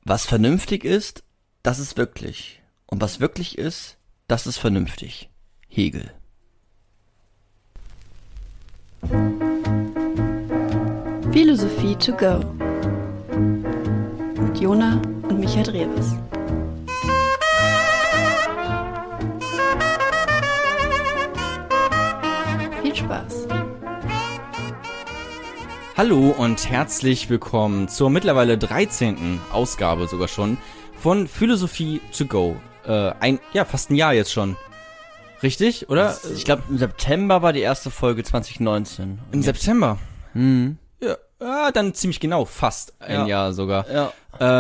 Was vernünftig ist, das ist wirklich. Und was wirklich ist, das ist vernünftig. Hegel. Philosophie to go. Mit Jona und Michael Drewes. Viel Spaß. Hallo und herzlich willkommen zur mittlerweile 13. Ausgabe sogar schon von Philosophie to go. Fast ein Jahr jetzt schon. Richtig, oder? Ich glaube, im September war die erste Folge 2019. Im September? Mhm. Ja, dann ziemlich genau, fast ein Jahr sogar. Ja.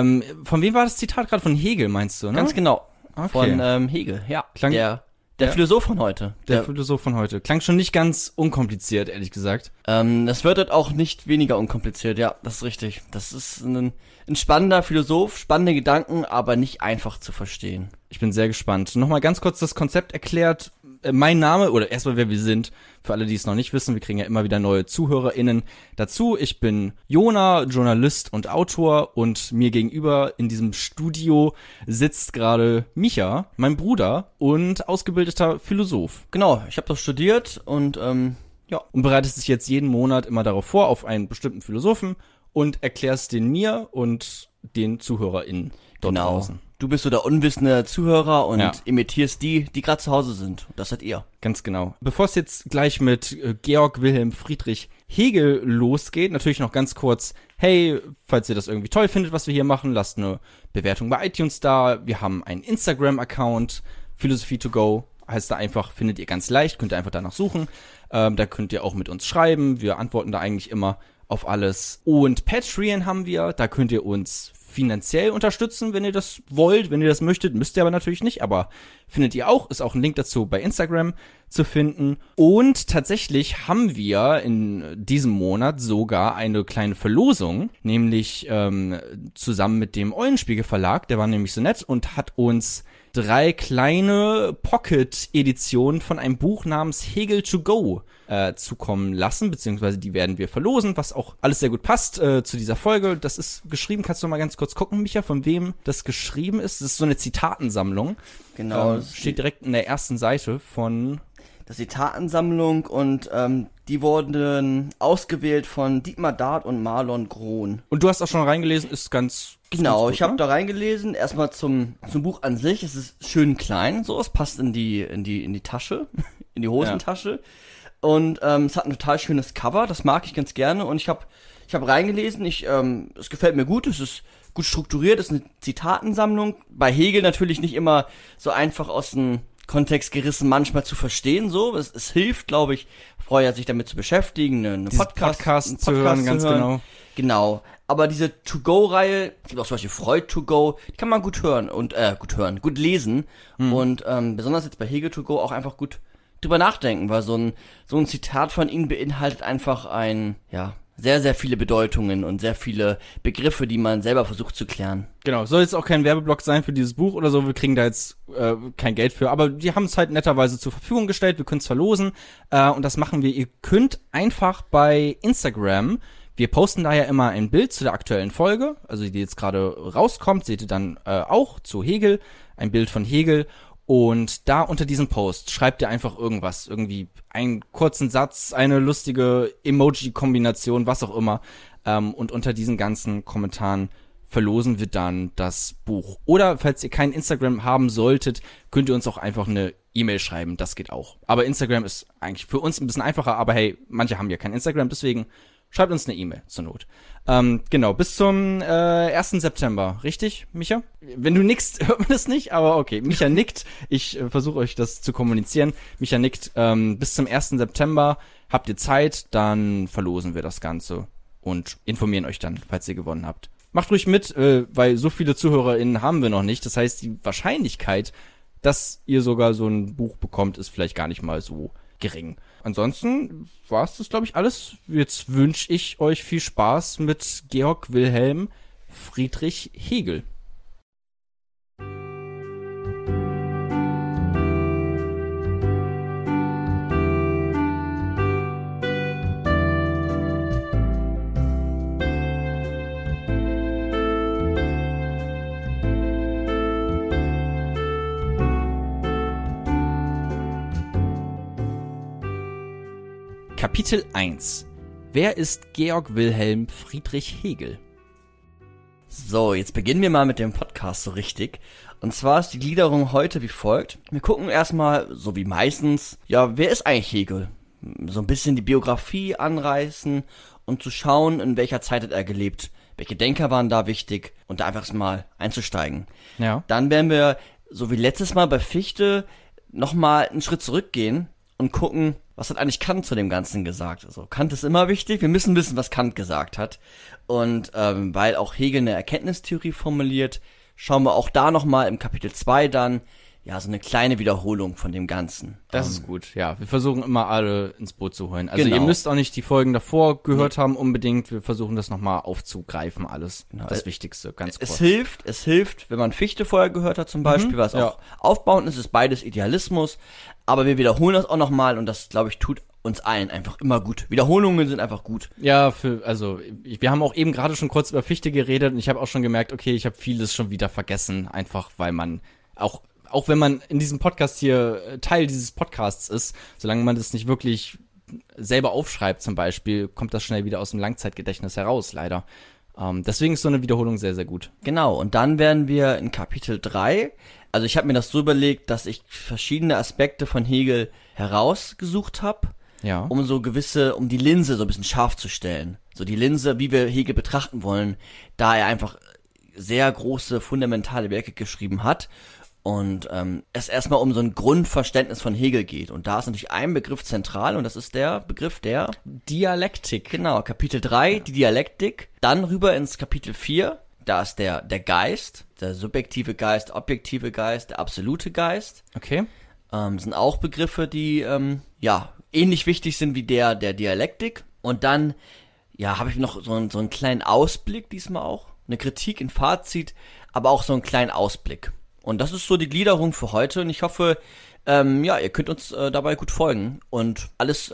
Von wem war das Zitat gerade? Von Hegel, meinst du, ne? Ganz genau. Okay. Von Hegel, ja. Klang- Der Philosoph von heute. Der Philosoph von heute. Klang schon nicht ganz unkompliziert, ehrlich gesagt. Das wird halt auch nicht weniger unkompliziert, ja, das ist richtig. Das ist ein spannender Philosoph, spannende Gedanken, aber nicht einfach zu verstehen. Ich bin sehr gespannt. Nochmal ganz kurz das Konzept erklärt. Mein Name, oder erstmal wer wir sind, für alle, die es noch nicht wissen, wir kriegen ja immer wieder neue ZuhörerInnen dazu. Ich bin Jona, Journalist und Autor, und mir gegenüber in diesem Studio sitzt gerade Micha, mein Bruder und ausgebildeter Philosoph. Genau, ich habe das studiert und Und bereitest dich jetzt jeden Monat immer darauf vor, auf einen bestimmten Philosophen, und erklärst den mir und den ZuhörerInnen dort draußen. Du bist so der unwissende Zuhörer und Ja. imitierst die gerade zu Hause sind. Das seid ihr. Ganz genau. Bevor es jetzt gleich mit Georg Wilhelm Friedrich Hegel losgeht, natürlich noch ganz kurz, hey, falls ihr das irgendwie toll findet, was wir hier machen, lasst eine Bewertung bei iTunes da. Wir haben einen Instagram-Account, Philosophie2go, heißt da einfach, findet ihr ganz leicht, könnt ihr einfach danach suchen. Da könnt ihr auch mit uns schreiben, wir antworten da eigentlich immer auf alles. Und Patreon haben wir, da könnt ihr uns finanziell unterstützen, wenn ihr das wollt, wenn ihr das möchtet, müsst ihr aber natürlich nicht, aber findet ihr auch, ist auch ein Link dazu bei Instagram zu finden. Und tatsächlich haben wir in diesem Monat sogar eine kleine Verlosung, nämlich zusammen mit dem Eulenspiegel Verlag, der war nämlich so nett und hat uns 3 kleine Pocket-Editionen von einem Buch namens Hegel to go zukommen lassen, beziehungsweise die werden wir verlosen, was auch alles sehr gut passt zu dieser Folge. Das ist geschrieben, kannst du mal ganz kurz gucken, Micha, von wem das geschrieben ist? Das ist so eine Zitatensammlung. Genau. Steht direkt in der ersten Seite von... Das ist die Zitatensammlung und die wurden ausgewählt von Dietmar Dart und Marlon Grohn. Und du hast auch schon reingelesen, ist ganz... Genau, ganz gut, ich habe ne? da reingelesen. Erstmal zum Buch an sich. Es ist schön klein, so, es passt in die Tasche, in die Hosentasche. Und es hat ein total schönes Cover, das mag ich ganz gerne. Und ich hab reingelesen, es gefällt mir gut, es ist gut strukturiert, es ist eine Zitatensammlung. Bei Hegel natürlich nicht immer so einfach aus dem Kontext gerissen, manchmal zu verstehen, so. Es hilft, glaube ich, vorher sich damit zu beschäftigen, einen Podcast zu hören, ganz genau. Genau. Aber diese To-Go-Reihe, es gibt auch zum Beispiel Freud To-Go, die kann man gut hören, gut lesen. Und besonders jetzt bei Hegel To-Go auch einfach gut drüber nachdenken, weil so ein Zitat von ihm beinhaltet einfach sehr, sehr viele Bedeutungen und sehr viele Begriffe, die man selber versucht zu klären. Genau, soll jetzt auch kein Werbeblock sein für dieses Buch oder so, wir kriegen da jetzt kein Geld für, aber die haben es halt netterweise zur Verfügung gestellt, wir können es verlosen und das machen wir. Ihr könnt einfach bei Instagram, wir posten da ja immer ein Bild zu der aktuellen Folge, also die jetzt gerade rauskommt, seht ihr dann auch zu Hegel, ein Bild von Hegel. Und da unter diesem Post schreibt ihr einfach irgendwas, irgendwie einen kurzen Satz, eine lustige Emoji-Kombination, was auch immer. Und unter diesen ganzen Kommentaren verlosen wir dann das Buch. Oder falls ihr kein Instagram haben solltet, könnt ihr uns auch einfach eine E-Mail schreiben, das geht auch. Aber Instagram ist eigentlich für uns ein bisschen einfacher, aber hey, manche haben ja kein Instagram, deswegen schreibt uns eine E-Mail zur Not. Genau, bis zum 1. September, richtig, Micha? Wenn du nickst, hört man das nicht, aber okay, Micha nickt. Ich versuche euch das zu kommunizieren. Micha nickt, bis zum 1. September habt ihr Zeit, dann verlosen wir das Ganze und informieren euch dann, falls ihr gewonnen habt. Macht ruhig mit, weil so viele ZuhörerInnen haben wir noch nicht. Das heißt, die Wahrscheinlichkeit, dass ihr sogar so ein Buch bekommt, ist vielleicht gar nicht mal so gering. Ansonsten war es das, glaube ich, alles. Jetzt wünsche ich euch viel Spaß mit Georg Wilhelm Friedrich Hegel. Kapitel 1. Wer ist Georg Wilhelm Friedrich Hegel? So, jetzt beginnen wir mal mit dem Podcast so richtig. Und zwar ist die Gliederung heute wie folgt. Wir gucken erstmal, so wie meistens, ja, wer ist eigentlich Hegel? So ein bisschen die Biografie anreißen und zu schauen, in welcher Zeit hat er gelebt. Welche Denker waren da wichtig und da einfach mal einzusteigen. Ja. Dann werden wir, so wie letztes Mal bei Fichte, nochmal einen Schritt zurückgehen und gucken, was hat eigentlich Kant zu dem Ganzen gesagt. Also Kant ist immer wichtig, wir müssen wissen, was Kant gesagt hat. Und weil auch Hegel eine Erkenntnistheorie formuliert, schauen wir auch da nochmal im Kapitel 2 dann, ja, so eine kleine Wiederholung von dem Ganzen. Das ist gut, ja. Wir versuchen immer alle ins Boot zu holen. Also Genau. ihr müsst auch nicht die Folgen davor gehört haben unbedingt. Wir versuchen das nochmal aufzugreifen alles. Genau. Das Wichtigste, ganz kurz. Es hilft, wenn man Fichte vorher gehört hat zum Beispiel, weil es ja. auch aufbauend ist, ist beides Idealismus. Aber wir wiederholen das auch nochmal und das, glaube ich, tut uns allen einfach immer gut. Wiederholungen sind einfach gut. Ja, wir haben auch eben gerade schon kurz über Fichte geredet und ich habe auch schon gemerkt, okay, ich habe vieles schon wieder vergessen, einfach weil man auch wenn man in diesem Podcast hier Teil dieses Podcasts ist, solange man das nicht wirklich selber aufschreibt zum Beispiel, kommt das schnell wieder aus dem Langzeitgedächtnis heraus, leider. Deswegen ist so eine Wiederholung sehr, sehr gut. Genau, und dann werden wir in Kapitel 3, also ich habe mir das so überlegt, dass ich verschiedene Aspekte von Hegel herausgesucht habe, Ja. um die Linse so ein bisschen scharf zu stellen. So die Linse, wie wir Hegel betrachten wollen, da er einfach sehr große, fundamentale Werke geschrieben hat. Und es erstmal um so ein Grundverständnis von Hegel geht. Und da ist natürlich ein Begriff zentral und das ist der Begriff der Dialektik. Genau, Kapitel 3, die Dialektik. Dann rüber ins Kapitel 4, da ist der Geist, der subjektive Geist, objektive Geist, der absolute Geist. Okay. Sind auch Begriffe, die ähnlich wichtig sind wie der Dialektik. Und dann habe ich noch so einen kleinen Ausblick diesmal auch. Eine Kritik, ein Fazit, aber auch so einen kleinen Ausblick. Und das ist so die Gliederung für heute und ich hoffe, ihr könnt uns dabei gut folgen und alles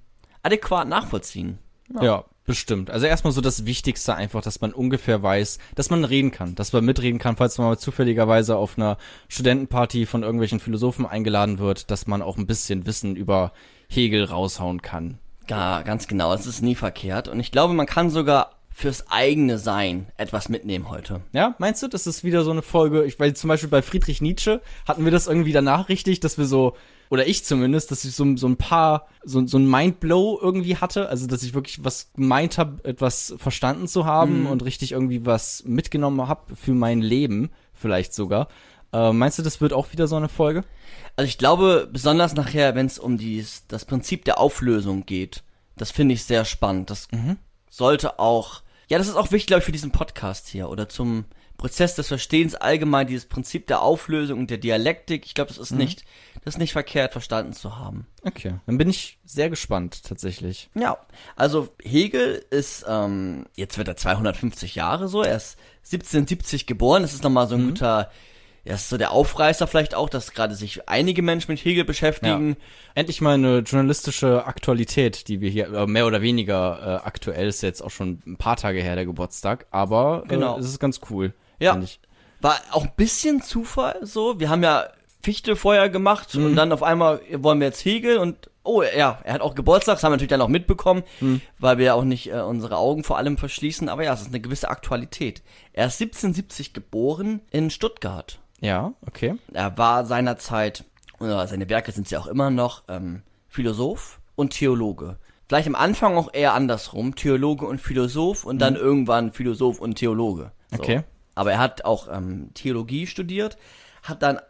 adäquat nachvollziehen. Ja, bestimmt. Also erstmal so das Wichtigste einfach, dass man ungefähr weiß, dass man reden kann, dass man mitreden kann, falls man mal zufälligerweise auf einer Studentenparty von irgendwelchen Philosophen eingeladen wird, dass man auch ein bisschen Wissen über Hegel raushauen kann. Ja, ganz genau, es ist nie verkehrt und ich glaube, man kann sogar fürs eigene Sein etwas mitnehmen heute. Ja, meinst du, das ist wieder so eine Folge, weil zum Beispiel bei Friedrich Nietzsche hatten wir das irgendwie danach richtig, dass wir so, oder ich zumindest, dass ich so ein paar, so ein Mindblow irgendwie hatte, also dass ich wirklich was gemeint habe, etwas verstanden zu haben und richtig irgendwie was mitgenommen habe für mein Leben, vielleicht sogar. Meinst du, das wird auch wieder so eine Folge? Also ich glaube, besonders nachher, wenn es um das Prinzip der Auflösung geht, das finde ich sehr spannend. Das sollte auch, das ist auch wichtig, glaube ich, für diesen Podcast hier oder zum Prozess des Verstehens allgemein, dieses Prinzip der Auflösung und der Dialektik. Ich glaube, das ist nicht verkehrt verstanden zu haben. Okay, dann bin ich sehr gespannt, tatsächlich. Ja, also Hegel ist, jetzt wird er 250 Jahre so, er ist 1770 geboren, das ist nochmal so ein guter, das ist so der Aufreißer vielleicht auch, dass gerade sich einige Menschen mit Hegel beschäftigen. Ja. Endlich mal eine journalistische Aktualität, die wir hier, mehr oder weniger aktuell, ist jetzt auch schon ein paar Tage her, der Geburtstag, aber es ist ganz cool, finde ich. War auch ein bisschen Zufall so, wir haben ja Fichte vorher gemacht und dann auf einmal wollen wir jetzt Hegel und er hat auch Geburtstag, das haben wir natürlich dann auch mitbekommen, weil wir ja auch nicht unsere Augen vor allem verschließen, aber es ist eine gewisse Aktualität. Er ist 1770 geboren in Stuttgart. Ja, okay. Er war seinerzeit, oder seine Werke sind ja auch immer noch, Philosoph und Theologe. Vielleicht am Anfang auch eher andersrum, Theologe und Philosoph und dann irgendwann Philosoph und Theologe. So. Okay. Aber er hat auch Theologie studiert, hat dann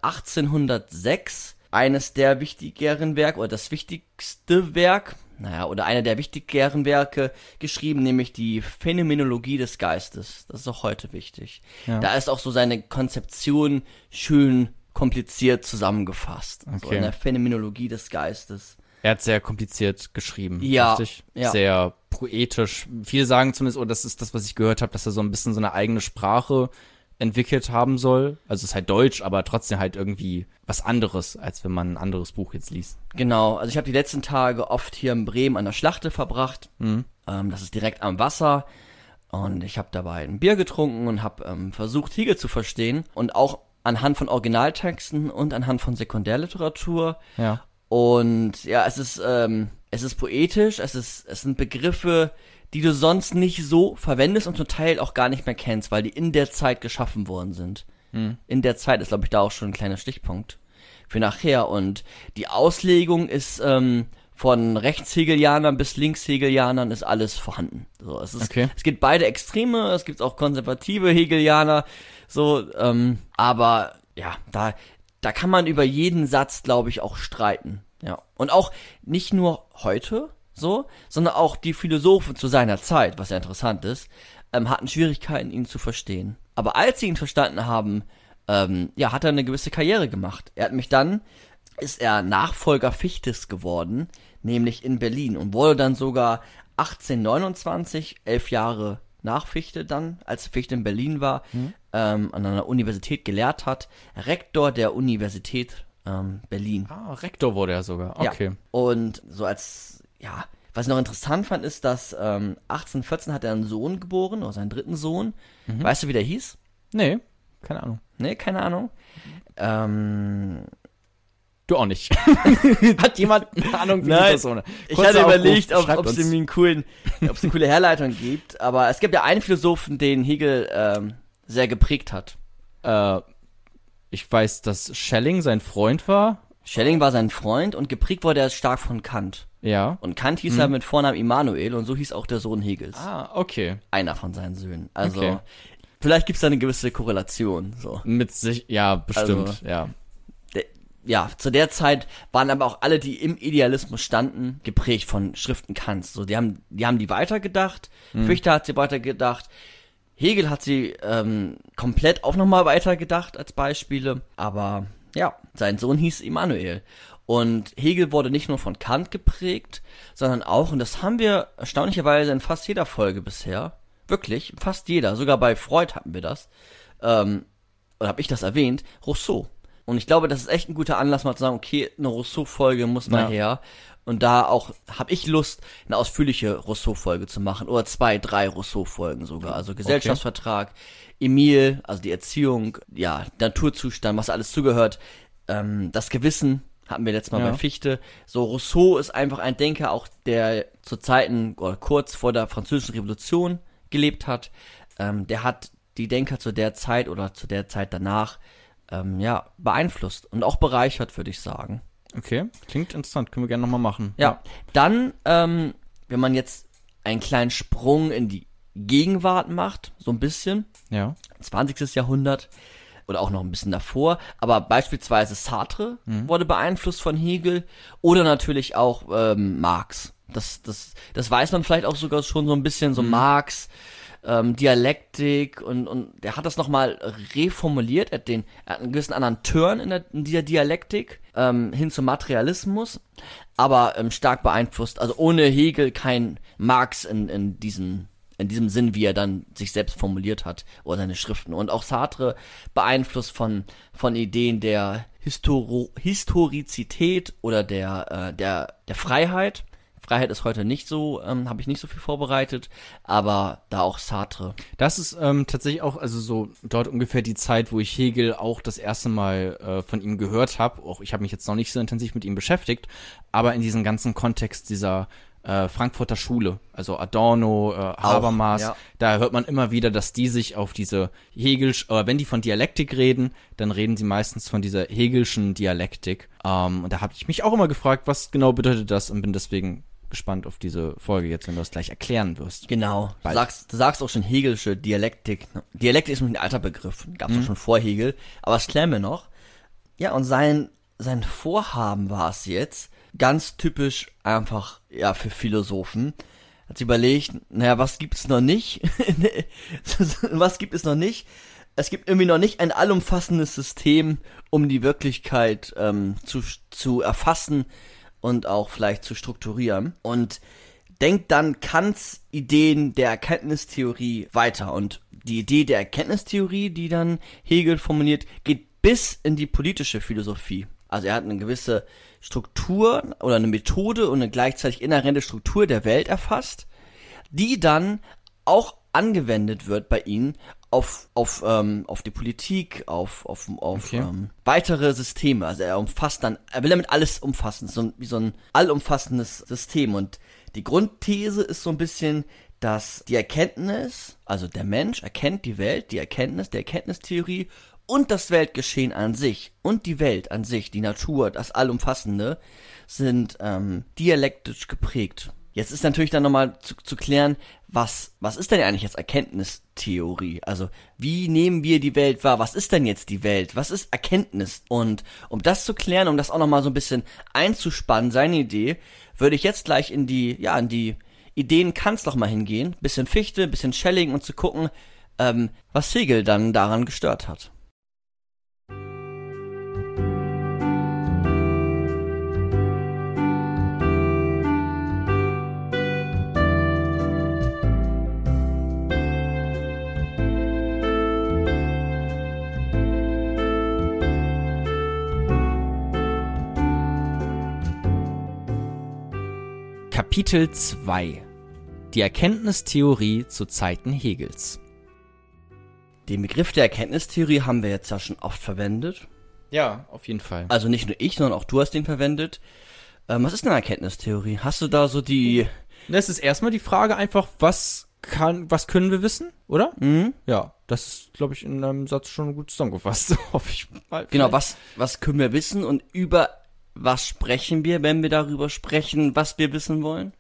1806 eines der wichtigeren Werke, oder das wichtigste Werk, oder einer der wichtigeren Werke geschrieben, nämlich die Phänomenologie des Geistes. Das ist auch heute wichtig. Ja. Da ist auch so seine Konzeption schön kompliziert zusammengefasst. Okay. So in der Phänomenologie des Geistes. Er hat sehr kompliziert geschrieben. Ja. Richtig? Ja. Sehr poetisch. Viele sagen zumindest, das ist das, was ich gehört habe, dass er so ein bisschen so eine eigene Sprache entwickelt haben soll. Also es ist halt Deutsch, aber trotzdem halt irgendwie was anderes, als wenn man ein anderes Buch jetzt liest. Genau, also ich habe die letzten Tage oft hier in Bremen an der Schlachte verbracht. Das ist direkt am Wasser und ich habe dabei ein Bier getrunken und habe versucht, Hegel zu verstehen und auch anhand von Originaltexten und anhand von Sekundärliteratur. Ja. Und es ist es ist poetisch, es sind Begriffe, die du sonst nicht so verwendest und zum Teil auch gar nicht mehr kennst, weil die in der Zeit geschaffen worden sind. In der Zeit ist, glaube ich, da auch schon ein kleiner Stichpunkt für nachher. Und die Auslegung ist von Rechtshegelianern bis Linkshegelianern ist alles vorhanden. So, es gibt beide Extreme, es gibt auch konservative Hegelianer, so, aber ja, da kann man über jeden Satz, glaube ich, auch streiten. Ja. Und auch nicht nur heute so, sondern auch die Philosophen zu seiner Zeit, was ja interessant ist, hatten Schwierigkeiten, ihn zu verstehen. Aber als sie ihn verstanden haben, hat er eine gewisse Karriere gemacht. Ist er Nachfolger Fichtes geworden, nämlich in Berlin, und wurde dann sogar 1829, 11 Jahre nach Fichte dann, als Fichte in Berlin war, an einer Universität gelehrt hat, Rektor der Universität Berlin. Ah, Rektor wurde er sogar, okay. Ja. Und so was ich noch interessant fand, ist, dass 1814 hat er einen Sohn geboren, oder seinen dritten Sohn. Weißt du, wie der hieß? Nee, keine Ahnung. Nee, keine Ahnung. Du auch nicht. Hat jemand eine Ahnung, wie die Person? Ich hatte überlegt, ob es irgendwie eine coole Herleitung gibt, aber es gibt ja einen Philosophen, den Hegel sehr geprägt hat. Ich weiß, dass Schelling sein Freund war. Schelling war sein Freund und geprägt wurde er stark von Kant. Ja. Und Kant hieß er mit Vornamen Immanuel und so hieß auch der Sohn Hegels. Ah, okay. Einer von seinen Söhnen. Also, vielleicht gibt es da eine gewisse Korrelation. So. Mit sich, ja, bestimmt, also, ja. Ja, zu der Zeit waren aber auch alle, die im Idealismus standen, geprägt von Schriften Kants. So, die haben die weitergedacht, Fichte hat sie weitergedacht, Hegel hat sie komplett auch nochmal weitergedacht als Beispiele, aber ja, sein Sohn hieß Immanuel. Und Hegel wurde nicht nur von Kant geprägt, sondern auch, und das haben wir erstaunlicherweise in fast jeder Folge bisher, wirklich, fast jeder, sogar bei Freud hatten wir das, oder habe ich das erwähnt, Rousseau. Und ich glaube, das ist echt ein guter Anlass, mal zu sagen, okay, eine Rousseau-Folge muss mal her. Und da auch habe ich Lust, eine ausführliche Rousseau-Folge zu machen. Oder 2, 3 Rousseau-Folgen sogar. Also Gesellschaftsvertrag, Emile, also die Erziehung, ja, Naturzustand, was alles zugehört. Das Gewissen hatten wir letztes Mal bei Fichte. So, Rousseau ist einfach ein Denker, auch der zu Zeiten oder kurz vor der Französischen Revolution gelebt hat. Der hat die Denker zu der Zeit oder zu der Zeit danach beeinflusst und auch bereichert, würde ich sagen. Okay, klingt interessant, können wir gerne nochmal machen. Ja, dann, wenn man jetzt einen kleinen Sprung in die Gegenwart macht, so ein bisschen, 20. Jahrhundert oder auch noch ein bisschen davor, aber beispielsweise Sartre wurde beeinflusst von Hegel oder natürlich auch Marx. Das weiß man vielleicht auch sogar schon so ein bisschen, so Marx, Dialektik und der hat das nochmal reformuliert, er hat einen gewissen anderen Turn in dieser Dialektik hin zum Materialismus, aber stark beeinflusst, also ohne Hegel kein Marx in diesem Sinn, wie er dann sich selbst formuliert hat oder seine Schriften. Und auch Sartre beeinflusst von Ideen der Historizität oder der Freiheit. Freiheit ist heute nicht so, habe ich nicht so viel vorbereitet, aber da auch Sartre. Das ist tatsächlich auch, also so dort ungefähr die Zeit, wo ich Hegel auch das erste Mal von ihm gehört habe. Auch ich habe mich jetzt noch nicht so intensiv mit ihm beschäftigt, aber in diesem ganzen Kontext dieser Frankfurter Schule, also Adorno, Habermas, da hört man immer wieder, dass die sich auf diese wenn die von Dialektik reden, dann reden sie meistens von dieser Hegelschen Dialektik. Und da habe ich mich auch immer gefragt, was genau bedeutet das, und bin deswegen gespannt auf diese Folge jetzt, wenn du das gleich erklären wirst. Genau. Du sagst auch schon Hegelsche Dialektik. Dialektik ist nämlich ein alter Begriff. Gab es auch schon vor Hegel. Aber das klären wir noch. Ja, und sein Vorhaben war es jetzt, ganz typisch einfach, ja, für Philosophen, hat sich überlegt, was gibt es noch nicht? Was gibt es noch nicht? Es gibt irgendwie noch nicht ein allumfassendes System, um die Wirklichkeit zu erfassen und auch vielleicht zu strukturieren. Und denkt dann Kants Ideen der Erkenntnistheorie weiter. Und die Idee der Erkenntnistheorie, die dann Hegel formuliert, geht bis in die politische Philosophie. Also er hat eine gewisse Struktur oder eine Methode und eine gleichzeitig inhärente Struktur der Welt erfasst, die dann auch angewendet wird bei ihm auf die Politik, auf Okay. weitere Systeme. Also er will damit alles umfassen, wie so ein allumfassendes System. Und die Grundthese ist so ein bisschen, dass die Erkenntnis, also der Mensch erkennt die Welt, die Erkenntnistheorie und das Weltgeschehen an sich und die Welt an sich, die Natur, das Allumfassende, sind dialektisch geprägt. Jetzt ist natürlich dann nochmal zu klären, was ist denn eigentlich jetzt Erkenntnistheorie? Also wie nehmen wir die Welt wahr? Was ist denn jetzt die Welt? Was ist Erkenntnis? Und um das zu klären, um das auch nochmal so ein bisschen einzuspannen, seine Idee, würde ich jetzt gleich in die Ideen Kants noch mal hingehen. Bisschen Fichte, bisschen Schelling und zu gucken, was Hegel dann daran gestört hat. Kapitel 2: Die Erkenntnistheorie zu Zeiten Hegels. Den Begriff der Erkenntnistheorie haben wir jetzt ja schon oft verwendet. Ja, auf jeden Fall. Also nicht nur ich, sondern auch du hast den verwendet. Was ist denn Erkenntnistheorie? Hast du da so die... Das ist erstmal die Frage einfach, was können wir wissen, oder? Mhm. Ja, das ist, glaube ich, in einem Satz schon gut zusammengefasst, hoffe ich mal. Genau, was können wir wissen und über was sprechen wir, wenn wir darüber sprechen, was wir wissen wollen?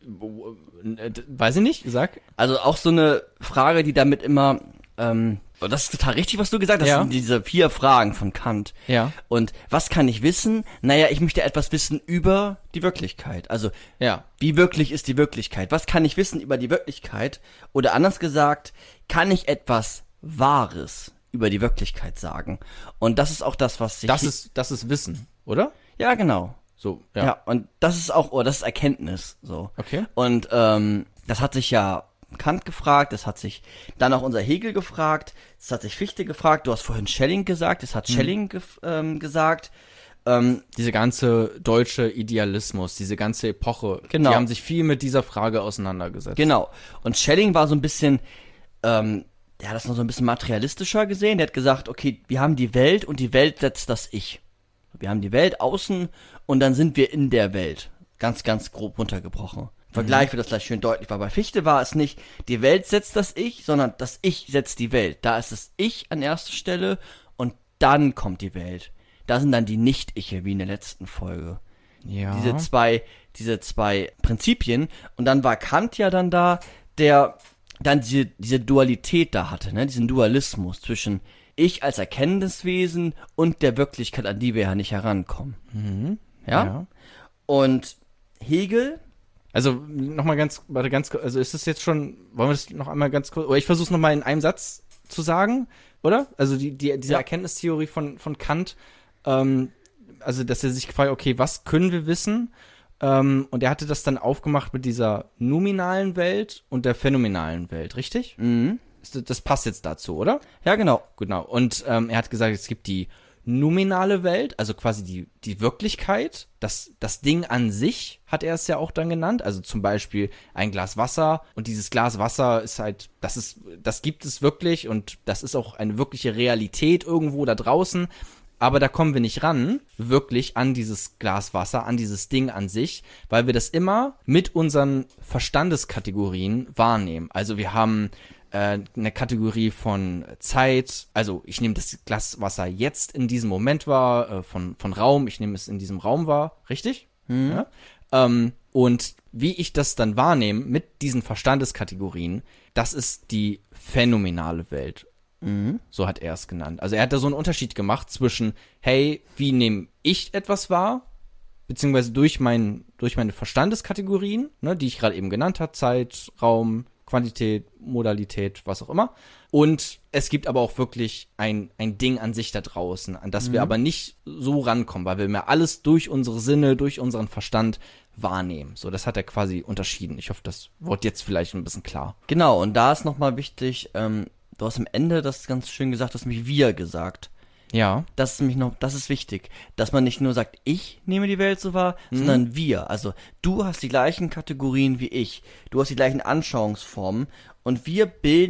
Weiß ich nicht, sag. Also auch so eine Frage, die damit immer, das ist total richtig, was du gesagt hast, Ja. sind diese 4 Fragen von Kant. Ja. Und was kann ich wissen? Naja, ich möchte etwas wissen über die Wirklichkeit. Also, Ja. wie wirklich ist die Wirklichkeit? Was kann ich wissen über die Wirklichkeit? Oder anders gesagt, kann ich etwas Wahres über die Wirklichkeit sagen? Und das ist auch das, was sich... Das ist Wissen, oder? Ja, genau. So, Ja, und das ist auch, das ist Erkenntnis, so. Okay. Und das hat sich ja Kant gefragt, das hat sich dann auch unser Hegel gefragt, das hat sich Fichte gefragt, du hast vorhin Schelling gesagt, das hat Schelling gesagt. Diese ganze deutsche Idealismus, diese ganze Epoche, Genau. die haben sich viel mit dieser Frage auseinandergesetzt. Genau. Und Schelling war so ein bisschen, der hat das noch so ein bisschen materialistischer gesehen, der hat gesagt, okay, wir haben die Welt und die Welt setzt das Ich. Wir haben die Welt außen und dann sind wir in der Welt. Ganz, ganz grob runtergebrochen. Vergleich wird das gleich schön deutlich, weil bei Fichte war es nicht, die Welt setzt das Ich, sondern das Ich setzt die Welt. Da ist das Ich an erster Stelle und dann kommt die Welt. Da sind dann die Nicht-Iche, wie in der letzten Folge. Ja. Diese zwei Prinzipien. Und dann war Kant ja dann da, der dann diese Dualität da hatte, ne? Diesen Dualismus zwischen Ich als Erkenntniswesen und der Wirklichkeit, an die wir ja nicht herankommen. Ja? Und Hegel... Also nochmal also ist es jetzt schon, wollen wir das noch einmal ganz kurz, oder ich versuche es nochmal in einem Satz zu sagen, oder? Also diese Ja. Erkenntnistheorie von Kant, also dass er sich gefragt, okay, was können wir wissen? Und er hatte das dann aufgemacht mit dieser nominalen Welt und der phänomenalen Welt, richtig? Mhm. Das passt jetzt dazu, oder? Ja, genau. Genau. Und er hat gesagt, es gibt die nominale Welt, also quasi die Wirklichkeit, das Ding an sich, hat er es ja auch dann genannt, also zum Beispiel ein Glas Wasser und dieses Glas Wasser ist halt, das gibt es wirklich und das ist auch eine wirkliche Realität irgendwo da draußen, aber da kommen wir nicht ran, wirklich an dieses Glas Wasser, an dieses Ding an sich, weil wir das immer mit unseren Verstandeskategorien wahrnehmen. Also wir haben eine Kategorie von Zeit, also ich nehme das Glas Wasser jetzt in diesem Moment wahr, von Raum, ich nehme es in diesem Raum wahr, richtig? Ja? Und wie ich das dann wahrnehme mit diesen Verstandeskategorien, das ist die phänomenale Welt. So hat er es genannt. Also er hat da so einen Unterschied gemacht zwischen, hey, wie nehme ich etwas wahr, beziehungsweise durch meine Verstandeskategorien, ne, die ich gerade eben genannt habe, Zeit, Raum, Quantität, Modalität, was auch immer. Und es gibt aber auch wirklich ein Ding an sich da draußen, an das wir aber nicht so rankommen, weil wir mehr alles durch unsere Sinne, durch unseren Verstand wahrnehmen. So, das hat er quasi unterschieden. Ich hoffe, das wird jetzt vielleicht ein bisschen klar. Genau, und da ist nochmal wichtig, du hast am Ende das ganz schön gesagt, du hast mich wir gesagt. Ja. Das ist wichtig, dass man nicht nur sagt, ich nehme die Welt so wahr, sondern wir. Also du hast die gleichen Kategorien wie ich, du hast die gleichen Anschauungsformen und wir bilden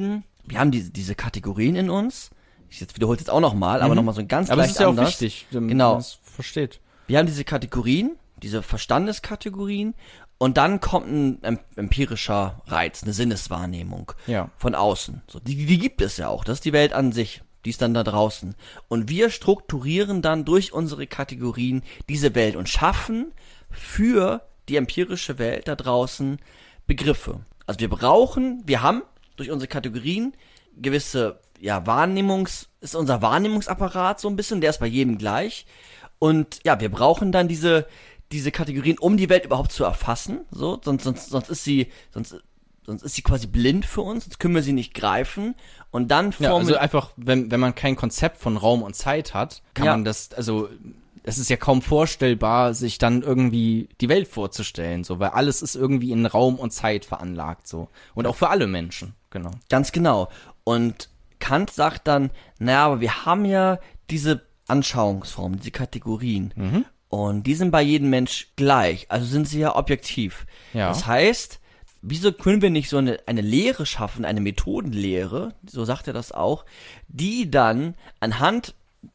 wir haben diese Kategorien in uns. Ich wiederhole es jetzt auch nochmal, aber nochmal so ein ganz Aber es leicht ist ja auch anders. wichtig, damit Genau. man es versteht. Wir haben diese Kategorien, diese Verstandeskategorien, und dann kommt ein empirischer Reiz, eine Sinneswahrnehmung Ja. von außen. So, die gibt es ja auch. Das ist die Welt an sich. Die ist dann da draußen. Und wir strukturieren dann durch unsere Kategorien diese Welt und schaffen für die empirische Welt da draußen Begriffe. Also wir haben durch unsere Kategorien gewisse, ja, ist unser Wahrnehmungsapparat so ein bisschen, der ist bei jedem gleich. Und ja, wir brauchen dann diese Kategorien, um die Welt überhaupt zu erfassen. So, sonst ist sie quasi blind für uns, sonst können wir sie nicht greifen. Und dann Ja, also einfach, wenn man kein Konzept von Raum und Zeit hat, kann Ja. man es ist ja kaum vorstellbar, sich dann irgendwie die Welt vorzustellen, so, weil alles ist irgendwie in Raum und Zeit veranlagt, so. Und auch für alle Menschen, genau. Ganz genau. Und Kant sagt dann, naja, aber wir haben ja diese Anschauungsformen, diese Kategorien. Und die sind bei jedem Mensch gleich, also sind sie ja objektiv. Ja. Das heißt, wieso können wir nicht so eine Lehre schaffen, eine Methodenlehre, so sagt er das auch, die dann anhand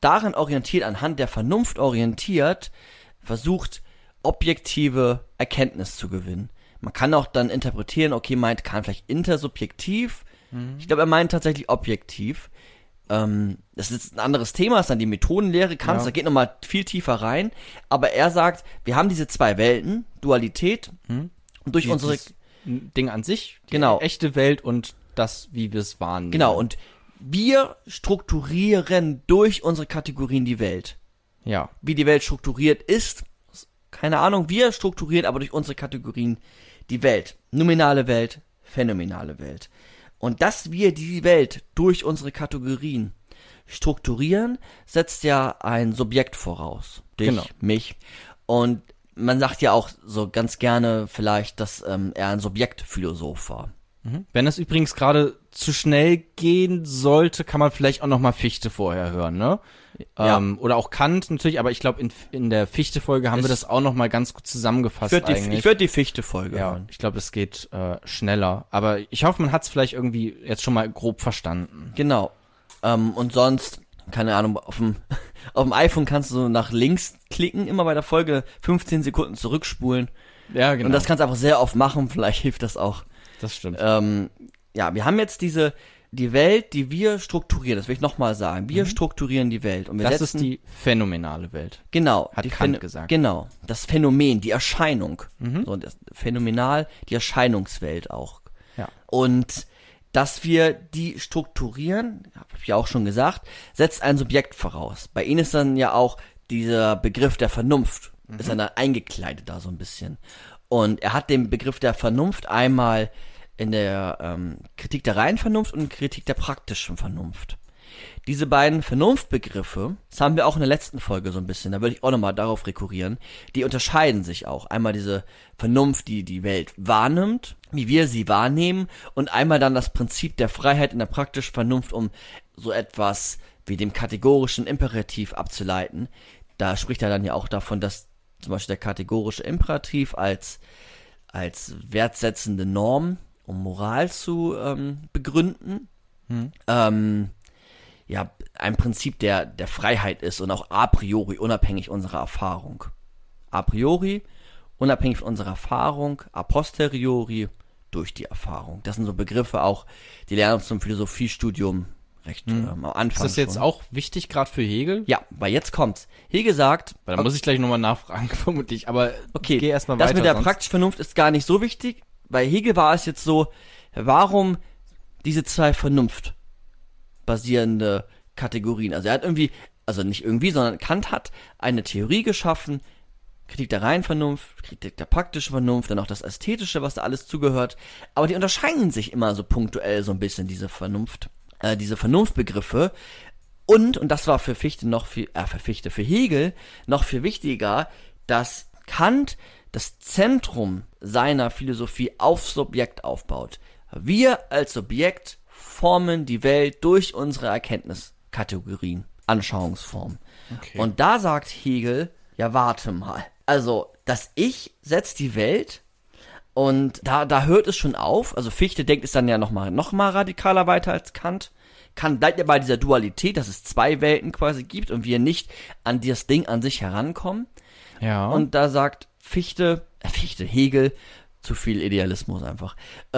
der Vernunft orientiert, versucht, objektive Erkenntnis zu gewinnen. Man kann auch dann interpretieren, okay, meint Kant vielleicht intersubjektiv. Ich glaube, er meint tatsächlich objektiv. Das ist ein anderes Thema, ist dann die Methodenlehre Kants, Ja. da geht nochmal viel tiefer rein. Aber er sagt, wir haben diese zwei Welten, Dualität, und durch unsere... Dieses Ding an sich, die Genau. echte Welt und das, wie wir es wahrnehmen. Genau, und wir strukturieren durch unsere Kategorien die Welt. Ja. Wie die Welt strukturiert ist, keine Ahnung, wir strukturieren aber durch unsere Kategorien die Welt. Nominale Welt, phänomenale Welt. Und dass wir die Welt durch unsere Kategorien strukturieren, setzt ja ein Subjekt voraus. Dich, Genau. mich. Und man sagt ja auch so ganz gerne vielleicht, dass er ein Subjektphilosoph war. Wenn es übrigens gerade zu schnell gehen sollte, kann man vielleicht auch noch mal Fichte vorher hören, ne? Ja. Oder auch Kant natürlich, aber ich glaube, in der Fichte-Folge haben wir das auch noch mal ganz gut zusammengefasst eigentlich. Ich würde die Fichte-Folge Ja, hören. ich glaube, es geht schneller. Aber ich hoffe, man hat es vielleicht irgendwie jetzt schon mal grob verstanden. Genau. Und sonst, keine Ahnung, auf dem iPhone kannst du so nach links klicken, immer bei der Folge 15 Sekunden zurückspulen. Ja, genau. Und das kannst du einfach sehr oft machen, vielleicht hilft das auch. das stimmt. Ja, wir haben jetzt die Welt, die wir strukturieren, das will ich nochmal sagen. Wir strukturieren die Welt. Und wir Das setzen, ist die phänomenale Welt. genau, hat die Kant gesagt. Genau, das Phänomen, die Erscheinung. So, das Phänomenal, die Erscheinungswelt auch. Ja. Und dass wir die strukturieren, habe ich ja auch schon gesagt, setzt ein Subjekt voraus. Bei ihnen ist dann ja auch dieser Begriff der Vernunft, ist dann eingekleidet da so ein bisschen. Und er hat den Begriff der Vernunft einmal in der Kritik der reinen Vernunft und Kritik der praktischen Vernunft. Diese beiden Vernunftbegriffe, das haben wir auch in der letzten Folge so ein bisschen, da würde ich auch nochmal darauf rekurrieren, die unterscheiden sich auch. Einmal diese Vernunft, die die Welt wahrnimmt, wie wir sie wahrnehmen, und einmal dann das Prinzip der Freiheit in der praktischen Vernunft, um so etwas wie dem kategorischen Imperativ abzuleiten. Da spricht er dann ja auch davon, dass zum Beispiel der kategorische Imperativ als wertsetzende Norm, um Moral zu begründen, ja, ein Prinzip der Freiheit ist und auch a priori unabhängig unserer Erfahrung. A priori unabhängig von unserer Erfahrung, a posteriori durch die Erfahrung. Das sind so Begriffe auch, die lernen uns zum Philosophiestudium recht am Anfang. Ist das jetzt schon. auch wichtig, gerade für Hegel? Ja, weil jetzt kommt's. Hegel sagt, Weil da muss ich gleich nochmal nachfragen, vermutlich. Aber okay, geh erstmal das weiter. mit der sonst- praktischen Vernunft ist gar nicht so wichtig. Bei Hegel war es jetzt so, warum diese zwei vernunftbasierende Kategorien? Also er hat irgendwie, also nicht irgendwie, sondern Kant hat eine Theorie geschaffen, Kritik der reinen Vernunft, Kritik der praktischen Vernunft, dann auch das Ästhetische, was da alles zugehört. Aber die unterscheiden sich immer so punktuell so ein bisschen, diese Vernunftbegriffe. Und das war für Fichte für Hegel noch viel wichtiger, dass Kant das Zentrum seiner Philosophie aufs Subjekt aufbaut. Wir als Subjekt formen die Welt durch unsere Erkenntniskategorien, Anschauungsformen. Okay. Und da sagt Hegel, ja warte mal, also das Ich setzt die Welt Und da hört es schon auf. Also Fichte denkt es dann ja noch mal radikaler weiter als Kant. Kant bleibt ja bei dieser Dualität, dass es zwei Welten quasi gibt und wir nicht an das Ding an sich herankommen. Ja. Und da sagt Hegel, zu viel Idealismus einfach.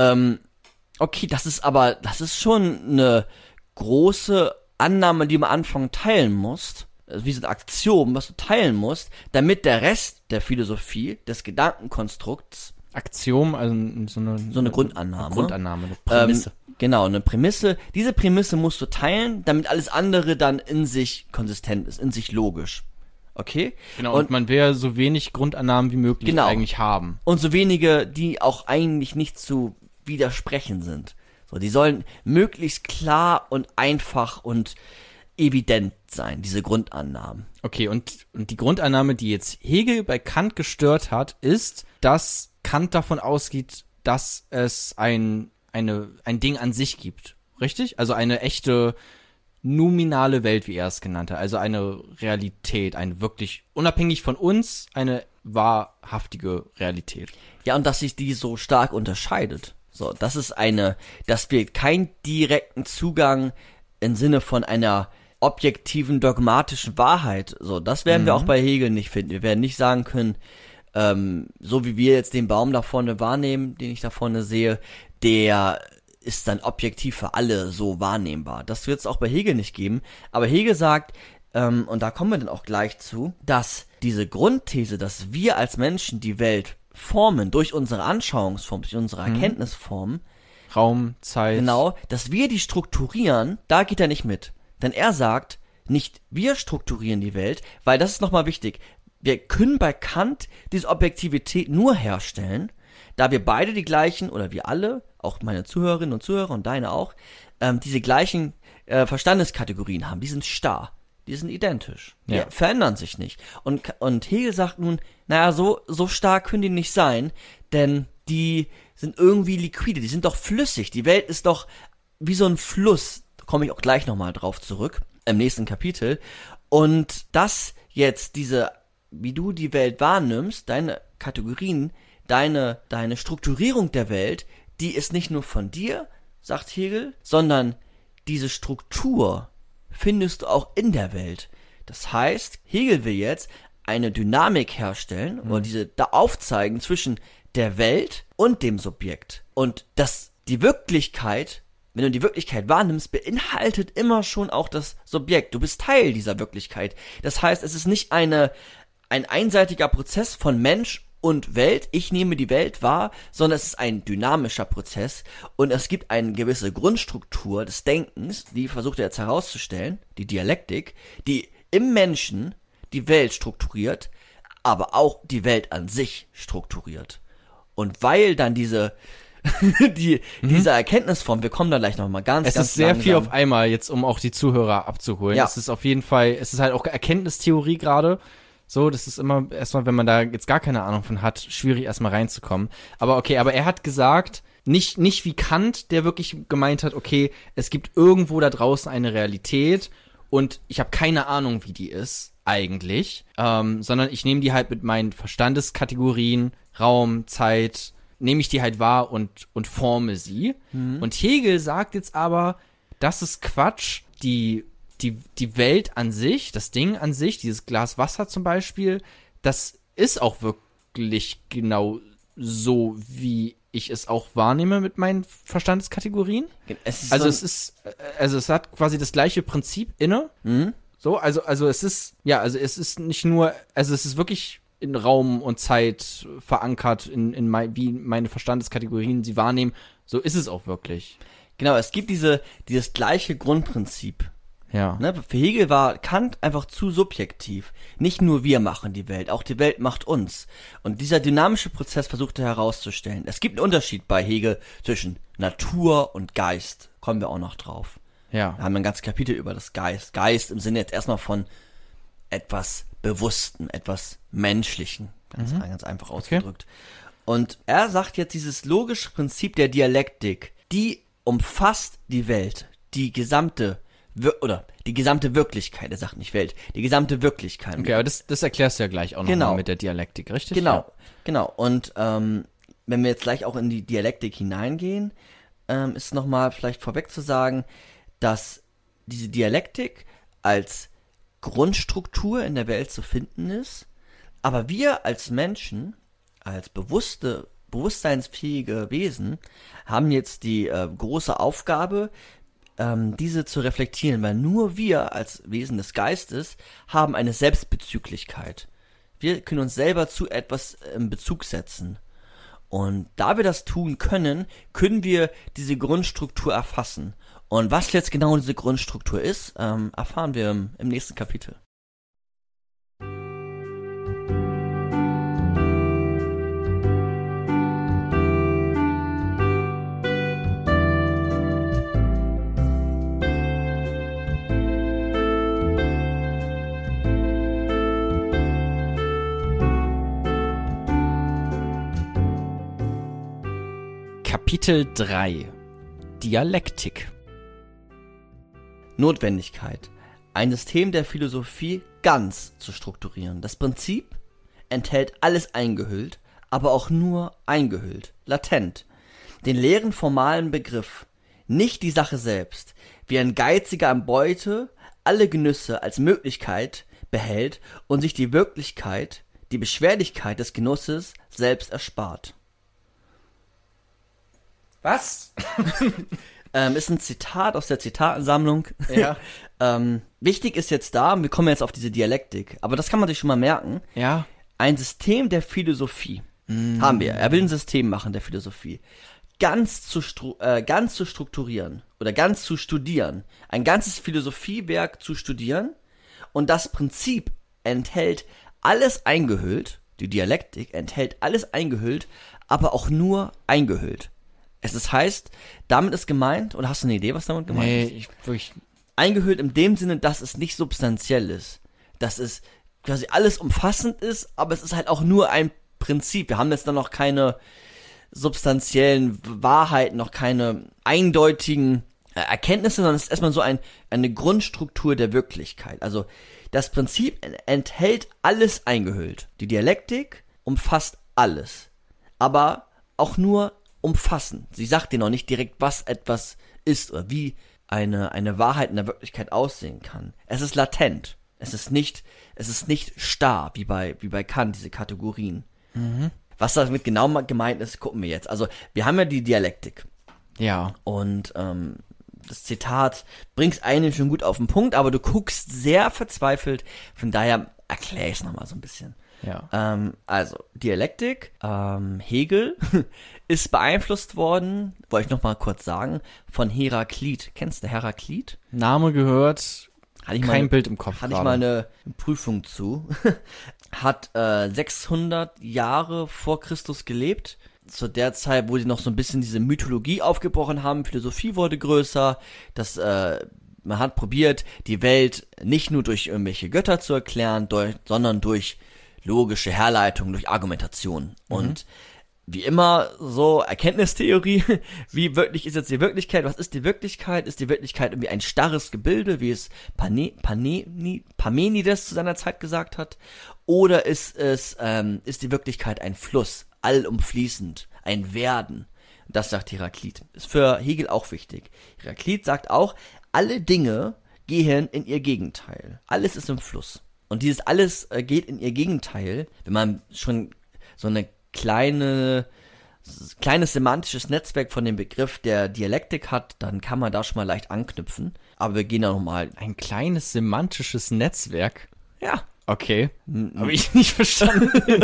Okay, das ist schon eine große Annahme, die man am Anfang teilen muss. Also wie so ein Axiom, was du teilen musst, damit der Rest der Philosophie, des Gedankenkonstrukts Axiom, also so eine Grundannahme. Eine Prämisse. Genau, eine Prämisse. Diese Prämisse musst du teilen, damit alles andere dann in sich konsistent ist, in sich logisch. Okay? Genau, und man will so wenig Grundannahmen wie möglich eigentlich haben. Und so wenige, die auch eigentlich nicht zu widersprechen sind. So, die sollen möglichst klar und einfach und evident sein, diese Grundannahmen. Okay, und die Grundannahme, die jetzt Hegel bei Kant gestört hat, ist, dass Kant davon ausgeht, dass es ein Ding an sich gibt. Richtig? Also eine echte nominale Welt, wie er es genannt hat. Also eine Realität, eine wirklich unabhängig von uns, eine wahrhaftige Realität. Ja, und dass sich die so stark unterscheidet. So, dass wir keinen direkten Zugang im Sinne von einer objektiven, dogmatischen Wahrheit, so, das werden wir auch bei Hegel nicht finden. Wir werden nicht sagen können, so wie wir jetzt den Baum da vorne wahrnehmen, den ich da vorne sehe, der ist dann objektiv für alle so wahrnehmbar. Das wird es auch bei Hegel nicht geben. Aber Hegel sagt, und da kommen wir dann auch gleich zu, dass diese Grundthese, dass wir als Menschen die Welt formen, durch unsere Anschauungsform, durch unsere Erkenntnisform, Raum, Zeit. Genau, dass wir die strukturieren, da geht er nicht mit. Denn er sagt, nicht wir strukturieren die Welt, weil das ist nochmal wichtig. Wir können bei Kant diese Objektivität nur herstellen, da wir beide die gleichen, oder wir alle, auch meine Zuhörerinnen und Zuhörer und deine auch, diese gleichen Verstandeskategorien haben. Die sind starr, die sind identisch, die verändern sich nicht. Und Hegel sagt nun, naja, so stark können die nicht sein, denn die sind irgendwie liquide, die sind doch flüssig. Die Welt ist doch wie so ein Fluss, da komme ich auch gleich nochmal drauf zurück, im nächsten Kapitel. Und dass jetzt wie du die Welt wahrnimmst, deine Kategorien, deine Strukturierung der Welt, die ist nicht nur von dir, sagt Hegel, sondern diese Struktur findest du auch in der Welt. Das heißt, Hegel will jetzt eine Dynamik herstellen oder diese da aufzeigen zwischen der Welt und dem Subjekt. Und die Wirklichkeit, wenn du die Wirklichkeit wahrnimmst, beinhaltet immer schon auch das Subjekt. Du bist Teil dieser Wirklichkeit. Das heißt, es ist nicht ein einseitiger Prozess von Mensch und Welt, ich nehme die Welt wahr, sondern es ist ein dynamischer Prozess und es gibt eine gewisse Grundstruktur des Denkens, die versucht er jetzt herauszustellen, die Dialektik, die im Menschen die Welt strukturiert, aber auch die Welt an sich strukturiert. Und weil dann diese Erkenntnisform, wir kommen da gleich nochmal ganz Es ist sehr langsam. Viel auf einmal, jetzt um auch die Zuhörer abzuholen. Ja. Es ist auf jeden Fall, es ist halt auch Erkenntnistheorie gerade. So, das ist immer erstmal, wenn man da jetzt gar keine Ahnung von hat, schwierig erstmal reinzukommen. Aber okay, aber er hat gesagt, nicht wie Kant, der wirklich gemeint hat, okay, es gibt irgendwo da draußen eine Realität und ich habe keine Ahnung, wie die ist eigentlich, sondern ich nehme die halt mit meinen Verstandeskategorien, Raum, Zeit, nehme ich die halt wahr und forme sie. Und Hegel sagt jetzt aber, das ist Quatsch, die Welt an sich, das Ding an sich, dieses Glas Wasser zum Beispiel, das ist auch wirklich genau so, wie ich es auch wahrnehme mit meinen Verstandeskategorien. Es hat quasi das gleiche Prinzip inne. So, also es ist nicht nur, also es ist wirklich in Raum und Zeit verankert, wie meine Verstandeskategorien sie wahrnehmen. So ist es auch wirklich. Genau, es gibt dieses gleiche Grundprinzip. Ja. Ne, für Hegel war Kant einfach zu subjektiv. Nicht nur wir machen die Welt, auch die Welt macht uns. Und dieser dynamische Prozess versuchte herauszustellen. Es gibt einen Unterschied bei Hegel zwischen Natur und Geist. Kommen wir auch noch drauf. Ja. Wir haben ein ganzes Kapitel über das Geist. Geist im Sinne jetzt erstmal von etwas Bewussten, etwas Menschlichen. Ganz einfach ausgedrückt. Okay. Und er sagt jetzt, dieses logische Prinzip der Dialektik, die umfasst die Welt, die gesamte Wirklichkeit, er sagt nicht Welt, die gesamte Wirklichkeit. Okay, aber das erklärst du ja gleich auch noch mal mit der Dialektik, richtig? Genau. Und wenn wir jetzt gleich auch in die Dialektik hineingehen, ist nochmal vielleicht vorweg zu sagen, dass diese Dialektik als Grundstruktur in der Welt zu finden ist, aber wir als Menschen, als bewusstseinsfähige Wesen, haben jetzt die große Aufgabe, diese zu reflektieren, weil nur wir als Wesen des Geistes haben eine Selbstbezüglichkeit. Wir können uns selber zu etwas in Bezug setzen. Und da wir das tun können, können wir diese Grundstruktur erfassen. Und was jetzt genau diese Grundstruktur ist, erfahren wir im nächsten Kapitel. Kapitel 3 Dialektik. Notwendigkeit. Ein System der Philosophie ganz zu strukturieren. Das Prinzip enthält alles eingehüllt, aber auch nur eingehüllt, latent. Den leeren formalen Begriff, nicht die Sache selbst, wie ein Geiziger an Beute alle Genüsse als Möglichkeit behält und sich die Wirklichkeit, die Beschwerlichkeit des Genusses selbst erspart. Was? Ist ein Zitat aus der Zitatensammlung. Ja. Wichtig ist jetzt da, wir kommen jetzt auf diese Dialektik, aber das kann man sich schon mal merken. Ja. Ein System der Philosophie haben wir. Er will ein System machen der Philosophie. Ganz zu strukturieren oder ganz zu studieren. Ein ganzes Philosophiewerk zu studieren. Und das Prinzip enthält alles eingehüllt, die Dialektik enthält alles eingehüllt, aber auch nur eingehüllt. Es heißt, damit ist gemeint, oder hast du eine Idee, was damit gemeint ist? Wirklich. Eingehüllt in dem Sinne, dass es nicht substanziell ist. Dass es quasi alles umfassend ist, aber es ist halt auch nur ein Prinzip. Wir haben jetzt dann noch keine substanziellen Wahrheiten, noch keine eindeutigen Erkenntnisse, sondern es ist erstmal so eine Grundstruktur der Wirklichkeit. Also das Prinzip enthält alles eingehüllt. Die Dialektik umfasst alles, aber auch nur umfassen. Sie sagt dir noch nicht direkt, was etwas ist oder wie eine Wahrheit in der Wirklichkeit aussehen kann. Es ist latent. Es ist nicht starr, wie bei Kant, diese Kategorien. Mhm. Was damit genau gemeint ist, gucken wir jetzt. Also, wir haben ja die Dialektik. Ja. Und das Zitat bringt einen schon gut auf den Punkt, aber du guckst sehr verzweifelt. Von daher erkläre ich es nochmal so ein bisschen. Ja. Also, Dialektik, Hegel ist beeinflusst worden, wollte ich noch mal kurz sagen, von Heraklit. Kennst du Heraklit? Name gehört, kein Bild im Kopf. Hatte ich mal eine Prüfung zu. Hat 600 Jahre vor Christus gelebt. Zu der Zeit, wo sie noch so ein bisschen diese Mythologie aufgebrochen haben, Philosophie wurde größer, man hat probiert, die Welt nicht nur durch irgendwelche Götter zu erklären, sondern durch logische Herleitung, durch Argumentation. Und wie immer so Erkenntnistheorie, wie wirklich ist jetzt die Wirklichkeit, was ist die Wirklichkeit? Ist die Wirklichkeit irgendwie ein starres Gebilde, wie es Parmenides zu seiner Zeit gesagt hat? Oder ist die Wirklichkeit ein Fluss, allumfließend, ein Werden? Das sagt Heraklit. Ist für Hegel auch wichtig. Heraklit sagt auch, alle Dinge gehen in ihr Gegenteil. Alles ist im Fluss. Und dieses alles geht in ihr Gegenteil, wenn man schon so eine kleines semantisches Netzwerk von dem Begriff der Dialektik hat, dann kann man da schon mal leicht anknüpfen. Aber wir gehen da nochmal. Ein kleines semantisches Netzwerk? Ja. Okay. Habe ich nicht verstanden.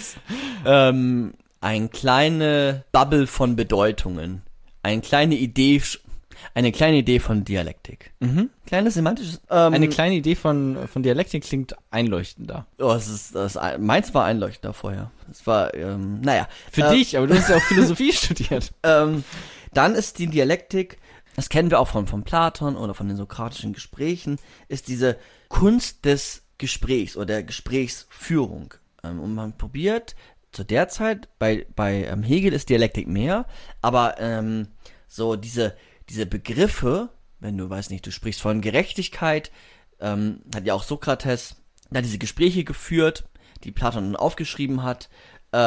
Eine kleine Bubble von Bedeutungen. Eine kleine Idee von Dialektik. Mhm. Kleines semantisches. Eine kleine Idee von Dialektik klingt einleuchtender. Oh, meins war einleuchtender vorher. Es war, naja. Für dich, aber du hast ja auch Philosophie studiert. Dann ist die Dialektik, das kennen wir auch von Platon oder von den sokratischen Gesprächen, ist diese Kunst des Gesprächs oder der Gesprächsführung. Und man probiert zu der Zeit, bei Hegel ist Dialektik mehr, aber so diese Begriffe, wenn du, weiß nicht, du sprichst von Gerechtigkeit, hat ja auch Sokrates da diese Gespräche geführt, die Platon aufgeschrieben hat,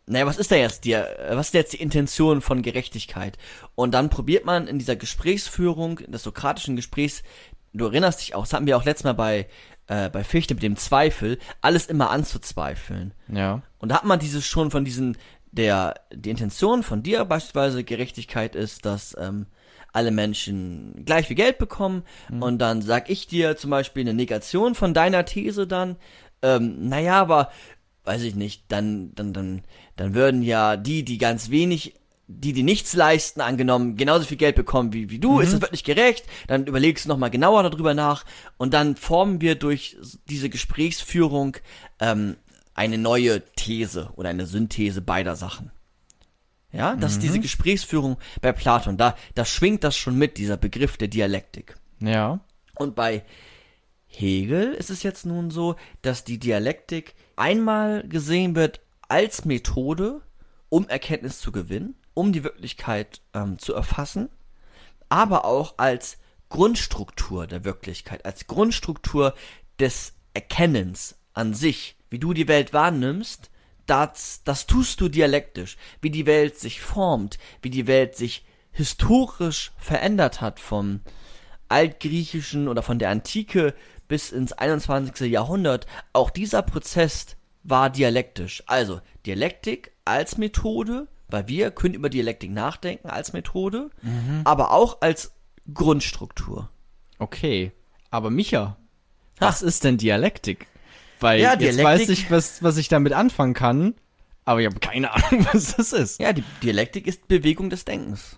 naja, was ist jetzt die Intention von Gerechtigkeit? Und dann probiert man in dieser Gesprächsführung, des sokratischen Gesprächs, du erinnerst dich auch, das hatten wir auch letztes Mal bei Fichte mit dem Zweifel, alles immer anzuzweifeln. Ja. Und da hat man dieses schon von diesen, die Intention von dir beispielsweise, Gerechtigkeit ist, dass alle Menschen gleich viel Geld bekommen, und dann sag ich dir zum Beispiel eine Negation von deiner These dann, naja, aber, weiß ich nicht, dann würden ja die ganz wenig, die nichts leisten, angenommen, genauso viel Geld bekommen wie du, ist das wirklich gerecht? Dann überlegst du nochmal genauer darüber nach, und dann formen wir durch diese Gesprächsführung eine neue These oder eine Synthese beider Sachen. Ja, das ist diese Gesprächsführung bei Platon, da schwingt das schon mit, dieser Begriff der Dialektik. Ja. Und bei Hegel ist es jetzt nun so, dass die Dialektik einmal gesehen wird als Methode, um Erkenntnis zu gewinnen, um die Wirklichkeit zu erfassen, aber auch als Grundstruktur der Wirklichkeit, als Grundstruktur des Erkennens an sich, wie du die Welt wahrnimmst. Das tust du dialektisch, wie die Welt sich formt, wie die Welt sich historisch verändert hat vom Altgriechischen oder von der Antike bis ins 21. Jahrhundert. Auch dieser Prozess war dialektisch. Also Dialektik als Methode, weil wir können über Dialektik nachdenken als Methode, aber auch als Grundstruktur. Okay, aber Micha, was ist denn Dialektik? Weil Ja, jetzt weiß ich, was ich damit anfangen kann, aber ich habe keine Ahnung, was das ist. Ja, die Dialektik ist Bewegung des Denkens.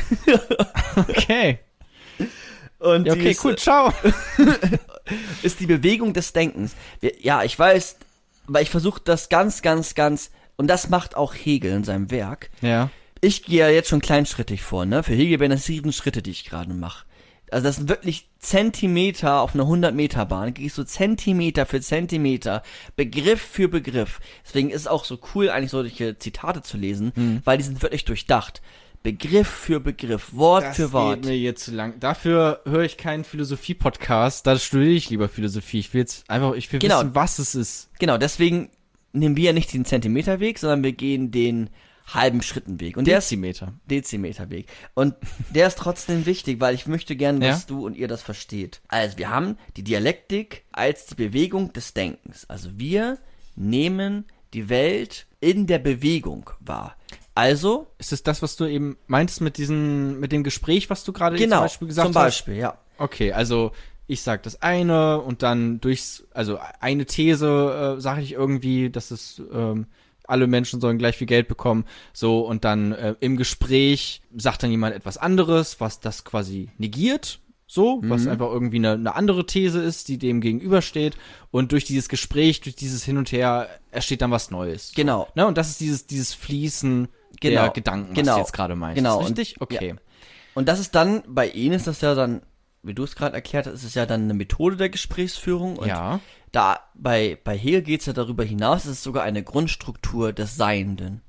Okay. Und Ja, okay, cool, ciao. ist die Bewegung des Denkens. Ja, ich weiß, weil ich versuche das ganz, und das macht auch Hegel in seinem Werk. Ja. Ich gehe ja jetzt schon kleinschrittig vor, ne? Für Hegel wären das Riesenschritte, die ich gerade mache. Also das sind wirklich Zentimeter auf einer 100-Meter-Bahn. Gehst du Zentimeter für Zentimeter, Begriff für Begriff. Deswegen ist es auch so cool, eigentlich solche Zitate zu lesen, weil die sind wirklich durchdacht. Begriff für Begriff, Wort für Wort. Das geht mir jetzt zu lang. Dafür höre ich keinen Philosophie-Podcast, da studiere ich lieber Philosophie. Ich will wissen, was es ist. Genau, deswegen nehmen wir ja nicht den Zentimeterweg, sondern wir gehen den halben Schrittenweg. Und Dezimeterweg. Und der ist trotzdem wichtig, weil ich möchte gerne, dass du und ihr das versteht. Also wir haben die Dialektik als die Bewegung des Denkens. Also wir nehmen die Welt in der Bewegung wahr. Also ist es das, was du eben meintest mit dem Gespräch, was du gerade zum Beispiel gesagt hast? Zum Beispiel, ja. Okay, also ich sag das eine und dann also eine These sage ich irgendwie, dass es alle Menschen sollen gleich viel Geld bekommen, so, und dann im Gespräch sagt dann jemand etwas anderes, was das quasi negiert, so, was einfach irgendwie eine andere These ist, die dem gegenübersteht, und durch dieses Gespräch, durch dieses Hin und Her entsteht dann was Neues. Genau. So, ne? Und das ist dieses Fließen der Gedanken, was du jetzt gerade meinst. Genau. Ist richtig? Okay. Ja. Und das ist dann, bei ihnen ist das ja dann, wie du es gerade erklärt hast, ist es ja dann eine Methode der Gesprächsführung. Und da bei Hegel geht's ja darüber hinaus, es ist sogar eine Grundstruktur des Seienden.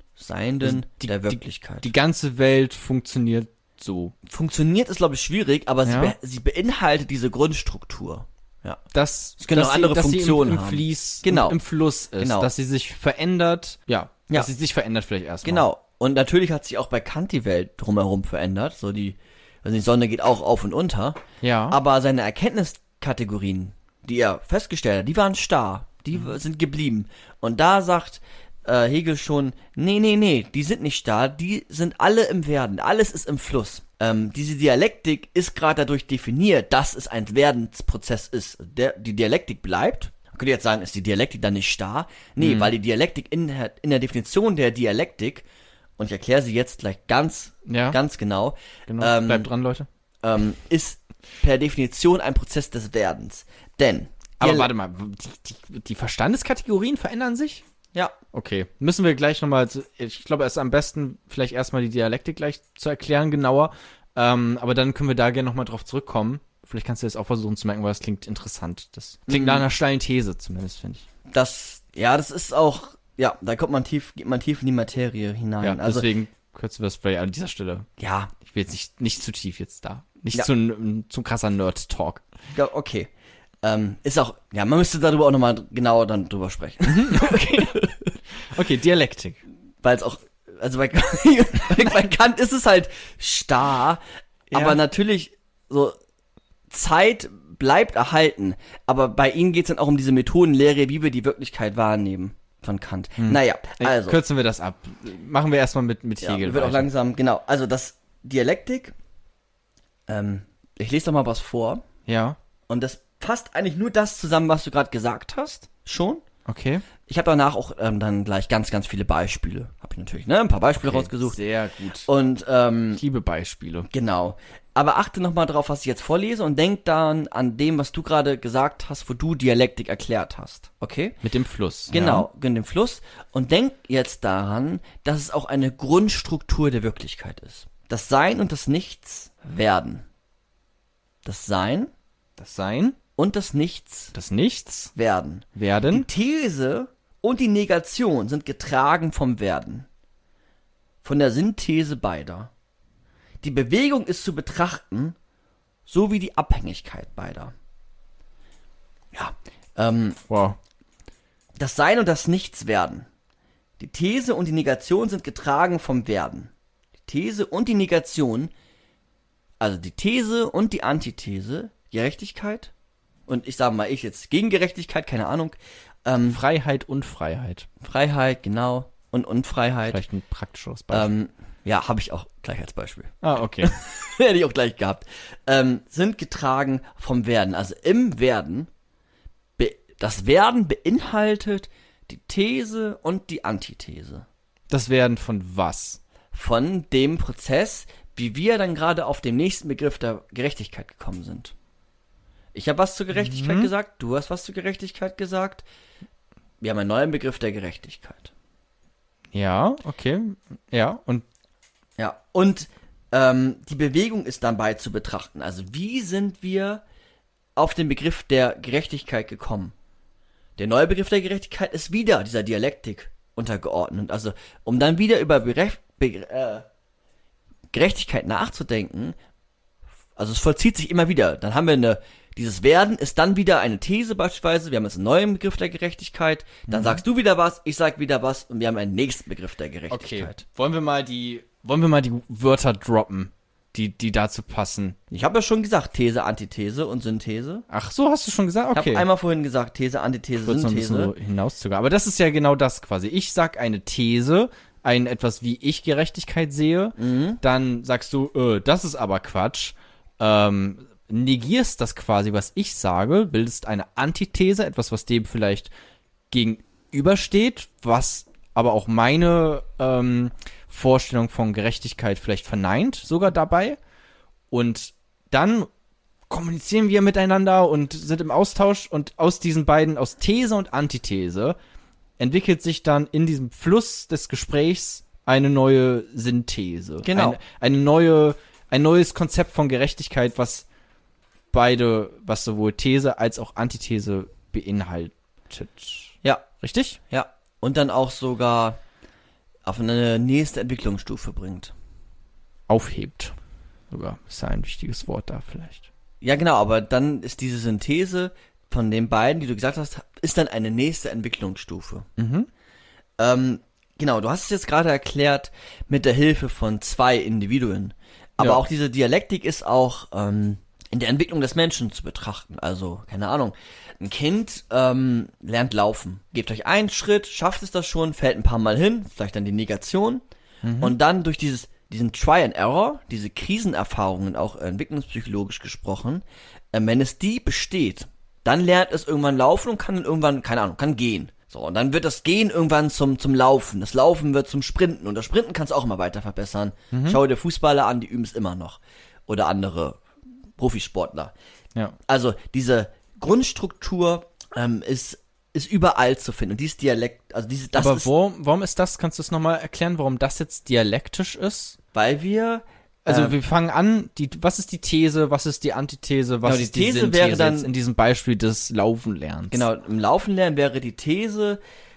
Der Wirklichkeit. Die ganze Welt funktioniert so. Funktioniert ist, glaube ich, schwierig, aber sie beinhaltet diese Grundstruktur. Ja. Das können auch andere Funktionen haben. Im Fluss ist. Genau. Dass sie sich verändert. Dass sie sich verändert vielleicht erstmal. Genau. Und natürlich hat sich auch bei Kant die Welt drumherum verändert. So die Sonne geht auch auf und unter. Ja. Aber seine Erkenntniskategorien, die er festgestellt hat, die waren starr. Die sind geblieben. Und da sagt Hegel schon, nee, die sind nicht starr, die sind alle im Werden, alles ist im Fluss. Diese Dialektik ist gerade dadurch definiert, dass es ein Werdensprozess ist. Die Dialektik bleibt. Man könnte jetzt sagen, ist die Dialektik dann nicht starr? Nee, weil die Dialektik in der Definition der Dialektik, und ich erkläre sie jetzt gleich ganz genau. Bleibt dran, Leute. Ist per Definition ein Prozess des Werdens. Denn aber warte mal, die Verstandeskategorien verändern sich? Ja. Okay, müssen wir gleich nochmal, ich glaube, es ist am besten, vielleicht erstmal die Dialektik gleich zu erklären, genauer, aber dann können wir da gerne nochmal drauf zurückkommen. Vielleicht kannst du das auch versuchen zu merken, weil das klingt interessant. Das klingt nach einer steilen These zumindest, finde ich. Das ist auch, da geht man tief in die Materie hinein. Ja, also, deswegen kürzen wir es vielleicht an dieser Stelle. Ja. Ich will jetzt nicht zu tief jetzt da. Nicht zu krasser Nerd-Talk. Ja, okay. Ist auch, man müsste darüber auch nochmal genauer dann drüber sprechen. Okay, Dialektik. weil es auch, also bei Kant ist es halt starr, aber natürlich so Zeit bleibt erhalten, aber bei ihnen geht's dann auch um diese Methodenlehre, wie wir die Wirklichkeit wahrnehmen von Kant. Naja, also. Kürzen wir das ab. Machen wir erstmal mit Hegel wird auch weiter. langsam, genau, also das Dialektik, ich lese doch mal was vor Ja, und das fasst eigentlich nur das zusammen, was du gerade gesagt hast, schon. okay. Ich habe danach auch dann gleich ganz, ganz viele Beispiele. Habe ich natürlich, ein paar Beispiele rausgesucht. Sehr gut. Und Ich liebe Beispiele. genau. Aber achte nochmal drauf, was ich jetzt vorlese und denk dann an dem, was du gerade gesagt hast, wo du Dialektik erklärt hast. Okay? Mit dem Fluss. Genau, in dem Fluss. Und denk jetzt daran, dass es auch eine Grundstruktur der Wirklichkeit ist. Das Sein und das Nichts werden. Das Sein Das Sein, und das Nichts das Nichts, werden. Die Werden. These und die Negation sind getragen vom Werden. Von der Synthese beider. Die Bewegung ist zu betrachten, so wie die Abhängigkeit beider. Ja, Wow. das Sein und das Nichts werden. Die These und die Negation sind getragen vom Werden. Die These und die Negation, also die These und die Antithese, Gerechtigkeit, und ich sage mal, ich jetzt gegen Gerechtigkeit, keine Ahnung, Freiheit und Freiheit. Freiheit, genau, und Unfreiheit. Vielleicht ein praktischeres Beispiel. Ja, habe ich auch gleich als Beispiel. Okay. Hätte ich auch gleich gehabt. Sind getragen vom Werden. Also im Werden, das Werden beinhaltet die These und die Antithese. Das Werden von was? Von dem Prozess, wie wir dann gerade auf den nächsten Begriff der Gerechtigkeit gekommen sind. Ich habe was zur Gerechtigkeit gesagt, du hast was zur Gerechtigkeit gesagt. Wir haben einen neuen Begriff der Gerechtigkeit. Ja, okay. Ja, und Ja, und die Bewegung ist dabei zu betrachten. Also wie sind wir auf den Begriff der Gerechtigkeit gekommen? Der neue Begriff der Gerechtigkeit ist wieder dieser Dialektik untergeordnet. Also um dann wieder über Gerechtigkeit nachzudenken, also es vollzieht sich immer wieder. Dann haben wir dieses Werden ist dann wieder eine These beispielsweise. Wir haben jetzt einen neuen Begriff der Gerechtigkeit. Dann sagst du wieder was, ich sag wieder was und wir haben einen nächsten Begriff der Gerechtigkeit. Wollen wir mal die Wörter droppen, die dazu passen? Ich habe ja schon gesagt, These, Antithese und Synthese. Ach, so hast du schon gesagt? Ich Okay. habe einmal vorhin gesagt, These, Antithese, Ich wollte noch ein bisschen Synthese. so hinauszögern. Aber das ist ja genau das quasi. Ich sag eine These, etwas, wie ich Gerechtigkeit sehe. Dann sagst du, das ist aber Quatsch. Negierst das quasi, was ich sage, bildest eine Antithese, etwas, was dem vielleicht gegenübersteht, was aber auch meine Vorstellung von Gerechtigkeit vielleicht verneint, sogar dabei. Und dann kommunizieren wir miteinander und sind im Austausch und aus diesen beiden, aus These und Antithese, entwickelt sich dann in diesem Fluss des Gesprächs eine neue Synthese. Genau. Ein neues Konzept von Gerechtigkeit, was sowohl These als auch Antithese beinhaltet. Ja, Richtig? ja. Und dann auch sogar auf eine nächste Entwicklungsstufe bringt. Aufhebt. Sogar. Ist ja ein wichtiges Wort da vielleicht. Ja, genau, aber dann ist diese Synthese von den beiden, die du gesagt hast, ist dann eine nächste Entwicklungsstufe. Genau, du hast es jetzt gerade erklärt mit der Hilfe von zwei Individuen. Aber Ja. auch diese Dialektik ist auch in der Entwicklung des Menschen zu betrachten. Also, keine Ahnung, ein Kind lernt laufen. Gebt euch einen Schritt, schafft es das schon, fällt ein paar Mal hin, vielleicht dann die Negation. Und dann durch diesen Try and Error, diese Krisenerfahrungen, auch entwicklungspsychologisch gesprochen, wenn es die besteht, dann lernt es irgendwann laufen und kann dann irgendwann, keine Ahnung, kann gehen. So, und dann wird das Gehen irgendwann zum Laufen. Das Laufen wird zum Sprinten. Und das Sprinten kannst du auch immer weiter verbessern. Schau dir Fußballer an, die üben es immer noch. Oder andere Profisportler. Ja. Also diese Grundstruktur ist überall zu finden. Und dieses Dialekt, also das Aber ist, warum ist das, kannst du es nochmal erklären, warum das jetzt dialektisch ist? weil wir, Also wir fangen an, was ist die These, was ist die Antithese, was Genau, die ist die These Synthese wäre dann- jetzt in diesem Beispiel des Laufenlernens? genau, im Laufen lernen wäre die These,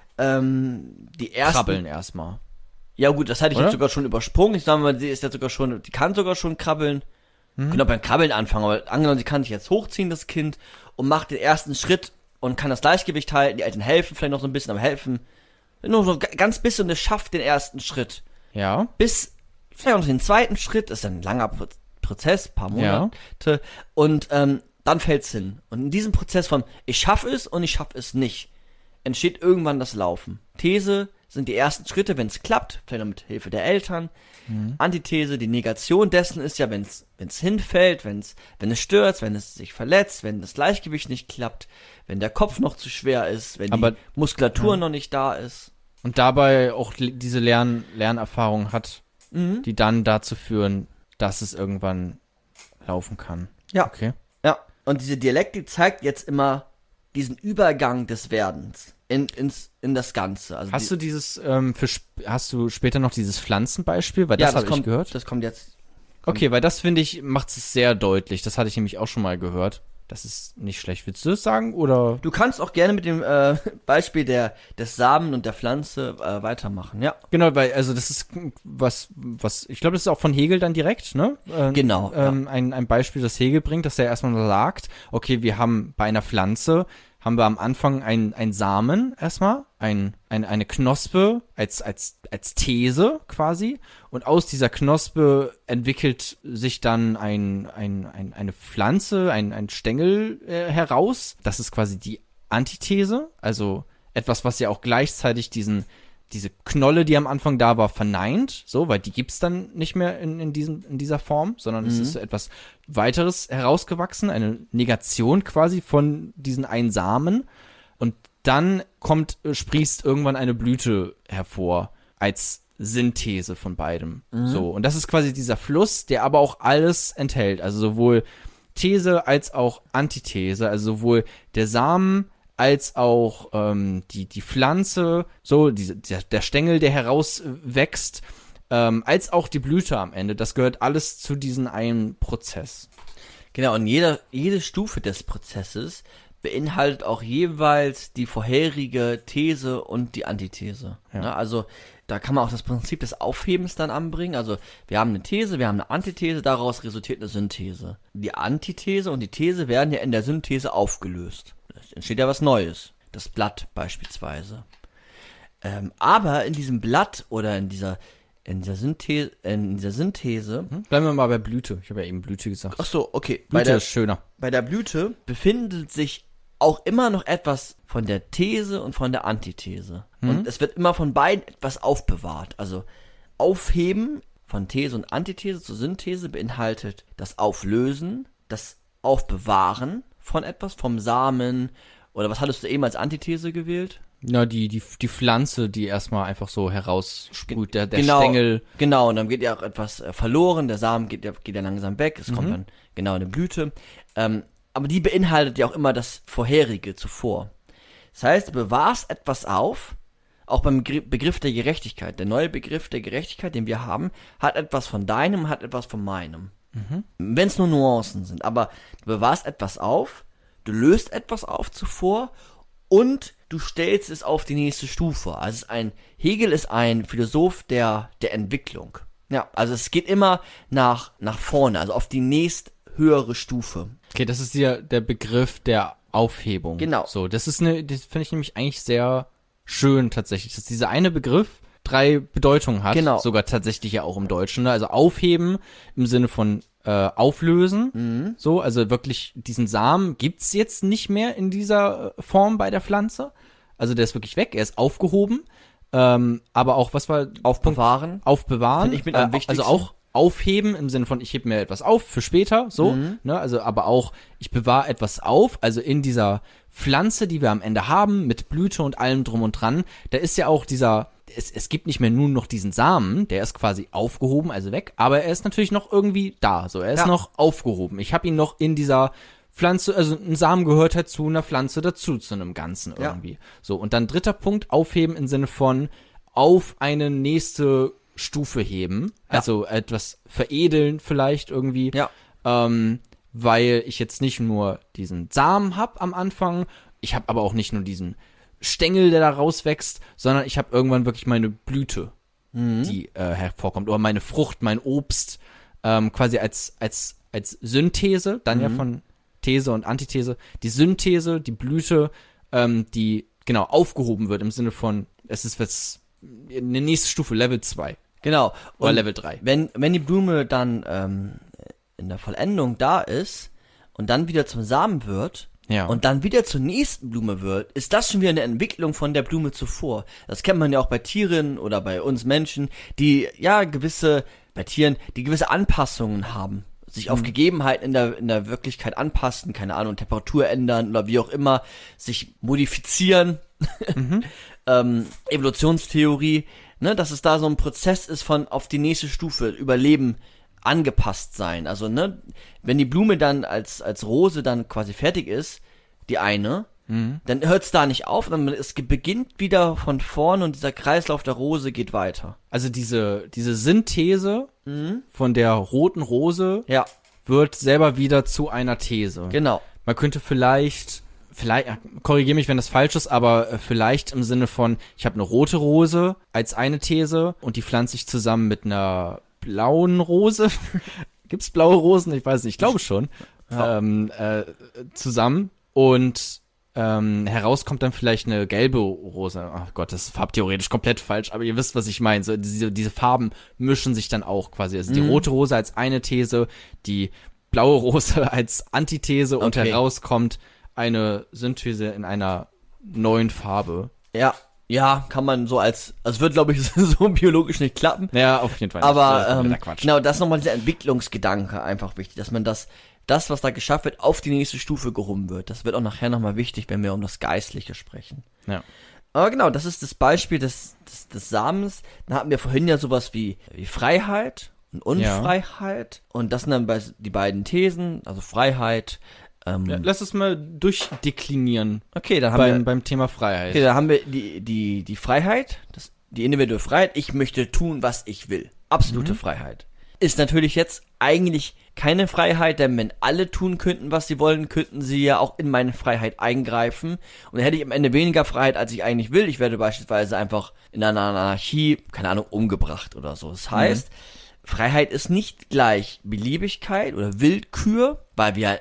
die erste. Krabbeln erstmal. Ja gut, das hatte ich Oder? jetzt sogar schon übersprungen. Ich sage mal, sie ist jetzt sogar schon, die kann sogar schon krabbeln. Können auch beim Krabbeln anfangen, aber angenommen, sie kann sich jetzt hochziehen, das Kind, und macht den ersten Schritt und kann das Gleichgewicht halten. Die Eltern helfen vielleicht noch so ein bisschen, aber helfen Nur so ganz bisschen, es schafft den ersten Schritt. Ja. Bis vielleicht noch den zweiten Schritt, ist ein langer Prozess, paar Monate, und dann fällt's hin. Und in diesem Prozess von ich schaffe es und ich schaffe es nicht, entsteht irgendwann das Laufen. These sind die ersten Schritte, wenn es klappt, vielleicht noch mit Hilfe der Eltern. Antithese, die Negation dessen ist ja, wenn es hinfällt, wenn es stürzt, wenn es sich verletzt, wenn das Gleichgewicht nicht klappt, wenn der Kopf noch zu schwer ist, wenn die Muskulatur noch nicht da ist. Und dabei auch diese Lernerfahrung hat, die dann dazu führen, dass es irgendwann laufen kann. Ja. Okay. Ja. Und diese Dialektik zeigt jetzt immer diesen Übergang des Werdens in das Ganze. Also hast du später noch dieses Pflanzenbeispiel? Weil das habe ich gehört. Das kommt jetzt. Okay, weil das finde ich, macht es sehr deutlich. Das hatte ich nämlich auch schon mal gehört. Das ist nicht schlecht. Willst du das sagen, oder? Du kannst auch gerne mit dem Beispiel des Samen und der Pflanze weitermachen, ja. Genau, weil, also das ist was, ich glaube, das ist auch von Hegel dann direkt, ne? Genau. Ein Beispiel, das Hegel bringt, dass er erstmal sagt, okay, wir haben bei einer Pflanze, haben wir am Anfang ein Samen erstmal, eine Knospe als These quasi, und aus dieser Knospe entwickelt sich dann eine Pflanze, ein Stängel heraus. Das ist quasi die Antithese, also etwas, was ja auch gleichzeitig diese Knolle, die am Anfang da war, verneint, so, weil die gibt's dann nicht mehr in dieser Form, sondern es ist so etwas weiteres herausgewachsen, eine Negation quasi von diesen einen Samen, und dann sprießt irgendwann eine Blüte hervor als Synthese von beidem, so, und das ist quasi dieser Fluss, der aber auch alles enthält, also sowohl These als auch Antithese, also sowohl der Samen als auch die Pflanze, so der Stängel, der herauswächst, als auch die Blüte am Ende. Das gehört alles zu diesem einen Prozess. Genau, und jede Stufe des Prozesses beinhaltet auch jeweils die vorherige These und die Antithese. Ja. Ja, also da kann man auch das Prinzip des Aufhebens dann anbringen. Also wir haben eine These, wir haben eine Antithese, daraus resultiert eine Synthese. Die Antithese und die These werden ja in der Synthese aufgelöst. Es entsteht ja was Neues. Das Blatt beispielsweise. Aber in diesem Blatt oder in dieser Synthese. Bleiben wir mal bei Blüte. Ich habe ja eben Blüte gesagt. Ach so, okay. Blüte ist schöner. Bei der Blüte befindet sich auch immer noch etwas von der These und von der Antithese. Und es wird immer von beiden etwas aufbewahrt. Also Aufheben von These und Antithese zur Synthese beinhaltet das Auflösen, das Aufbewahren von etwas, vom Samen, oder was hattest du eben als Antithese gewählt? Ja, die Pflanze, die erstmal einfach so heraussprüht, der genau, Stängel. Genau, und dann geht ja auch etwas verloren, der Samen geht ja langsam weg, es kommt dann genau in die Blüte. Aber die beinhaltet ja auch immer das Vorherige zuvor. Das heißt, du bewahrst etwas auf, auch beim Begriff der Gerechtigkeit. Der neue Begriff der Gerechtigkeit, den wir haben, hat etwas von deinem, hat etwas von meinem. Wenn es nur Nuancen sind. Aber du bewahrst etwas auf, du löst etwas auf zuvor und du stellst es auf die nächste Stufe. Also Hegel ist ein Philosoph der Entwicklung. Ja, also es geht immer nach vorne, also auf die nächst höhere Stufe. Okay, das ist der Begriff der Aufhebung. Genau. So, das finde ich nämlich eigentlich sehr schön tatsächlich, dass dieser eine Begriff 3 Bedeutungen hat. Genau. Sogar tatsächlich ja auch im Deutschen. Ne? Also aufheben im Sinne von auflösen. So, also wirklich diesen Samen gibt's jetzt nicht mehr in dieser Form bei der Pflanze. Also der ist wirklich weg, er ist aufgehoben. Aber auch, was war? Aufbewahren. Aufbewahren. Finde ich mit am wichtigsten. Also auch aufheben im Sinne von, ich hebe mir etwas auf für später, so, ne, also aber auch, ich bewahre etwas auf, also in dieser Pflanze, die wir am Ende haben, mit Blüte und allem drum und dran, da ist ja auch es gibt nicht mehr nur noch diesen Samen, der ist quasi aufgehoben, also weg, aber er ist natürlich noch irgendwie da, so, er ist noch aufgehoben, ich habe ihn noch in dieser Pflanze, also ein Samen gehört halt zu einer Pflanze dazu, zu einem Ganzen irgendwie, so, und dann 3. Punkt, aufheben im Sinne von auf eine nächste Stufe heben, also etwas veredeln vielleicht irgendwie, weil ich jetzt nicht nur diesen Samen hab am Anfang, ich habe aber auch nicht nur diesen Stängel, der da rauswächst, sondern ich habe irgendwann wirklich meine Blüte, die hervorkommt, oder meine Frucht, mein Obst, quasi als Synthese, dann ja von These und Antithese, die Synthese, die Blüte, die genau, aufgehoben wird im Sinne von, es ist jetzt eine nächste Stufe, Level 2. Genau. Oder Level 3. Wenn die Blume dann in der Vollendung da ist und dann wieder zum Samen wird und dann wieder zur nächsten Blume wird, ist das schon wieder eine Entwicklung von der Blume zuvor. Das kennt man ja auch bei Tieren oder bei uns Menschen, die gewisse Anpassungen haben, sich auf Gegebenheiten in der Wirklichkeit anpassen, keine Ahnung, Temperatur ändern oder wie auch immer, sich modifizieren. Evolutionstheorie, ne, dass es da so ein Prozess ist von auf die nächste Stufe Überleben angepasst sein. Also, ne, wenn die Blume dann als Rose dann quasi fertig ist, die eine, dann hört's da nicht auf, sondern es beginnt wieder von vorne und dieser Kreislauf der Rose geht weiter. Also diese Synthese von der roten Rose wird selber wieder zu einer These. Genau. Man könnte vielleicht, korrigiere mich, wenn das falsch ist, aber vielleicht im Sinne von, ich habe eine rote Rose als eine These und die pflanze ich zusammen mit einer blauen Rose. Gibt's blaue Rosen? Ich weiß nicht, ich glaube schon. Ja. Zusammen und heraus kommt dann vielleicht eine gelbe Rose. Ach Gott, das ist farbtheoretisch komplett falsch, aber ihr wisst, was ich meine. So, diese Farben mischen sich dann auch quasi. Also die rote Rose als eine These, die blaue Rose als Antithese und herauskommt eine Synthese in einer neuen Farbe. Ja, kann man so es wird, glaube ich, so biologisch nicht klappen. Ja, auf jeden Fall nicht. Aber genau, das ist nochmal dieser Entwicklungsgedanke einfach wichtig, dass man das, was da geschafft wird, auf die nächste Stufe gehoben wird. Das wird auch nachher nochmal wichtig, wenn wir um das Geistliche sprechen. Ja. Aber genau, das ist das Beispiel des Samens. Dann hatten wir vorhin ja sowas wie Freiheit und Unfreiheit. Ja. Und das sind dann die beiden Thesen, also Freiheit. Lass es mal durchdeklinieren. Okay, dann haben wir beim Thema Freiheit. Okay, dann haben wir die Freiheit, die individuelle Freiheit. Ich möchte tun, was ich will. Absolute Freiheit. Ist natürlich jetzt eigentlich keine Freiheit, denn wenn alle tun könnten, was sie wollen, könnten sie ja auch in meine Freiheit eingreifen. Und dann hätte ich am Ende weniger Freiheit, als ich eigentlich will. Ich werde beispielsweise einfach in einer Anarchie, keine Ahnung, umgebracht oder so. Das heißt, Freiheit ist nicht gleich Beliebigkeit oder Willkür, weil wir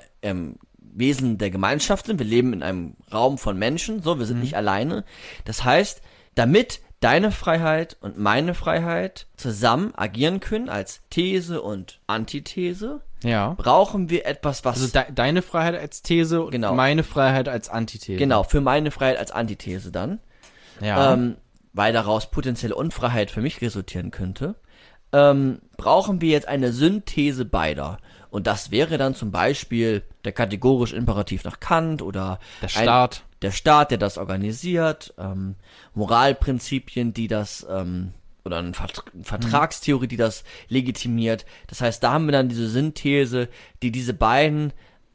Wesen der Gemeinschaft sind. Wir leben in einem Raum von Menschen, so, wir sind nicht alleine. Das heißt, damit deine Freiheit und meine Freiheit zusammen agieren können als These und Antithese, brauchen wir etwas, was... Also deine Freiheit als These und meine Freiheit als Antithese. Genau, für meine Freiheit als Antithese dann. Ja. Weil daraus potenzielle Unfreiheit für mich resultieren könnte. Brauchen wir jetzt eine Synthese beider. Und das wäre dann zum Beispiel der kategorische Imperativ nach Kant oder der Staat. Der Staat, der das organisiert, Moralprinzipien, die das, oder eine Vertragstheorie, die das legitimiert. Das heißt, da haben wir dann diese Synthese, die diese beiden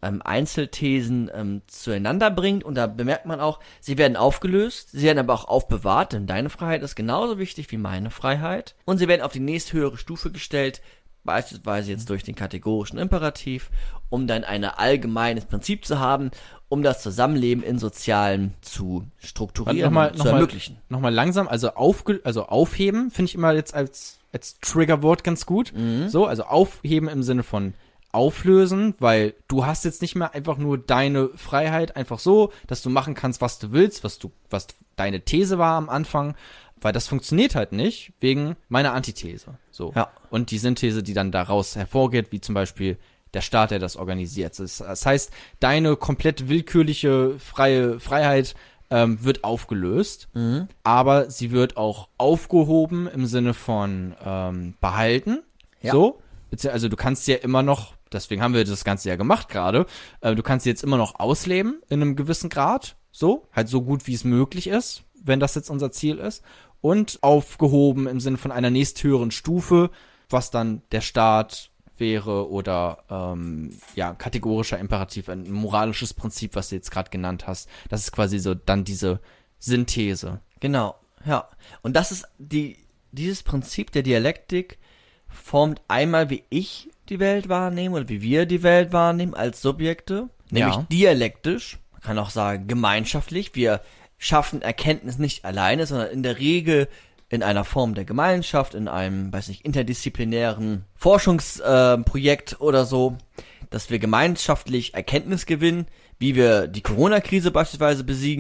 Einzelthesen zueinander bringt. Und da bemerkt man auch, sie werden aufgelöst, sie werden aber auch aufbewahrt, denn deine Freiheit ist genauso wichtig wie meine Freiheit. Und sie werden auf die nächsthöhere Stufe gestellt, beispielsweise jetzt durch den kategorischen Imperativ, um dann ein allgemeines Prinzip zu haben, um das Zusammenleben in Sozialen zu strukturieren und zu ermöglichen. Nochmal langsam, also aufheben, finde ich immer jetzt als Triggerwort ganz gut. So, also aufheben im Sinne von auflösen, weil du hast jetzt nicht mehr einfach nur deine Freiheit einfach so, dass du machen kannst, was du willst, was deine These war am Anfang, weil das funktioniert halt nicht, wegen meiner Antithese. So. Ja. Und die Synthese, die dann daraus hervorgeht, wie zum Beispiel der Staat, der das organisiert. Das heißt, deine komplett willkürliche Freiheit wird aufgelöst, aber sie wird auch aufgehoben im Sinne von behalten. Ja. So. Also du kannst ja immer noch, deswegen haben wir das Ganze ja gemacht gerade, du kannst sie jetzt immer noch ausleben in einem gewissen Grad. So. Halt so gut, wie es möglich ist, wenn das jetzt unser Ziel ist. Und aufgehoben im Sinne von einer nächsthöheren Stufe, was dann der Staat wäre oder kategorischer Imperativ, ein moralisches Prinzip, was du jetzt gerade genannt hast. Das ist quasi so dann diese Synthese. Genau, ja. Und das ist dieses Prinzip der Dialektik formt einmal, wie ich die Welt wahrnehme oder wie wir die Welt wahrnehmen als Subjekte, nämlich dialektisch, man kann auch sagen gemeinschaftlich. Wir schaffen Erkenntnis nicht alleine, sondern in der Regel in einer Form der Gemeinschaft, in einem, interdisziplinären Forschungsprojekt oder so, dass wir gemeinschaftlich Erkenntnis gewinnen, wie wir die Corona-Krise beispielsweise besiegen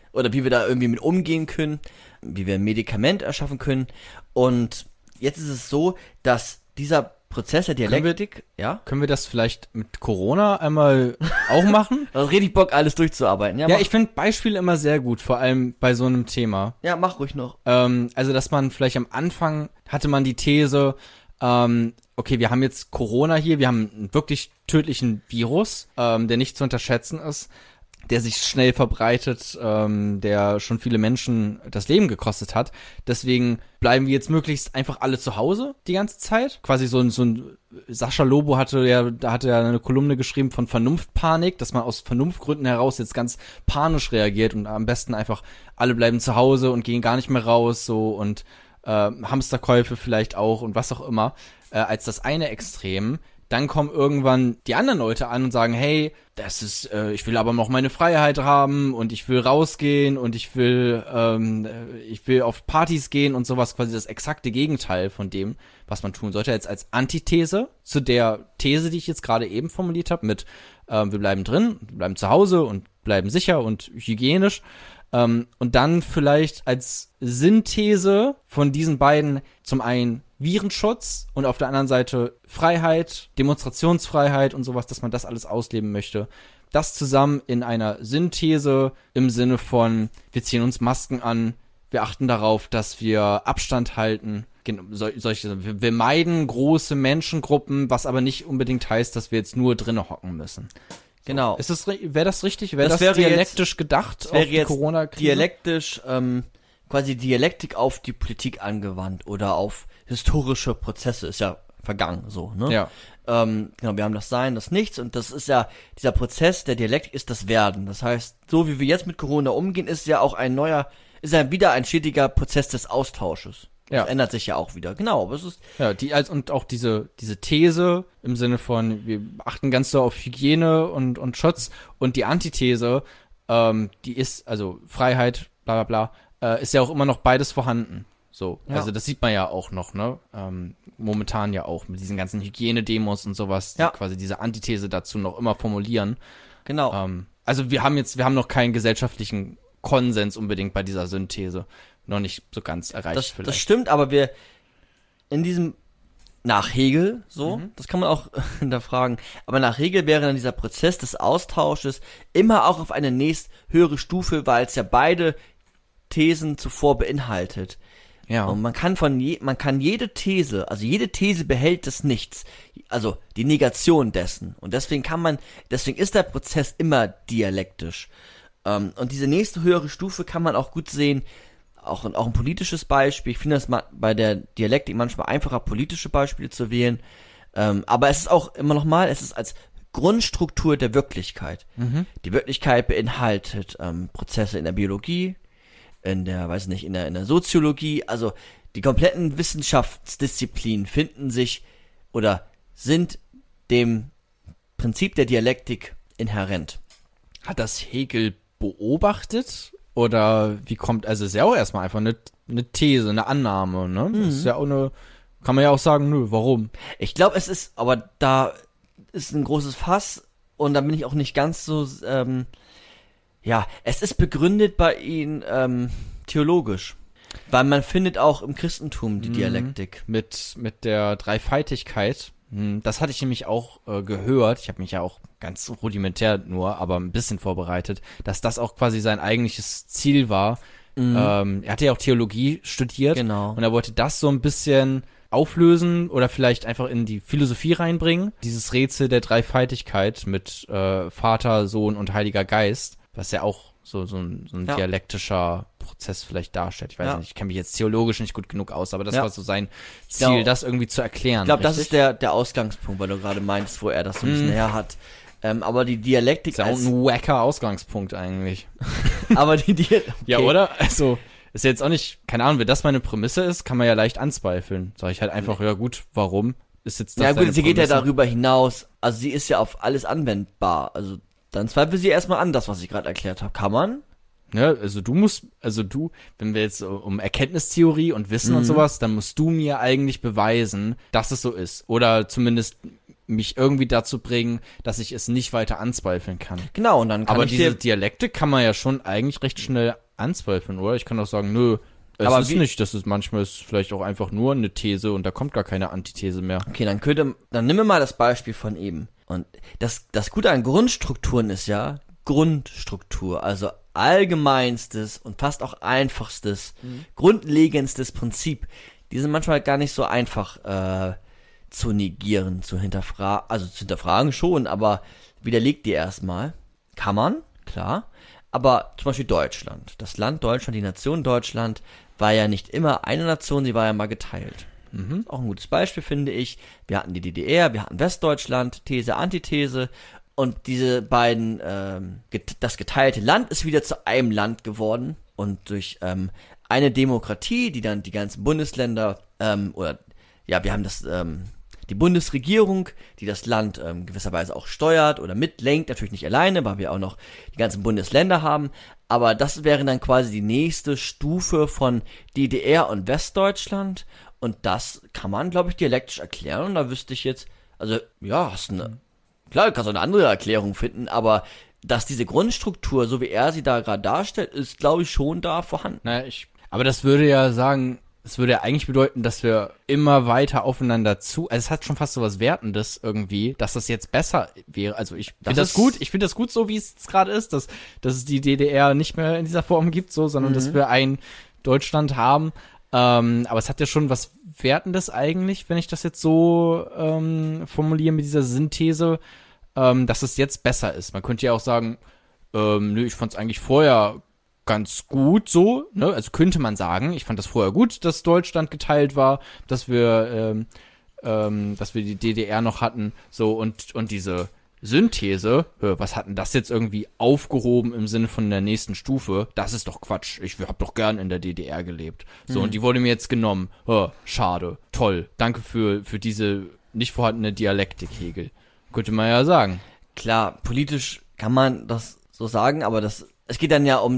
oder wie wir da irgendwie mit umgehen können, wie wir ein Medikament erschaffen können. Und jetzt ist es so, dass dieser Prozess der Dialektik, Können wir das vielleicht mit Corona einmal auch machen? Da hast richtig Bock, alles durchzuarbeiten. Ja, ich finde Beispiele immer sehr gut, vor allem bei so einem Thema. Ja, mach ruhig noch. Also, dass man vielleicht am Anfang hatte man die These, okay, wir haben jetzt Corona hier, wir haben einen wirklich tödlichen Virus, der nicht zu unterschätzen ist, der sich schnell verbreitet, der schon viele Menschen das Leben gekostet hat. Deswegen bleiben wir jetzt möglichst einfach alle zu Hause die ganze Zeit. Quasi so ein Sascha Lobo hatte ja eine Kolumne geschrieben von Vernunftpanik, dass man aus Vernunftgründen heraus jetzt ganz panisch reagiert und am besten einfach alle bleiben zu Hause und gehen gar nicht mehr raus, so, und Hamsterkäufe vielleicht auch und was auch immer, als das eine Extrem. Dann kommen irgendwann die anderen Leute an und sagen, hey, das ist, ich will aber noch meine Freiheit haben und ich will rausgehen und ich will auf Partys gehen und sowas, quasi das exakte Gegenteil von dem, was man tun sollte. Jetzt als Antithese zu der These, die ich jetzt gerade eben formuliert habe, mit wir bleiben drin, wir bleiben zu Hause und bleiben sicher und hygienisch. Und dann vielleicht als Synthese von diesen beiden zum einen Virenschutz und auf der anderen Seite Freiheit, Demonstrationsfreiheit und sowas, dass man das alles ausleben möchte. Das zusammen in einer Synthese im Sinne von, wir ziehen uns Masken an, wir achten darauf, dass wir Abstand halten, wir meiden große Menschengruppen, was aber nicht unbedingt heißt, dass wir jetzt nur drinnen hocken müssen. Genau. Wäre das richtig? Wäre das dialektisch gedacht auf die Corona-Krise? Dialektisch, quasi Dialektik auf die Politik angewandt oder auf historische Prozesse, ist ja vergangen, so, ne? Ja. Genau, wir haben das Sein, das Nichts, und das ist ja, dieser Prozess der Dialektik ist das Werden. Das heißt, so wie wir jetzt mit Corona umgehen, ist ja auch wieder ein stetiger Prozess des Austausches. Das ändert sich ja auch wieder. Genau, aber es ist. Ja, und auch diese These im Sinne von, wir achten ganz so auf Hygiene und Schutz, und die Antithese, die ist, also Freiheit, bla bla bla, ist ja auch immer noch beides vorhanden. So, ja. Also das sieht man ja auch noch, ne? Momentan ja auch mit diesen ganzen Hygienedemos und sowas, die quasi diese Antithese dazu noch immer formulieren. Genau. Also wir haben noch keinen gesellschaftlichen Konsens unbedingt bei dieser Synthese. Noch nicht so ganz erreicht vielleicht. Das stimmt, aber wir in diesem nach Hegel, so, das kann man auch hinterfragen, aber nach Hegel wäre dann dieser Prozess des Austausches immer auch auf eine höhere Stufe, weil es ja beide Thesen zuvor beinhaltet. Ja. Und man kann jede These behält das Nichts, also die Negation dessen. Und deswegen ist der Prozess immer dialektisch. Und diese nächste höhere Stufe kann man auch gut sehen, auch ein politisches Beispiel. Ich finde das bei der Dialektik manchmal einfacher, politische Beispiele zu wählen. Aber es ist auch es ist als Grundstruktur der Wirklichkeit. Die Wirklichkeit beinhaltet Prozesse in der Biologie, in der Soziologie, also die kompletten Wissenschaftsdisziplinen finden sich oder sind dem Prinzip der Dialektik inhärent. Hat das Hegel beobachtet? Oder also ist ja auch erstmal einfach eine These, eine Annahme, ne? Das ist ja auch kann man ja auch sagen, nö, warum? Ich glaube, aber da ist ein großes Fass, und da bin ich auch nicht ganz so, es ist begründet bei ihnen theologisch. Weil man findet auch im Christentum die Dialektik. Mit der Dreifaltigkeit. Das hatte ich nämlich auch gehört. Ich habe mich ja auch ganz rudimentär aber ein bisschen vorbereitet, dass das auch quasi sein eigentliches Ziel war. Er hatte ja auch Theologie studiert. Genau. Und er wollte das so ein bisschen auflösen oder vielleicht einfach in die Philosophie reinbringen. Dieses Rätsel der Dreifaltigkeit mit Vater, Sohn und Heiliger Geist, was ja auch so ein dialektischer Prozess vielleicht darstellt. Ich weiß nicht, ich kenne mich jetzt theologisch nicht gut genug aus, aber das war so sein Ziel, das irgendwie zu erklären. Ich glaube, das ist der Ausgangspunkt, weil du gerade meinst, wo er das so ein bisschen her hat. Aber die Dialektik ist ja auch ein wacker Ausgangspunkt eigentlich. Aber okay. Ja, oder? Also, ist jetzt auch nicht, keine Ahnung, wenn das meine Prämisse ist, kann man ja leicht anzweifeln. Sag ich halt einfach, ja gut, warum ist jetzt das Ja gut, sie geht ja Prämisse? darüber hinaus. Also sie ist ja auf alles anwendbar. Also dann zweifel sie erstmal an, das, was ich gerade erklärt habe. Kann man? Ja, wenn wir jetzt um Erkenntnistheorie und Wissen und sowas, dann musst du mir eigentlich beweisen, dass es so ist. Oder zumindest mich irgendwie dazu bringen, dass ich es nicht weiter anzweifeln kann. Genau, und dann kann Aber ich diese dir... Dialekte kann man ja schon eigentlich recht schnell anzweifeln, oder? Ich kann auch sagen, nö, es Aber ist nicht, das ist manchmal ist vielleicht auch einfach nur eine These und da kommt gar keine Antithese mehr. Okay, dann nimm mir mal das Beispiel von eben. Und das Gute an Grundstrukturen ist ja Grundstruktur, also allgemeinstes und fast auch einfachstes, grundlegendstes Prinzip. Die sind manchmal gar nicht so einfach zu negieren, zu hinterfragen schon, aber widerlegt die erstmal. Kann man, klar. Aber zum Beispiel Deutschland. Das Land Deutschland, die Nation Deutschland war ja nicht immer eine Nation, sie war ja mal geteilt. Auch ein gutes Beispiel, finde ich. Wir hatten die DDR, wir hatten Westdeutschland, These, Antithese. Und diese beiden, das geteilte Land ist wieder zu einem Land geworden. Und durch eine Demokratie, die dann die ganzen Bundesländer, wir haben die Bundesregierung, die das Land gewisserweise auch steuert oder mitlenkt, natürlich nicht alleine, weil wir auch noch die ganzen Bundesländer haben. Aber das wäre dann quasi die nächste Stufe von DDR und Westdeutschland. Und das kann man, glaube ich, dialektisch erklären. Und da wüsste ich jetzt, also ja, klar, du kannst auch eine andere Erklärung finden, aber dass diese Grundstruktur, so wie er sie da gerade darstellt, ist, glaube ich, schon da vorhanden. Naja, aber das würde ja sagen, es würde ja eigentlich bedeuten, dass wir immer weiter aufeinander also es hat schon fast so was Wertendes irgendwie, dass das jetzt besser wäre. Also ich finde das gut, so wie es gerade ist, dass es die DDR nicht mehr in dieser Form gibt, so, sondern dass wir ein Deutschland haben. Aber es hat ja schon was Wertendes eigentlich, wenn ich das jetzt so formuliere mit dieser Synthese, dass es jetzt besser ist. Man könnte ja auch sagen, nö, ich fand es eigentlich vorher ganz gut so, ne? Also könnte man sagen, ich fand das vorher gut, dass Deutschland geteilt war, dass wir die DDR noch hatten, so und diese Synthese, was hat denn das jetzt irgendwie aufgehoben im Sinne von der nächsten Stufe? Das ist doch Quatsch. Ich hab doch gern in der DDR gelebt. So, und die wurde mir jetzt genommen. Schade. Toll. Danke für diese nicht vorhandene Dialektik, Hegel. Könnte man ja sagen. Klar, politisch kann man das so sagen, aber es geht dann ja um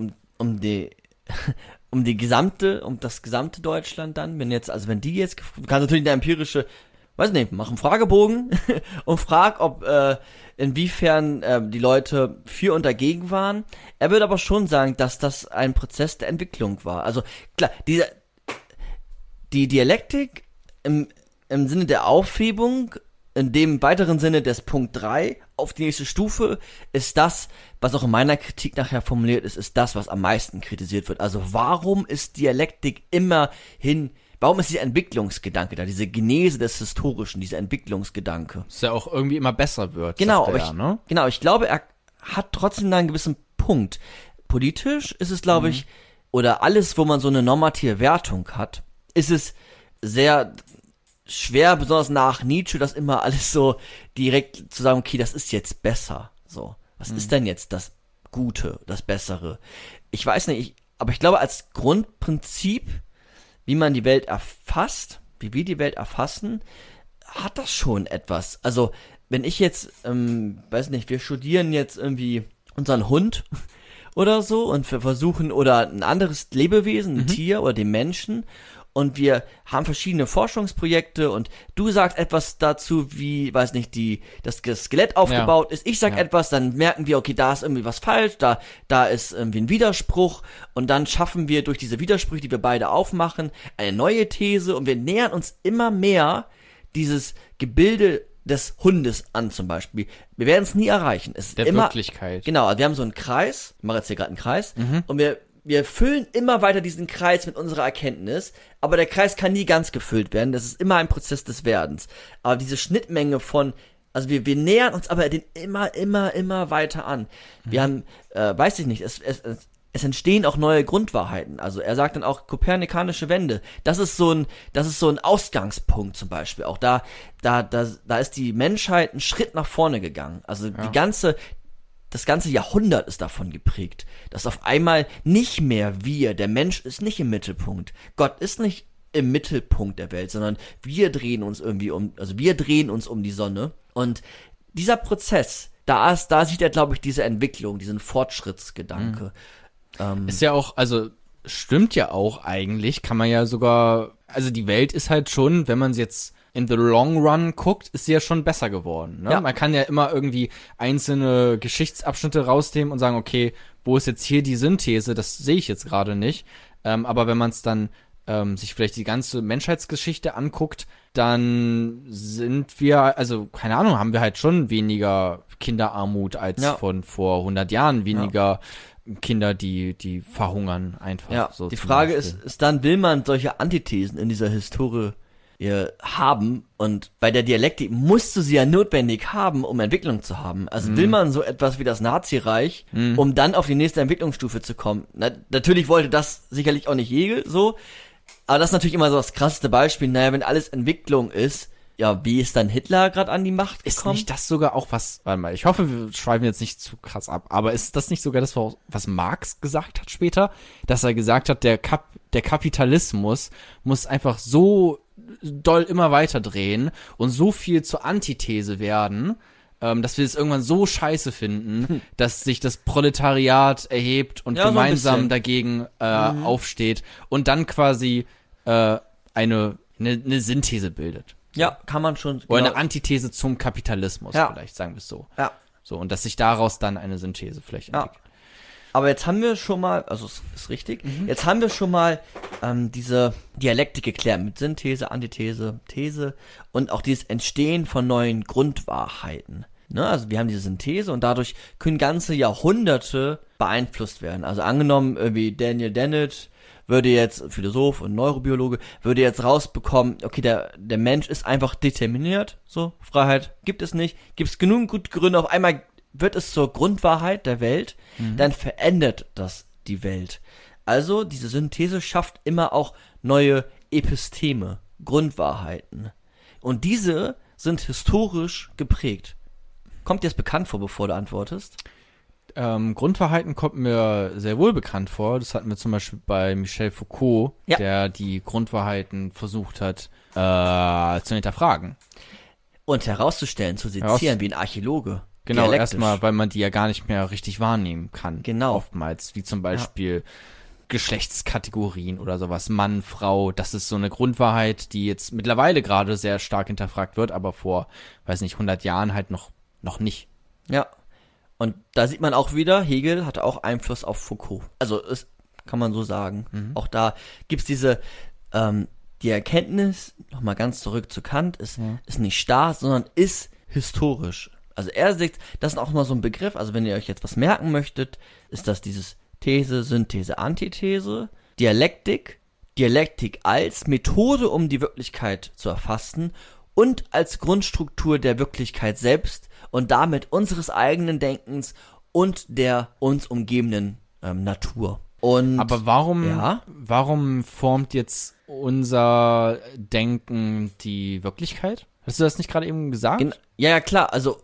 das gesamte Deutschland dann, du kannst natürlich eine empirische, weiß nicht, mach einen Fragebogen und frag, ob inwiefern die Leute für und dagegen waren. Er würde aber schon sagen, dass das ein Prozess der Entwicklung war. Also klar, die Dialektik im Sinne der Aufhebung, in dem weiteren Sinne des Punkt 3 auf die nächste Stufe, ist das, was auch in meiner Kritik nachher formuliert ist das, was am meisten kritisiert wird. Also warum ist Dialektik warum ist dieser Entwicklungsgedanke da, diese Genese des Historischen, dieser Entwicklungsgedanke? Dass er auch irgendwie immer besser wird. Genau, aber ich glaube, er hat trotzdem einen gewissen Punkt. Politisch ist es, glaube ich, oder alles, wo man so eine normative Wertung hat, ist es sehr schwer, besonders nach Nietzsche, das immer alles so direkt zu sagen, okay, das ist jetzt besser. So, was ist denn jetzt das Gute, das Bessere? Ich weiß nicht, aber ich glaube, als Grundprinzip, wie man die Welt erfasst, wie wir die Welt erfassen, hat das schon etwas. Also, wenn ich jetzt, weiß nicht, wir studieren jetzt irgendwie unseren Hund oder so und wir versuchen, oder ein anderes Lebewesen, ein Tier oder den Menschen, und wir haben verschiedene Forschungsprojekte und du sagst etwas dazu, wie, weiß nicht, das Skelett aufgebaut ist. Ich sag etwas, dann merken wir, okay, da ist irgendwie was falsch, da ist irgendwie ein Widerspruch und dann schaffen wir durch diese Widersprüche, die wir beide aufmachen, eine neue These und wir nähern uns immer mehr dieses Gebilde des Hundes an zum Beispiel. Wir werden es nie erreichen. Es ist immer Wirklichkeit. Genau, also wir haben so einen Kreis, ich mache jetzt hier gerade einen Kreis, und wir füllen immer weiter diesen Kreis mit unserer Erkenntnis, aber der Kreis kann nie ganz gefüllt werden. Das ist immer ein Prozess des Werdens. Aber diese Schnittmenge also wir nähern uns aber den immer weiter an. Wir haben, weiß ich nicht, es entstehen auch neue Grundwahrheiten. Also er sagt dann auch kopernikanische Wende. Das ist so ein Ausgangspunkt zum Beispiel. Auch da ist die Menschheit einen Schritt nach vorne gegangen. Also das ganze Jahrhundert ist davon geprägt, dass auf einmal nicht mehr der Mensch ist nicht im Mittelpunkt. Gott ist nicht im Mittelpunkt der Welt, sondern wir drehen uns um die Sonne. Und dieser Prozess, da sieht er, glaube ich, diese Entwicklung, diesen Fortschrittsgedanke. Ist ja auch, also stimmt ja auch eigentlich, kann man ja sogar, also die Welt ist halt schon, wenn man es jetzt in the long run guckt, ist sie ja schon besser geworden. Ne? Ja. Man kann ja immer irgendwie einzelne Geschichtsabschnitte rausnehmen und sagen, okay, wo ist jetzt hier die Synthese? Das sehe ich jetzt gerade nicht. Aber wenn man es dann sich vielleicht die ganze Menschheitsgeschichte anguckt, dann sind wir, also keine Ahnung, haben wir halt schon weniger Kinderarmut als von vor 100 Jahren, weniger Kinder, die verhungern einfach. Ja, so die zum Frage Beispiel. ist dann, will man solche Antithesen in dieser Historie haben? Und bei der Dialektik musst du sie ja notwendig haben, um Entwicklung zu haben. Also will man so etwas wie das Nazireich, um dann auf die nächste Entwicklungsstufe zu kommen? Natürlich wollte das sicherlich auch nicht Hegel so, aber das ist natürlich immer so das krasseste Beispiel. Naja, wenn alles Entwicklung ist, ja, wie ist dann Hitler gerade an die Macht Ist gekommen? nicht das sogar auch was, warte mal, ich hoffe, wir schreiben jetzt nicht zu krass ab, aber ist das nicht sogar das, was Marx gesagt hat später? Dass er gesagt hat, der Kapitalismus muss einfach so doll immer weiter drehen und so viel zur Antithese werden, dass wir es irgendwann so scheiße finden, dass sich das Proletariat erhebt und Ja, so ein gemeinsam bisschen. dagegen aufsteht und dann quasi eine Synthese bildet. Ja, kann man schon. Oder genau. eine Antithese zum Kapitalismus, Ja. vielleicht, sagen wir es so. Ja. So, und dass sich daraus dann eine Synthese vielleicht Ja. entwickelt. Aber jetzt haben wir schon mal, also es ist richtig, jetzt haben wir schon mal diese Dialektik geklärt mit Synthese, Antithese, These und auch dieses Entstehen von neuen Grundwahrheiten. Ne? Also wir haben diese Synthese und dadurch können ganze Jahrhunderte beeinflusst werden. Also angenommen, irgendwie Daniel Dennett würde jetzt, Philosoph und Neurobiologe, würde jetzt rausbekommen, okay, der Mensch ist einfach determiniert, so, Freiheit gibt es nicht, gibt es genug gute Gründe, auf einmal wird es zur Grundwahrheit der Welt, dann verändert das die Welt. Also diese Synthese schafft immer auch neue Episteme, Grundwahrheiten. Und diese sind historisch geprägt. Kommt dir das bekannt vor, bevor du antwortest? Grundwahrheiten kommt mir sehr wohl bekannt vor. Das hatten wir zum Beispiel bei Michel Foucault, Ja. der die Grundwahrheiten versucht hat zu hinterfragen. Und herauszustellen, zu sezieren, wie ein Archäologe. Genau, Dialektisch. erstmal, weil man die ja gar nicht mehr richtig wahrnehmen kann. Genau. Oftmals, wie zum Beispiel Geschlechtskategorien oder sowas. Mann, Frau, das ist so eine Grundwahrheit, die jetzt mittlerweile gerade sehr stark hinterfragt wird, aber vor, weiß nicht, 100 Jahren halt noch nicht. Ja. Und da sieht man auch wieder, Hegel hatte auch Einfluss auf Foucault. Also, es kann man so sagen. Auch da gibt's diese, die Erkenntnis, nochmal ganz zurück zu Kant, ist nicht starr, sondern ist historisch. Also er sagt, das ist auch mal so ein Begriff, also wenn ihr euch jetzt was merken möchtet, ist das dieses These, Synthese, Antithese, Dialektik als Methode, um die Wirklichkeit zu erfassen und als Grundstruktur der Wirklichkeit selbst und damit unseres eigenen Denkens und der uns umgebenden Natur. Und Aber warum, Ja? warum formt jetzt unser Denken die Wirklichkeit? Hast du das nicht gerade eben gesagt? Ja, klar, also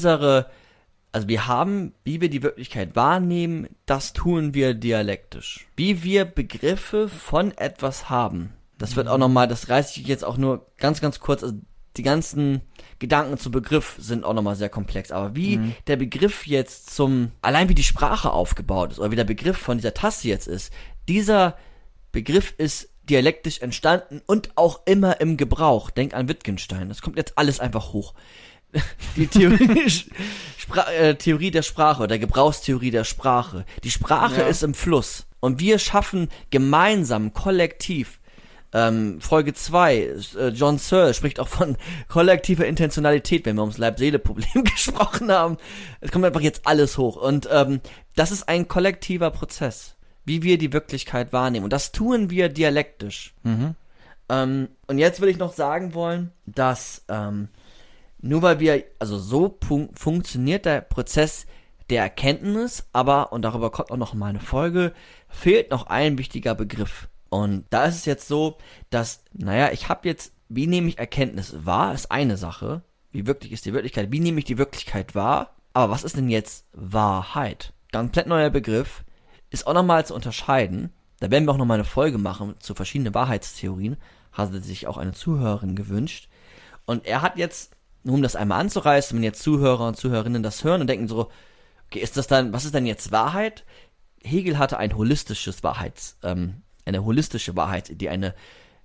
wir haben, wie wir die Wirklichkeit wahrnehmen, das tun wir dialektisch. Wie wir Begriffe von etwas haben. Das wird auch nochmal, das reiße ich jetzt auch nur ganz, ganz kurz, also die ganzen Gedanken zum Begriff sind auch nochmal sehr komplex, aber wie der Begriff jetzt allein wie die Sprache aufgebaut ist, oder wie der Begriff von dieser Tasse jetzt ist, dieser Begriff ist dialektisch entstanden und auch immer im Gebrauch. Denk an Wittgenstein, das kommt jetzt alles einfach hoch. Die Theorie der Sprache oder Gebrauchstheorie der Sprache. Die Sprache ist im Fluss und wir schaffen gemeinsam, kollektiv. Folge 2, John Searle spricht auch von kollektiver Intentionalität, wenn wir ums Leib-Seele-Problem gesprochen haben. Es kommt einfach jetzt alles hoch und das ist ein kollektiver Prozess, wie wir die Wirklichkeit wahrnehmen und das tun wir dialektisch. Und jetzt würde ich noch sagen wollen, dass nur weil wir, also so funktioniert der Prozess der Erkenntnis, aber, und darüber kommt auch noch mal eine Folge, fehlt noch ein wichtiger Begriff. Und da ist es jetzt so, dass, wie nehme ich Erkenntnis wahr, ist eine Sache. Wie wirklich ist die Wirklichkeit? Wie nehme ich die Wirklichkeit wahr? Aber was ist denn jetzt Wahrheit? Komplett neuer Begriff, ist auch nochmal zu unterscheiden. Da werden wir auch nochmal eine Folge machen zu verschiedenen Wahrheitstheorien. Hatte sich auch eine Zuhörerin gewünscht. Und er hat jetzt, nur um das einmal anzureißen, wenn jetzt Zuhörer und Zuhörerinnen das hören und denken so, okay, was ist denn jetzt Wahrheit? Hegel hatte eine holistische Wahrheitsidee, eine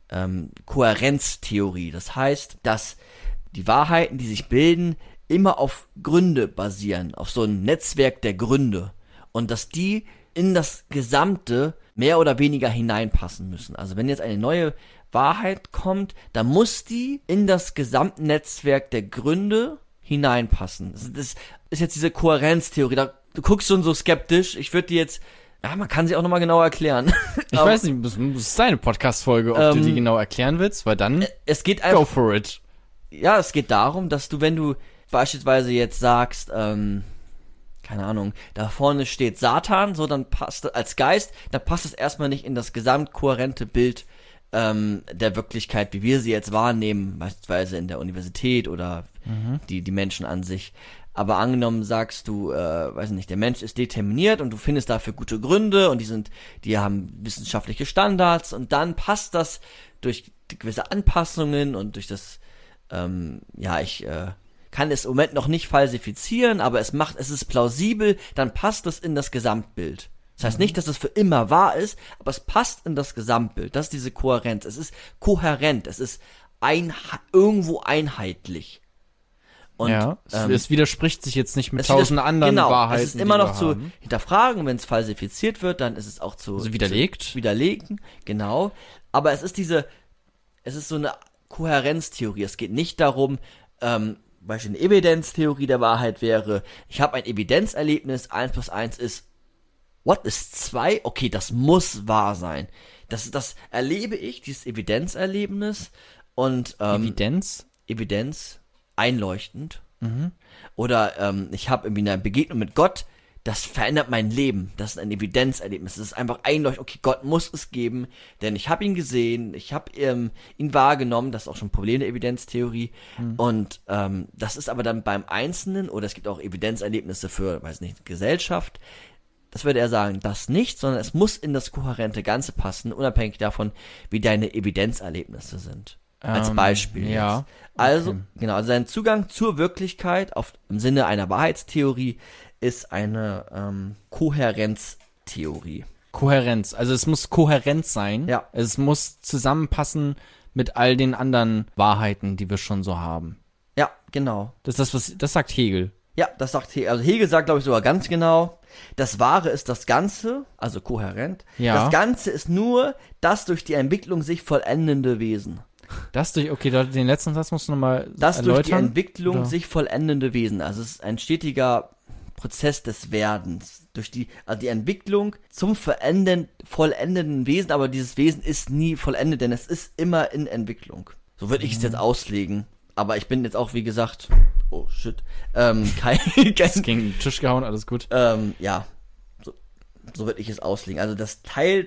Kohärenztheorie. Das heißt, dass die Wahrheiten, die sich bilden, immer auf Gründe basieren, auf so ein Netzwerk der Gründe. Und dass die in das Gesamte mehr oder weniger hineinpassen müssen. Also wenn jetzt eine neue Wahrheit kommt, dann muss die in das Gesamtnetzwerk der Gründe hineinpassen. Das ist jetzt diese Kohärenztheorie. Du guckst schon so skeptisch. Ich würde die jetzt, ja, man kann sie auch nochmal genauer erklären. Ich weiß nicht, das ist deine Podcast-Folge, ob du die genau erklären willst, weil dann es geht einfach, go for it. Ja, es geht darum, dass du, wenn du beispielsweise jetzt sagst, keine Ahnung, da vorne steht Satan, so, dann passt als Geist, dann passt es erstmal nicht in das gesamtkohärente Bild der Wirklichkeit, wie wir sie jetzt wahrnehmen, beispielsweise in der Universität oder die Menschen an sich. Aber angenommen sagst du, weiß nicht, der Mensch ist determiniert und du findest dafür gute Gründe und die haben wissenschaftliche Standards und dann passt das durch gewisse Anpassungen und durch das, ich kann es im Moment noch nicht falsifizieren, aber es ist plausibel, dann passt es in das Gesamtbild. Das heißt nicht, dass es für immer wahr ist, aber es passt in das Gesamtbild. Das ist diese Kohärenz. Es ist kohärent. Es ist irgendwo einheitlich. Und, es widerspricht sich jetzt nicht mit tausend anderen Wahrheiten. Es ist immer noch zu hinterfragen. Wenn es falsifiziert wird, dann ist es auch zu widerlegen. Genau. Aber es ist so eine Kohärenztheorie. Es geht nicht darum, Beispiel eine Evidenztheorie der Wahrheit wäre, ich habe ein Evidenzerlebnis, 1 plus 1 ist, what ist 2? Okay, das muss wahr sein. Das erlebe ich, dieses Evidenzerlebnis und Evidenz, einleuchtend. Oder ich habe irgendwie eine Begegnung mit Gott, das verändert mein Leben. Das ist ein Evidenzerlebnis. Das ist einfach einleuchtend. Okay, Gott muss es geben, denn ich habe ihn gesehen, ich habe ihn wahrgenommen. Das ist auch schon ein Problem der Evidenztheorie. Und das ist aber dann beim Einzelnen, oder es gibt auch Evidenzerlebnisse für, weiß nicht, Gesellschaft. Das würde er sagen, das nicht, sondern es muss in das kohärente Ganze passen, unabhängig davon, wie deine Evidenzerlebnisse sind. Als Beispiel. Ja. Jetzt. Also, genau, also sein Zugang zur Wirklichkeit im Sinne einer Wahrheitstheorie ist eine Kohärenztheorie. Kohärenz, also es muss kohärent sein. Ja. Es muss zusammenpassen mit all den anderen Wahrheiten, die wir schon so haben. Ja, genau. Das sagt Hegel. Ja, das sagt Hegel. Also Hegel sagt, glaube ich, sogar ganz genau, das Wahre ist das Ganze, also kohärent. Ja. Das Ganze ist nur das durch die Entwicklung sich vollendende Wesen. Den letzten Satz musst du nochmal erläutern. Das durch die Entwicklung oder? sich vollendende Wesen. Also es ist ein stetiger Prozess des Werdens. Durch die Entwicklung zum vollendenden Wesen, aber dieses Wesen ist nie vollendet, denn es ist immer in Entwicklung. So würde ich es jetzt auslegen. Aber ich bin jetzt auch, wie gesagt, oh shit, Das gegen den Tisch gehauen, alles gut. Ja, so würde ich es auslegen. Also das Teil,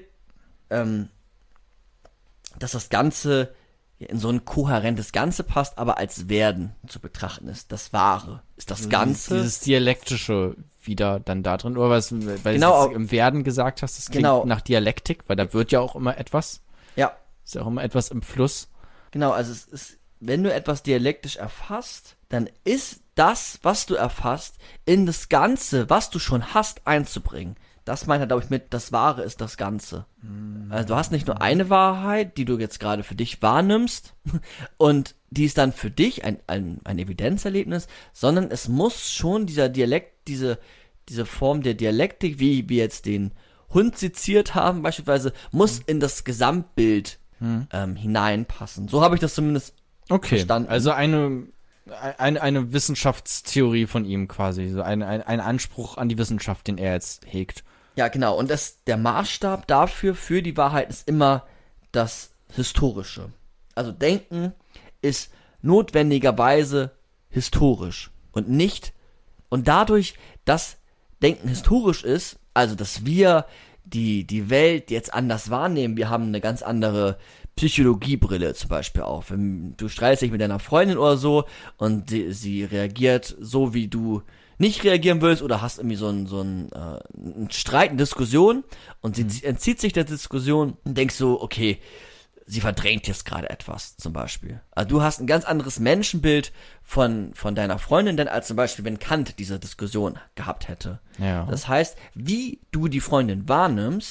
dass das Ganze in so ein kohärentes Ganze passt, aber als Werden zu betrachten ist. Das Wahre ist das Ganze. Dieses Dialektische wieder dann da drin, oder weil Genau, du jetzt im Werden gesagt hast, das klingt nach Dialektik, weil da wird ja auch immer etwas. Ja. Ist ja auch immer etwas im Fluss. Genau, also es ist, wenn du etwas dialektisch erfasst, dann ist das, was du erfasst, in das Ganze, was du schon hast, einzubringen. Das meint er, glaube ich, mit, das Wahre ist das Ganze. Also du hast nicht nur eine Wahrheit, die du jetzt gerade für dich wahrnimmst und die ist dann für dich ein Evidenzerlebnis, sondern es muss schon dieser Dialekt, diese Form der Dialektik, wie wir jetzt den Hund seziert haben beispielsweise, muss in das Gesamtbild hineinpassen. So habe ich das zumindest verstanden. Also eine Wissenschaftstheorie von ihm quasi, so ein Anspruch an die Wissenschaft, den er jetzt hegt. Ja, genau. Und der Maßstab dafür, für die Wahrheit, ist immer das Historische. Also Denken ist notwendigerweise historisch und dadurch, dass Denken historisch ist, also dass wir die Welt jetzt anders wahrnehmen, wir haben eine ganz andere Psychologiebrille zum Beispiel auch. Wenn du streitest dich mit deiner Freundin oder so und sie reagiert so, wie du nicht reagieren würdest, oder hast irgendwie so einen Streit, eine Diskussion und sie entzieht sich der Diskussion und denkst so, okay, sie verdrängt jetzt gerade etwas zum Beispiel. Also du hast ein ganz anderes Menschenbild von deiner Freundin, denn als zum Beispiel, wenn Kant diese Diskussion gehabt hätte. Ja. Das heißt, wie du die Freundin wahrnimmst,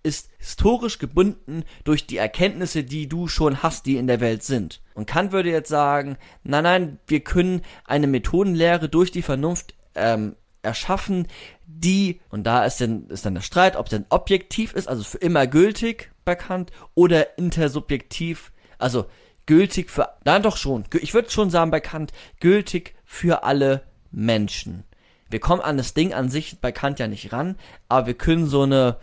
ist historisch gebunden durch die Erkenntnisse, die du schon hast, die in der Welt sind. Und Kant würde jetzt sagen, nein, wir können eine Methodenlehre durch die Vernunft erschaffen, die, und da ist dann der Streit, ob es denn objektiv ist, also für immer gültig bei Kant, oder intersubjektiv, also gültig für, nein doch schon, ich würde schon sagen bei Kant, gültig für alle Menschen. Wir kommen an das Ding an sich bei Kant ja nicht ran, aber wir können so eine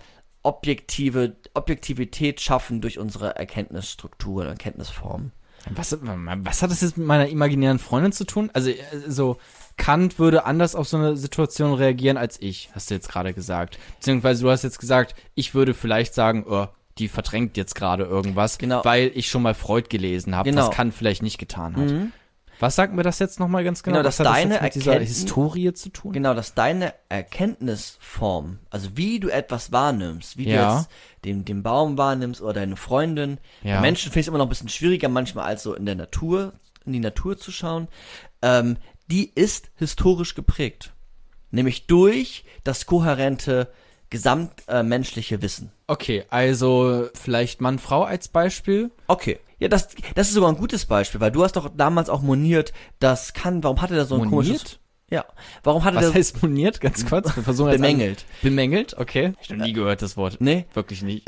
Objektivität schaffen durch unsere Erkenntnisstrukturen, Erkenntnisformen. Was hat das jetzt mit meiner imaginären Freundin zu tun? Also so Kant würde anders auf so eine Situation reagieren als ich, hast du jetzt gerade gesagt. Beziehungsweise du hast jetzt gesagt, ich würde vielleicht sagen, die verdrängt jetzt gerade irgendwas, genau, weil ich schon mal Freud gelesen habe, genau, was Kant vielleicht nicht getan hat. Mhm. Was sagt mir das jetzt nochmal ganz genau? Dass was hat deine das jetzt mit dieser Historie zu tun? Genau, dass deine Erkenntnisform, also wie du etwas wahrnimmst, wie du jetzt den Baum wahrnimmst oder deine Freundin. Bei Menschen finde ich es immer noch ein bisschen schwieriger manchmal als so in die Natur zu schauen. Die ist historisch geprägt. Nämlich durch das kohärente gesamtmenschliche Wissen. Okay, also vielleicht Mann-Frau als Beispiel. Okay. Ja, das ist sogar ein gutes Beispiel, weil du hast doch damals auch moniert, dass Kant, warum hatte der so ein komisches... Ja, warum hatte der... Was heißt moniert? Ganz kurz, wir versuchen bemängelt. Bemängelt, okay. Ich habe noch nie gehört, das Wort. Nee. Wirklich nicht.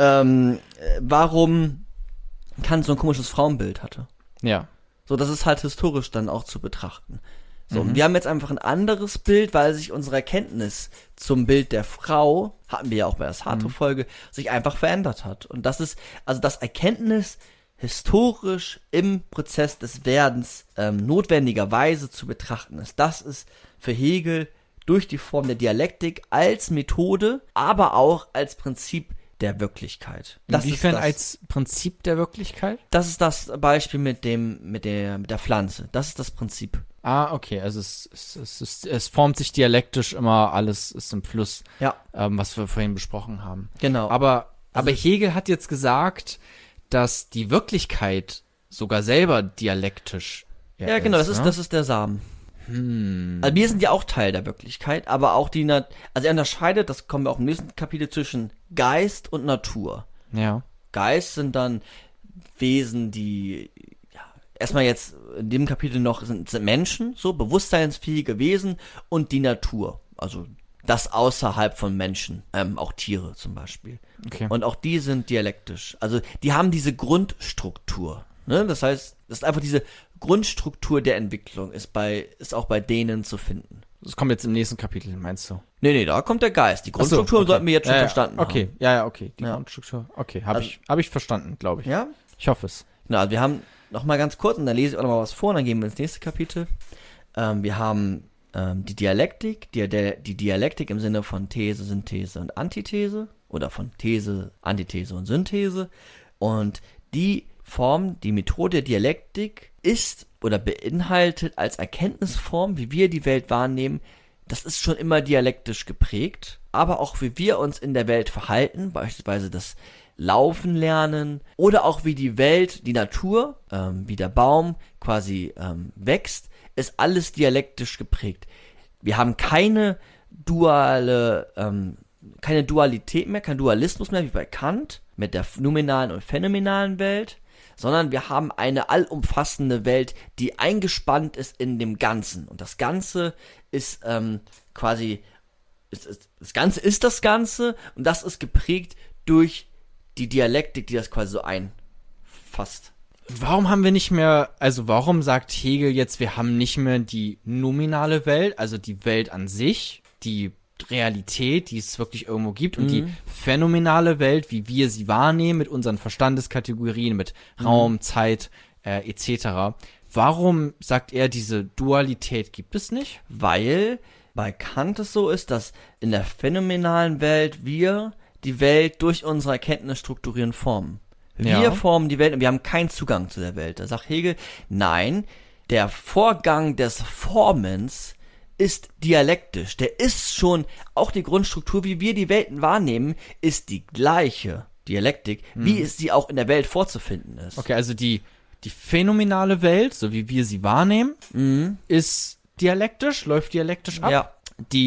Warum Kant so ein komisches Frauenbild hatte. Ja. So, das ist halt historisch dann auch zu betrachten. So, und wir haben jetzt einfach ein anderes Bild, weil sich unsere Erkenntnis zum Bild der Frau, hatten wir ja auch bei der Sartre-Folge, sich einfach verändert hat. Und das ist, also das Erkenntnis historisch im Prozess des Werdens notwendigerweise zu betrachten ist. Das ist für Hegel durch die Form der Dialektik als Methode, aber auch als Prinzip der Wirklichkeit. Inwiefern als Prinzip der Wirklichkeit? Das ist das Beispiel mit der Pflanze. Das ist das Prinzip. Ah, okay, also es formt sich dialektisch immer, alles ist im Fluss, was wir vorhin besprochen haben. Genau. Aber Hegel hat jetzt gesagt, dass die Wirklichkeit sogar selber dialektisch ist. Genau, das ist der Samen. Also wir sind ja auch Teil der Wirklichkeit, aber auch also er unterscheidet, das kommen wir auch im nächsten Kapitel, zwischen Geist und Natur. Ja. Geist sind dann Wesen, die erstmal jetzt in dem Kapitel noch sind Menschen, so bewusstseinsfähige Wesen, und die Natur, also das außerhalb von Menschen, auch Tiere zum Beispiel. Okay. Und auch die sind dialektisch. Also die haben diese Grundstruktur. Ne? Das heißt, das ist einfach diese Grundstruktur der Entwicklung, ist auch bei denen zu finden. Das kommt jetzt im nächsten Kapitel, meinst du? Nee, da kommt der Geist. Die Grundstruktur sollten wir jetzt schon verstanden haben. Okay, okay. Die Grundstruktur, okay, hab ich verstanden, glaube ich. Ja? Ich hoffe es. Genau, also wir haben noch mal ganz kurz, und dann lese ich auch noch mal was vor, und dann gehen wir ins nächste Kapitel. Wir haben die Dialektik, die Dialektik im Sinne von These, Synthese und Antithese, oder von These, Antithese und Synthese. Und die Form, die Methode der Dialektik ist oder beinhaltet als Erkenntnisform, wie wir die Welt wahrnehmen, das ist schon immer dialektisch geprägt, aber auch wie wir uns in der Welt verhalten, beispielsweise das Laufen lernen oder auch wie die Welt, die Natur, wie der Baum quasi wächst, ist alles dialektisch geprägt. Wir haben keine Dualität mehr, kein Dualismus mehr wie bei Kant mit der nominalen und phänomenalen Welt, sondern wir haben eine allumfassende Welt, die eingespannt ist in dem Ganzen. Und das Ganze ist das Ganze ist das Ganze, und das ist geprägt durch die Dialektik, die das quasi so einfasst. Warum haben wir nicht mehr, also warum sagt Hegel jetzt, wir haben nicht mehr die nominale Welt, also die Welt an sich, die Realität, die es wirklich irgendwo gibt, und die phänomenale Welt, wie wir sie wahrnehmen, mit unseren Verstandeskategorien, mit Raum, Zeit, etc. Warum sagt er, diese Dualität gibt es nicht? Weil bei Kant es so ist, dass in der phänomenalen Welt wir die Welt durch unsere Erkenntnisstrukturen formen. Wir formen die Welt und wir haben keinen Zugang zu der Welt. Da sagt Hegel, nein, der Vorgang des Formens ist dialektisch. Der ist schon, auch die Grundstruktur, wie wir die Welten wahrnehmen, ist die gleiche Dialektik, wie es sie auch in der Welt vorzufinden ist. Okay, also die phänomenale Welt, so wie wir sie wahrnehmen, ist dialektisch, läuft dialektisch ab. Ja. Die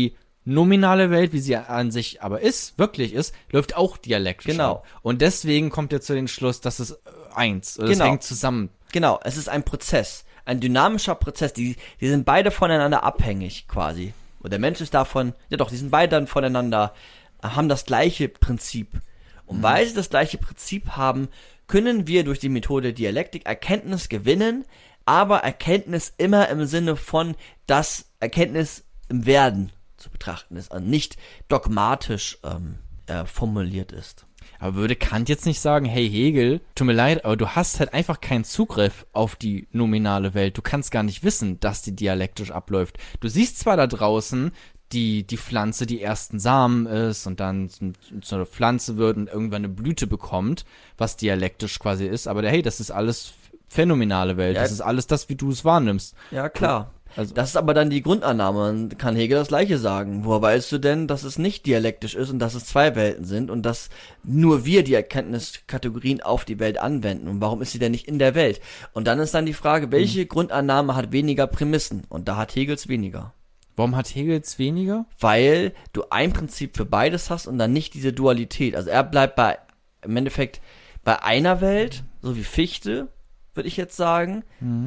nominale Welt, wie sie an sich aber wirklich ist, läuft auch dialektisch. Genau. ab. Und deswegen kommt er zu dem Schluss, dass es eins, oder Genau. es hängt zusammen. Genau, es ist ein Prozess, ein dynamischer Prozess, die sind beide voneinander abhängig quasi. Und der Mensch ist davon, ja doch, die sind beide dann voneinander, haben das gleiche Prinzip. Und weil sie das gleiche Prinzip haben, können wir durch die Methode Dialektik Erkenntnis gewinnen, aber Erkenntnis immer im Sinne von, dass Erkenntnis im Werden zu betrachten ist und nicht dogmatisch formuliert ist. Aber würde Kant jetzt nicht sagen, hey Hegel, tut mir leid, aber du hast halt einfach keinen Zugriff auf die nominale Welt. Du kannst gar nicht wissen, dass die dialektisch abläuft. Du siehst zwar da draußen die Pflanze, die ersten Samen ist und dann zu einer Pflanze wird und irgendwann eine Blüte bekommt, was dialektisch quasi ist, aber hey, das ist alles phänomenale Welt. Ja. Das ist alles das, wie du es wahrnimmst. Ja, klar. Also- Das ist aber dann die Grundannahme. Dann kann Hegel das Gleiche sagen. Woher weißt du denn, dass es nicht dialektisch ist und dass es zwei Welten sind und dass nur wir die Erkenntniskategorien auf die Welt anwenden? Und warum ist sie denn nicht in der Welt? Und dann ist dann die Frage, welche Grundannahme hat weniger Prämissen? Und da hat Hegels weniger. Warum hat Hegels weniger? Weil du ein Prinzip für beides hast und dann nicht diese Dualität. Also er bleibt im Endeffekt bei einer Welt, so wie Fichte, würde ich jetzt sagen.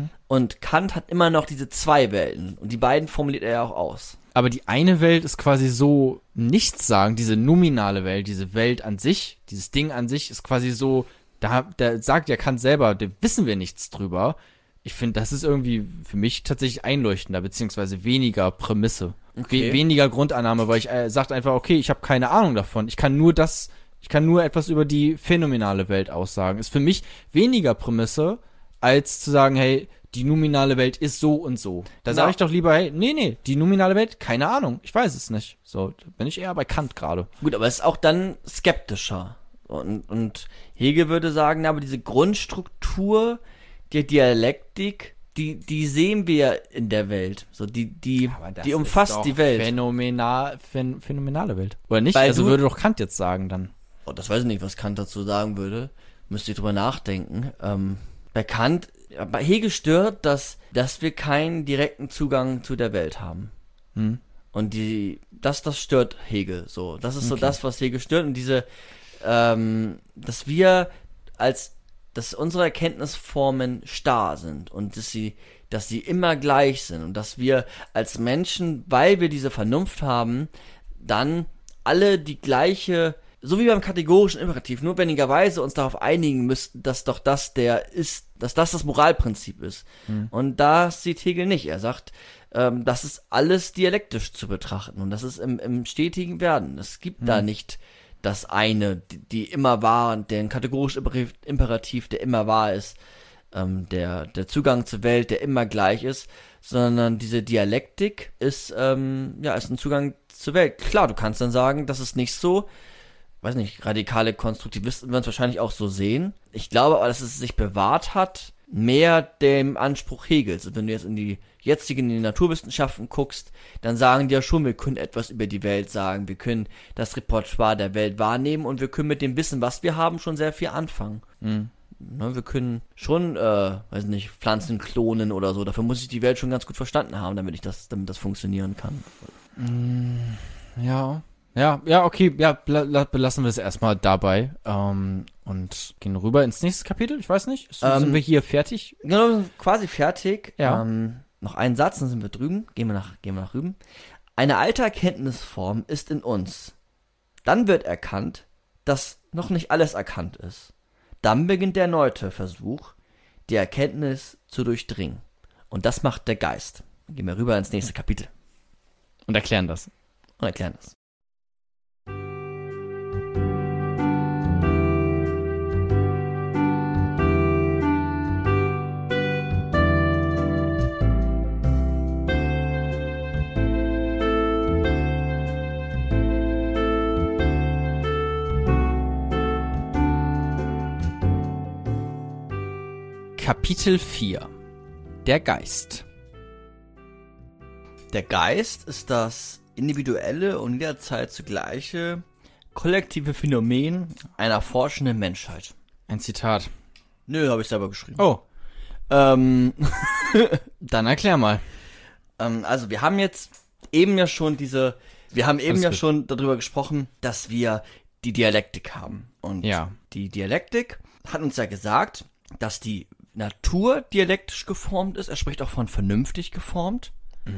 Und Kant hat immer noch diese zwei Welten. Und die beiden formuliert er ja auch aus. Aber die eine Welt ist quasi so nichts sagen, diese nominale Welt, diese Welt an sich, dieses Ding an sich ist quasi so, da sagt ja Kant selber, da wissen wir nichts drüber. Ich finde, das ist irgendwie für mich tatsächlich einleuchtender, beziehungsweise weniger Prämisse. Okay. Weniger Grundannahme, weil ich sagt einfach, okay, ich habe keine Ahnung davon. Ich kann nur etwas über die phänomenale Welt aussagen. Ist für mich weniger Prämisse, als zu sagen, hey, die nominale Welt ist so und so. Da sage ich doch lieber, hey, nee, die nominale Welt, keine Ahnung, ich weiß es nicht. So, da bin ich eher bei Kant gerade. Gut, aber es ist auch dann skeptischer. Und Hegel würde sagen, aber diese Grundstruktur der Dialektik, die sehen wir in der Welt. So, die umfasst die Welt. Phänomenale Welt. Oder nicht? Weil Also du- würde doch Kant jetzt sagen dann. Oh, das weiß ich nicht, was Kant dazu sagen würde. Müsste ich drüber nachdenken. Bei Kant, bei Hegel stört, dass wir keinen direkten Zugang zu der Welt haben. Und das stört Hegel so. Das ist so das, was Hegel stört. Und dass unsere Erkenntnisformen starr sind und dass sie immer gleich sind und dass wir als Menschen, weil wir diese Vernunft haben, dann alle die gleiche, so wie beim kategorischen Imperativ, notwendigerweise uns darauf einigen müssten, dass doch das das Moralprinzip ist. Und das sieht Hegel nicht. Er sagt, das ist alles dialektisch zu betrachten und das ist im stetigen Werden. Es gibt da nicht das eine, die immer wahr, der kategorische Imperativ, der immer wahr ist, der Zugang zur Welt, der immer gleich ist, sondern diese Dialektik ist ein Zugang zur Welt. Klar, du kannst dann sagen, das ist nicht so, weiß nicht, radikale Konstruktivisten werden es wahrscheinlich auch so sehen. Ich glaube aber, dass es sich bewahrt hat, mehr dem Anspruch Hegels. Und wenn du jetzt in die Naturwissenschaften guckst, dann sagen die ja schon, wir können etwas über die Welt sagen, wir können das Repertoire der Welt wahrnehmen und wir können mit dem Wissen, was wir haben, schon sehr viel anfangen. Ne, wir können schon, weiß nicht, Pflanzen klonen oder so. Dafür muss ich die Welt schon ganz gut verstanden haben, damit das funktionieren kann. Ja, okay, ja, belassen wir es erstmal dabei und gehen rüber ins nächste Kapitel, ich weiß nicht, sind wir hier fertig? Genau, wir sind quasi fertig. Ja. Noch einen Satz, dann sind wir drüben. Gehen wir nach drüben. Eine alte Erkenntnisform ist in uns. Dann wird erkannt, dass noch nicht alles erkannt ist. Dann beginnt der erneute Versuch, die Erkenntnis zu durchdringen. Und das macht der Geist. Dann gehen wir rüber ins nächste Kapitel Und erklären das. und erklären das. Kapitel 4. Der Geist. Der Geist ist das individuelle und jederzeit zugleiche kollektive Phänomen einer forschenden Menschheit. Ein Zitat. Nö, habe ich selber geschrieben. Oh, Ähm, dann erklär mal. also wir haben jetzt eben ja schon diese Wir haben eben Alles ja gut. schon darüber gesprochen, dass wir die Dialektik haben. Und Ja. die Dialektik hat uns ja gesagt, dass die Natur dialektisch geformt ist. Er spricht auch von vernünftig geformt.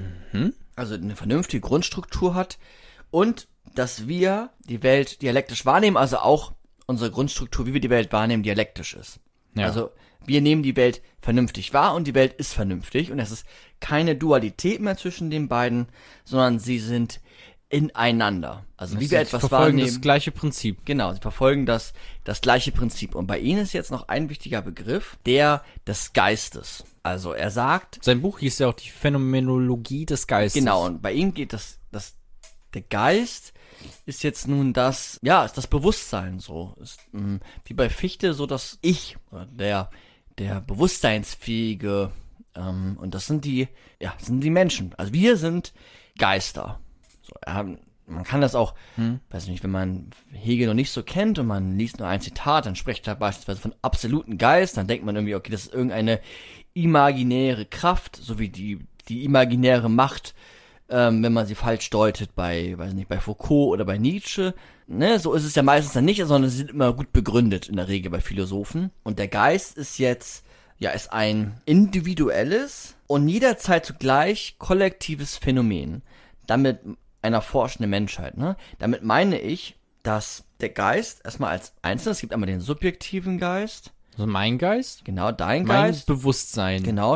Also eine vernünftige Grundstruktur hat. Und dass wir die Welt dialektisch wahrnehmen, also auch unsere Grundstruktur, wie wir die Welt wahrnehmen, dialektisch ist. Ja. Also wir nehmen die Welt vernünftig wahr und die Welt ist vernünftig und es ist keine Dualität mehr zwischen den beiden, sondern sie sind ineinander. Also wie wir etwas verfolgen wahrnehmen. das gleiche Prinzip. Genau, sie verfolgen das gleiche Prinzip. Und bei ihnen ist jetzt noch ein wichtiger Begriff, der des Geistes. Also er sagt, Sein Buch hieß ja auch die Phänomenologie des Geistes. genau, und bei ihm geht der Geist ist jetzt nun ist das Bewusstsein so. Ist wie bei Fichte so das Ich, oder der bewusstseinsfähige, und das sind die Menschen. Also wir sind Geister. So, man kann das auch, weiß nicht, wenn man Hegel noch nicht so kennt und man liest nur ein Zitat, dann spricht er beispielsweise von absoluten Geist, dann denkt man irgendwie, okay, das ist irgendeine imaginäre Kraft, so wie die imaginäre Macht, wenn man sie falsch deutet bei Foucault oder bei Nietzsche. Ne, so ist es ja meistens dann nicht, sondern sie sind immer gut begründet in der Regel bei Philosophen. Und der Geist ist jetzt, ist ein individuelles und jederzeit zugleich kollektives Phänomen. Damit einer forschenden Menschheit, ne? Damit meine ich, dass der Geist erstmal als Einzelnes, es gibt einmal den subjektiven Geist, Also mein Geist, genau, dein mein Geist, Bewusstsein. genau,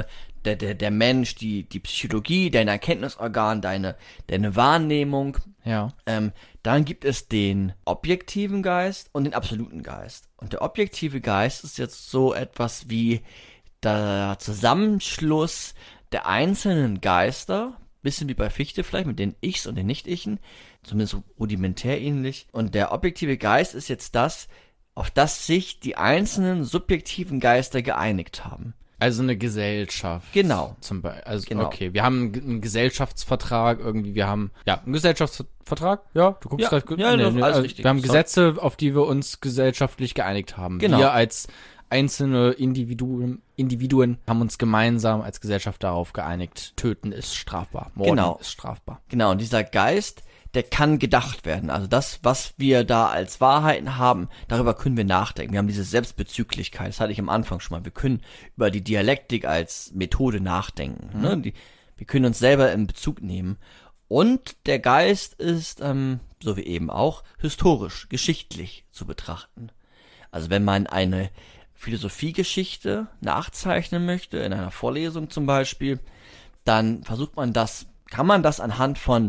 der Mensch, die Psychologie, dein Erkenntnisorgan, deine Wahrnehmung. Ja. Dann gibt es den objektiven Geist und den absoluten Geist. Und der objektive Geist ist jetzt so etwas wie der Zusammenschluss der einzelnen Geister, bisschen wie bei Fichte vielleicht, mit den Ichs und den Nicht-Ichen, zumindest rudimentär ähnlich. Und der objektive Geist ist jetzt das, auf das sich die einzelnen subjektiven Geister geeinigt haben. Also eine Gesellschaft. Genau. Zum Beispiel. Also, Genau. okay, wir haben einen Gesellschaftsvertrag irgendwie, wir haben, einen Gesellschaftsvertrag, ja, du guckst Ja, grad gut. ja, das ist alles richtig. Wir haben Sorry. Gesetze, auf die wir uns gesellschaftlich geeinigt haben. Genau. Wir als einzelne Individuen haben uns gemeinsam als Gesellschaft darauf geeinigt, Töten ist strafbar, Morden Genau. ist strafbar. Genau, und dieser Geist, der kann gedacht werden. Also das, was wir da als Wahrheiten haben, darüber können wir nachdenken. Wir haben diese Selbstbezüglichkeit, das hatte ich am Anfang schon mal. Wir können über die Dialektik als Methode nachdenken. Ne? Wir können uns selber in Bezug nehmen. Und der Geist ist, so wie eben auch, historisch, geschichtlich zu betrachten. Also wenn man eine Philosophiegeschichte nachzeichnen möchte, in einer Vorlesung zum Beispiel, dann kann man das anhand von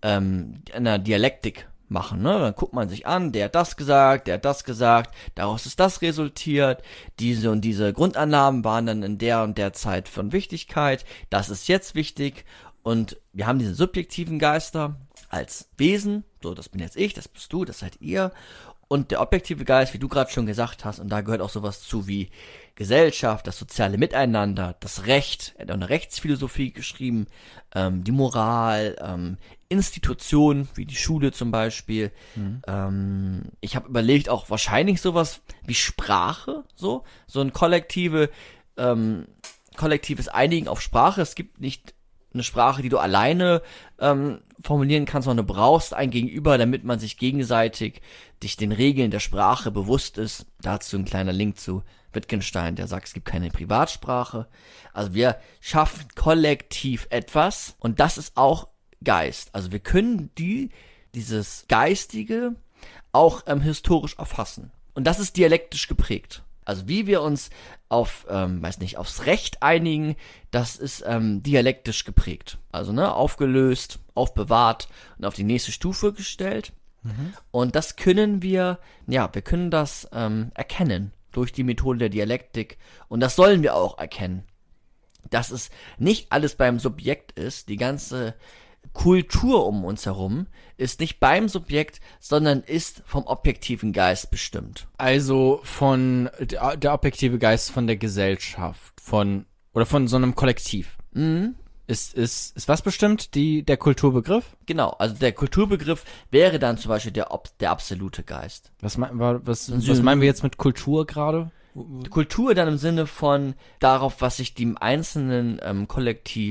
einer Dialektik machen, ne? Dann guckt man sich an, der hat das gesagt, daraus ist das resultiert, diese und diese Grundannahmen waren dann in der und der Zeit von Wichtigkeit, das ist jetzt wichtig und wir haben diese subjektiven Geister als Wesen, so, das bin jetzt ich, das bist du, das seid ihr. Und der objektive Geist, wie du gerade schon gesagt hast, und da gehört auch sowas zu wie Gesellschaft, das soziale Miteinander, das Recht, er hat auch eine Rechtsphilosophie geschrieben, die Moral, Institutionen, wie die Schule zum Beispiel. Ich habe überlegt, auch wahrscheinlich sowas wie Sprache, so ein kollektives Einigen auf Sprache. Es gibt nicht eine Sprache, die du alleine formulieren kannst, sondern du brauchst ein Gegenüber, damit man sich gegenseitig den Regeln der Sprache bewusst ist. Dazu ein kleiner Link zu Wittgenstein, der sagt, es gibt keine Privatsprache. Also wir schaffen kollektiv etwas und das ist auch Geist. Also wir können dieses Geistige auch historisch erfassen. Und das ist dialektisch geprägt. Also wie wir uns aufs Recht einigen, das ist dialektisch geprägt. Also aufgelöst, aufbewahrt und auf die nächste Stufe gestellt. Und das können wir können das erkennen durch die Methode der Dialektik. Und das sollen wir auch erkennen. Dass es nicht alles beim Subjekt ist, die ganze Kultur um uns herum ist nicht beim Subjekt, sondern ist vom objektiven Geist bestimmt. Also von der objektive Geist von der Gesellschaft, von so einem Kollektiv. Ist was bestimmt? Der Kulturbegriff? Genau, also der Kulturbegriff wäre dann zum Beispiel der absolute Geist. Was meinen wir jetzt mit Kultur gerade? Kultur dann im Sinne von darauf, was sich dem einzelnen Kollektiv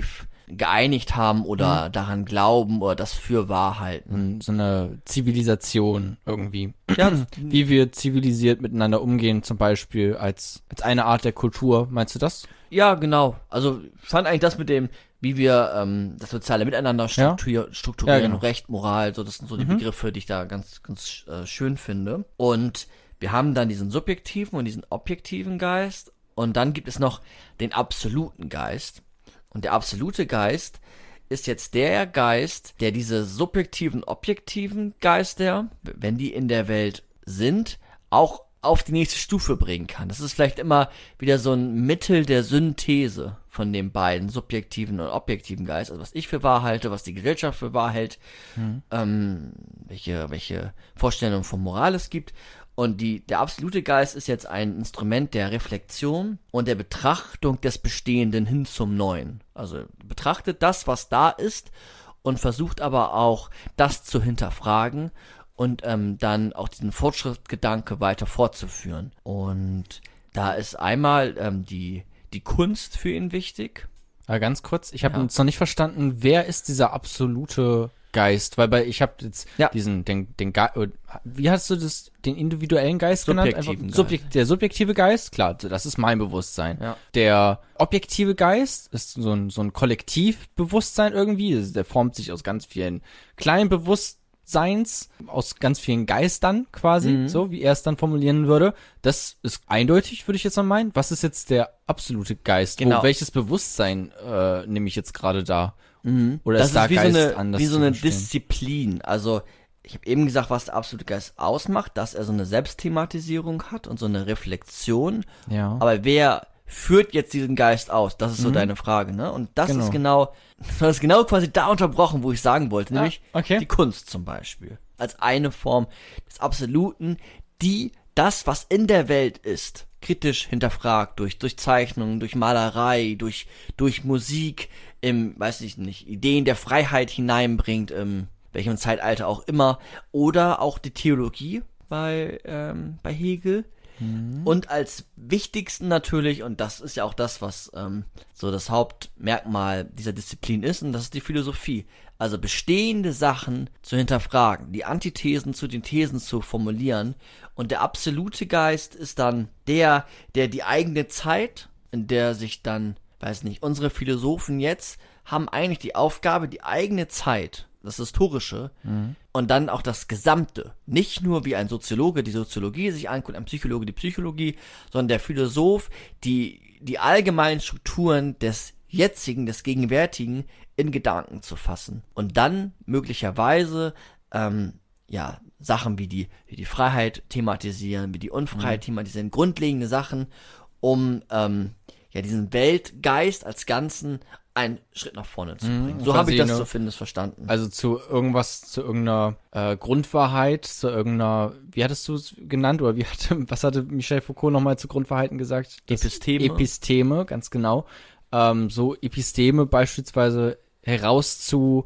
geeinigt haben oder daran glauben oder das für wahr halten. So eine Zivilisation irgendwie. Ja, Wie wir zivilisiert miteinander umgehen, zum Beispiel als eine Art der Kultur. Meinst du das? ja, genau. Also ich fand eigentlich das mit dem, wie wir das soziale Miteinander strukturieren, Ja, genau. Recht, Moral, so das sind so die Begriffe, die ich da ganz, ganz schön finde. Und wir haben dann diesen subjektiven und diesen objektiven Geist und dann gibt es noch den absoluten Geist. Und der absolute Geist ist jetzt der Geist, der diese subjektiven, objektiven Geister, wenn die in der Welt sind, auch auf die nächste Stufe bringen kann. Das ist vielleicht immer wieder so ein Mittel der Synthese von den beiden subjektiven und objektiven Geist, also was ich für wahr halte, was die Gesellschaft für wahr hält, welche Vorstellungen von Moral es gibt. Und der absolute Geist ist jetzt ein Instrument der Reflexion und der Betrachtung des Bestehenden hin zum Neuen. Also betrachtet das, was da ist und versucht aber auch, das zu hinterfragen und dann auch diesen Fortschrittsgedanke weiter fortzuführen. Und da ist einmal die Kunst für ihn wichtig. Ganz kurz, ich habe jetzt noch nicht verstanden, wer ist dieser absolute Geist? Weil ich habe jetzt wie hast du das, den individuellen Geist genannt? Der subjektive Geist, klar, das ist mein Bewusstsein. Ja. Der objektive Geist ist so ein Kollektivbewusstsein irgendwie, der formt sich aus ganz vielen kleinen Bewusstseins, aus ganz vielen Geistern quasi, so wie er es dann formulieren würde. Das ist eindeutig, würde ich jetzt mal meinen. Was ist jetzt der absolute Geist? Genau. Welches Bewusstsein nehme ich jetzt gerade da? Oder Das ist da ist Geist anders wie so eine zu verstehen? Disziplin. Also ich habe eben gesagt, was der absolute Geist ausmacht, dass er so eine Selbstthematisierung hat und so eine Reflexion. Ja. Aber wer führt jetzt diesen Geist aus? Das ist so deine Frage, ne? Und das ist genau quasi da unterbrochen, wo ich sagen wollte, nämlich okay. die Kunst zum Beispiel. Als eine Form des Absoluten, die das, was in der Welt ist, kritisch hinterfragt, durch Zeichnungen, durch Malerei, durch Musik, weiß ich nicht, Ideen der Freiheit hineinbringt, welchem Zeitalter auch immer, oder auch die Theologie bei Hegel. Und als wichtigsten natürlich, und das ist ja auch das, was so das Hauptmerkmal dieser Disziplin ist, und das ist die Philosophie. Also bestehende Sachen zu hinterfragen, die Antithesen zu den Thesen zu formulieren. Und der absolute Geist ist dann der die eigene Zeit, in der sich dann, weiß nicht, unsere Philosophen jetzt haben eigentlich die Aufgabe, die eigene Zeit, das Historische, und dann auch das Gesamte, nicht nur wie ein Soziologe die Soziologie sich anguckt, ein Psychologe die Psychologie, sondern der Philosoph die allgemeinen Strukturen des Jetzigen, des Gegenwärtigen in Gedanken zu fassen und dann möglicherweise Sachen wie die Freiheit thematisieren, wie die Unfreiheit thematisieren, grundlegende Sachen, um diesen Weltgeist als Ganzen einen Schritt nach vorne zu bringen. So habe ich das zumindest verstanden. Also zu irgendeiner Grundwahrheit, zu irgendeiner, wie hattest du es genannt, oder was hatte Michel Foucault nochmal zu Grundwahrheiten gesagt? Episteme, ganz genau. So Episteme beispielsweise herauszu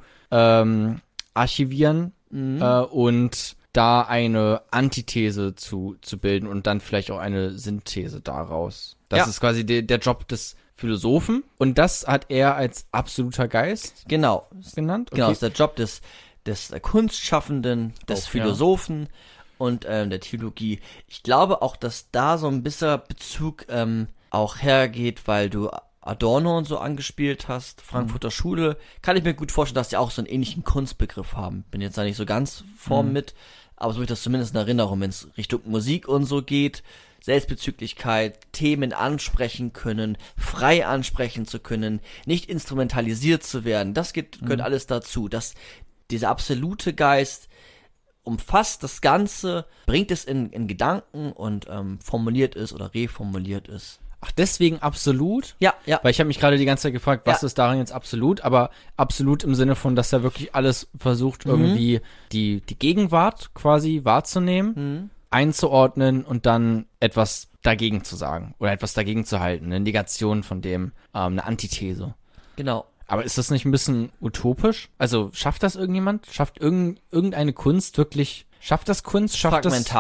archivieren und da eine Antithese zu bilden und dann vielleicht auch eine Synthese daraus. Das ist quasi der Job des Philosophen und das hat er als absoluter Geist genannt. Okay. Genau, das ist der Job des Kunstschaffenden, des Philosophen und der Theologie. Ich glaube auch, dass da so ein bisschen Bezug auch hergeht, weil du Adorno und so angespielt hast, Frankfurter Schule, kann ich mir gut vorstellen, dass die auch so einen ähnlichen Kunstbegriff haben. Bin jetzt da nicht so ganz vorn mit, aber so habe ich das zumindest in Erinnerung, wenn es Richtung Musik und so geht, Selbstbezüglichkeit, Themen ansprechen können, frei ansprechen zu können, nicht instrumentalisiert zu werden, das gehört alles dazu. Dieser absolute Geist umfasst das Ganze, bringt es in Gedanken und formuliert es oder reformuliert es. Ach, deswegen absolut? Ja. Weil ich habe mich gerade die ganze Zeit gefragt, was ist darin jetzt absolut? Aber absolut im Sinne von, dass er wirklich alles versucht, irgendwie die Gegenwart quasi wahrzunehmen, einzuordnen und dann etwas dagegen zu sagen oder etwas dagegen zu halten. Eine Negation von dem, eine Antithese. Genau. Aber ist das nicht ein bisschen utopisch? Also schafft das irgendjemand? Schafft irgendeine Kunst wirklich... Schafft das Kunst?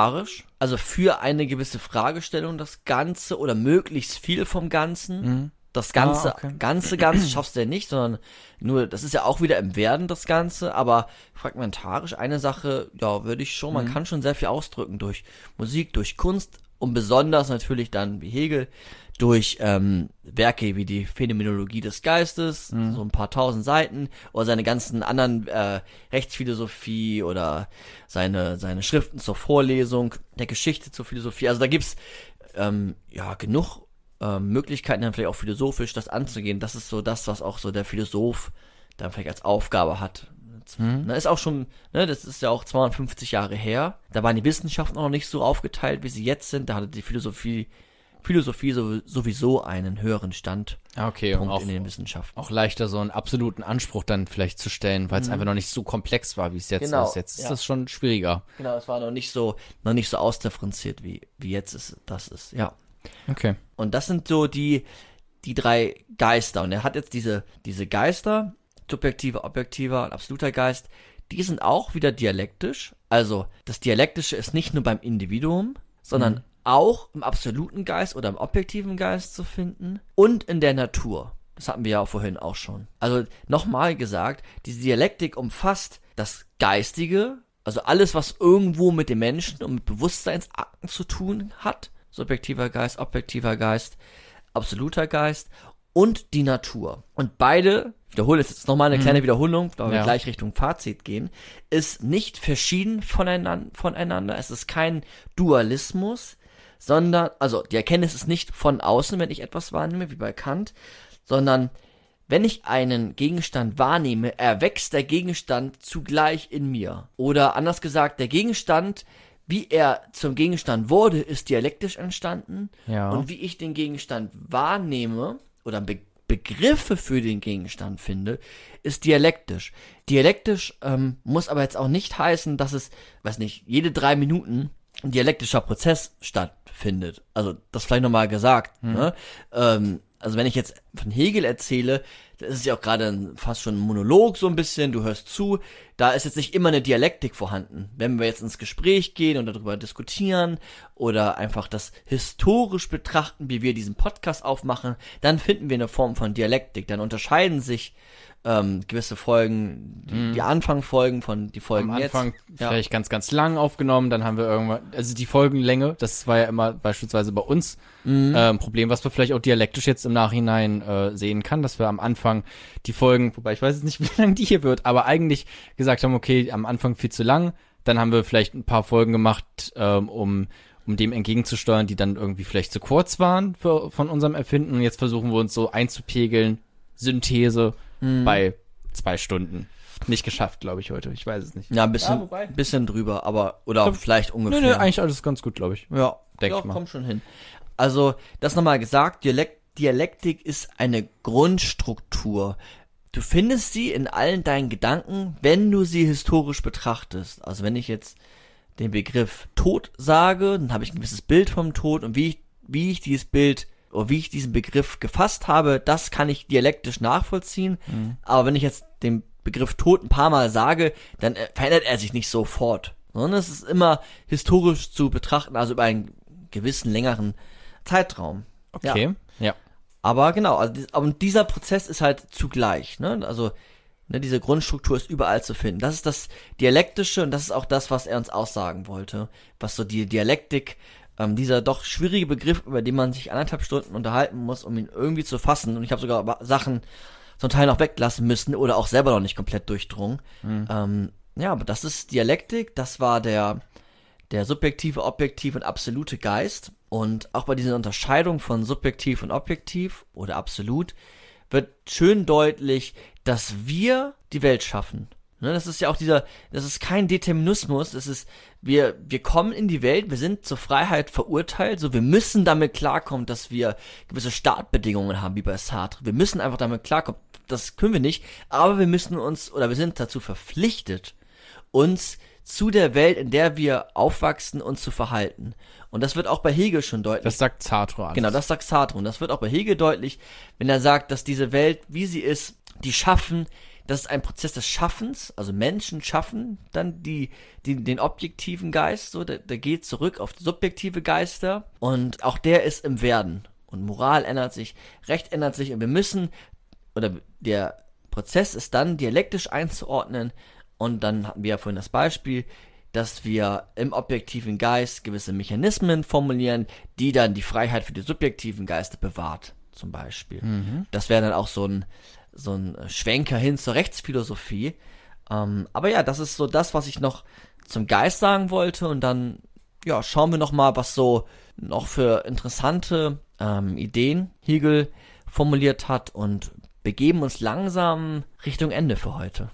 Fragmentarisch? Also für eine gewisse Fragestellung das Ganze oder möglichst viel vom Ganzen? Das Ganze, okay. Ganze schaffst du ja nicht, sondern nur, das ist ja auch wieder im Werden, das Ganze, aber fragmentarisch eine Sache, ja, würde ich schon, man kann schon sehr viel ausdrücken durch Musik, durch Kunst und besonders natürlich dann wie Hegel durch Werke wie die Phänomenologie des Geistes, so ein paar tausend Seiten, oder seine ganzen anderen Rechtsphilosophie oder seine Schriften zur Vorlesung, der Geschichte zur Philosophie. Also da gibt's genug Möglichkeiten, dann vielleicht auch philosophisch das anzugehen. Das ist so das, was auch so der Philosoph dann vielleicht als Aufgabe hat. Ist auch schon, das ist ja auch 250 Jahre her. Da waren die Wissenschaften auch noch nicht so aufgeteilt, wie sie jetzt sind. Da hatte die Philosophie sowieso einen höheren Stand. Okay, und in den Wissenschaften. auch leichter so einen absoluten Anspruch dann vielleicht zu stellen, weil es einfach noch nicht so komplex war, wie es jetzt ist. Jetzt ist das schon schwieriger. Genau, es war noch nicht so ausdifferenziert, wie jetzt ist, ja. Okay. Und das sind so die drei Geister. Und er hat jetzt diese Geister, subjektiver, objektiver und absoluter Geist, die sind auch wieder dialektisch. Also das Dialektische ist nicht nur beim Individuum, sondern auch im absoluten Geist oder im objektiven Geist zu finden und in der Natur. Das hatten wir ja vorhin auch schon. Also nochmal gesagt, diese Dialektik umfasst das Geistige, also alles, was irgendwo mit dem Menschen und mit Bewusstseinsakten zu tun hat. Subjektiver Geist, objektiver Geist, absoluter Geist und die Natur. Und beide, ich wiederhole jetzt nochmal eine kleine Wiederholung, da wir gleich Richtung Fazit gehen, ist nicht verschieden voneinander. Es ist kein Dualismus, sondern, also die Erkenntnis ist nicht von außen, wenn ich etwas wahrnehme, wie bei Kant, sondern wenn ich einen Gegenstand wahrnehme, erwächst der Gegenstand zugleich in mir. Oder anders gesagt, der Gegenstand, wie er zum Gegenstand wurde, ist dialektisch entstanden. Ja. Und wie ich den Gegenstand wahrnehme oder Begriffe für den Gegenstand finde, ist dialektisch. Dialektisch muss aber jetzt auch nicht heißen, dass es, jede 3 Minuten ein dialektischer Prozess stattfindet. Also das vielleicht nochmal gesagt. Ne? Also wenn ich jetzt von Hegel erzähle, das ist ja auch gerade fast schon ein Monolog so ein bisschen, du hörst zu, da ist jetzt nicht immer eine Dialektik vorhanden. Wenn wir jetzt ins Gespräch gehen und darüber diskutieren oder einfach das historisch betrachten, wie wir diesen Podcast aufmachen, dann finden wir eine Form von Dialektik. Dann unterscheiden sich gewisse Folgen, die Anfangfolgen von die Folgen Am jetzt. Anfang vielleicht ganz, ganz lang aufgenommen, dann haben wir irgendwann, also die Folgenlänge, das war ja immer beispielsweise bei uns ein Problem, was man vielleicht auch dialektisch jetzt im Nachhinein sehen kann, dass wir am Anfang die Folgen, wobei ich weiß jetzt nicht, wie lang die hier wird, aber eigentlich gesagt haben, okay, am Anfang viel zu lang, dann haben wir vielleicht ein paar Folgen gemacht, um dem entgegenzusteuern, die dann irgendwie vielleicht zu kurz waren von unserem Erfinden und jetzt versuchen wir uns so einzupegeln, Synthese, bei 2 Stunden. Nicht geschafft, glaube ich, heute. Ich weiß es nicht. Ja, ein bisschen drüber, aber, oder vielleicht ungefähr. Nee, eigentlich alles ganz gut, glaube ich. Ja, Denk ich mal. Kommt schon hin. Also, das nochmal gesagt, Dialektik ist eine Grundstruktur. Du findest sie in allen deinen Gedanken, wenn du sie historisch betrachtest. Also, wenn ich jetzt den Begriff Tod sage, dann habe ich ein gewisses Bild vom Tod und wie ich dieses Bild oder wie ich diesen Begriff gefasst habe, das kann ich dialektisch nachvollziehen. Aber wenn ich jetzt den Begriff Tod ein paar Mal sage, dann verändert er sich nicht sofort. Sondern es ist immer historisch zu betrachten, also über einen gewissen längeren Zeitraum. Okay, ja. Aber genau, aber dieser Prozess ist halt zugleich, ne? Also, diese Grundstruktur ist überall zu finden. Das ist das Dialektische und das ist auch das, was er uns aussagen wollte. Was so die Dialektik, dieser doch schwierige Begriff, über den man sich 1,5 Stunden unterhalten muss, um ihn irgendwie zu fassen. Und ich habe sogar Sachen zum Teil noch weglassen müssen oder auch selber noch nicht komplett durchdrungen. Aber das ist Dialektik, das war der subjektive, objektive und absolute Geist. Und auch bei dieser Unterscheidung von subjektiv und objektiv oder absolut wird schön deutlich, dass wir die Welt schaffen. Ne, das ist ja auch das ist kein Determinismus, das ist, wir kommen in die Welt, wir sind zur Freiheit verurteilt, so wir müssen damit klarkommen, dass wir gewisse Startbedingungen haben, wie bei Sartre. Wir müssen einfach damit klarkommen, das können wir nicht, aber wir sind dazu verpflichtet, uns zu der Welt, in der wir aufwachsen, uns zu verhalten. Und das wird auch bei Hegel schon deutlich. Das sagt Sartre alles. Genau, das sagt Sartre. Und das wird auch bei Hegel deutlich, wenn er sagt, dass diese Welt, wie sie ist, die schaffen, das ist ein Prozess des Schaffens, also Menschen schaffen dann den objektiven Geist, so, der geht zurück auf subjektive Geister und auch der ist im Werden. und Moral ändert sich, Recht ändert sich und wir müssen, oder der Prozess ist dann dialektisch einzuordnen und dann hatten wir ja vorhin das Beispiel, dass wir im objektiven Geist gewisse Mechanismen formulieren, die dann die Freiheit für die subjektiven Geister bewahrt, zum Beispiel. Das wäre dann auch so ein Schwenker hin zur Rechtsphilosophie. Aber ja, das ist so das, was ich noch zum Geist sagen wollte und dann ja, schauen wir noch mal, was so noch für interessante Ideen Hegel formuliert hat und begeben uns langsam Richtung Ende für heute.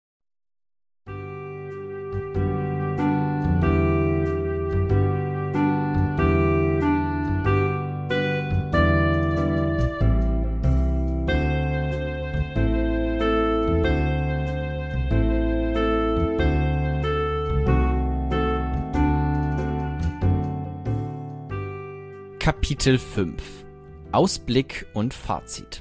Kapitel 5 Ausblick und Fazit.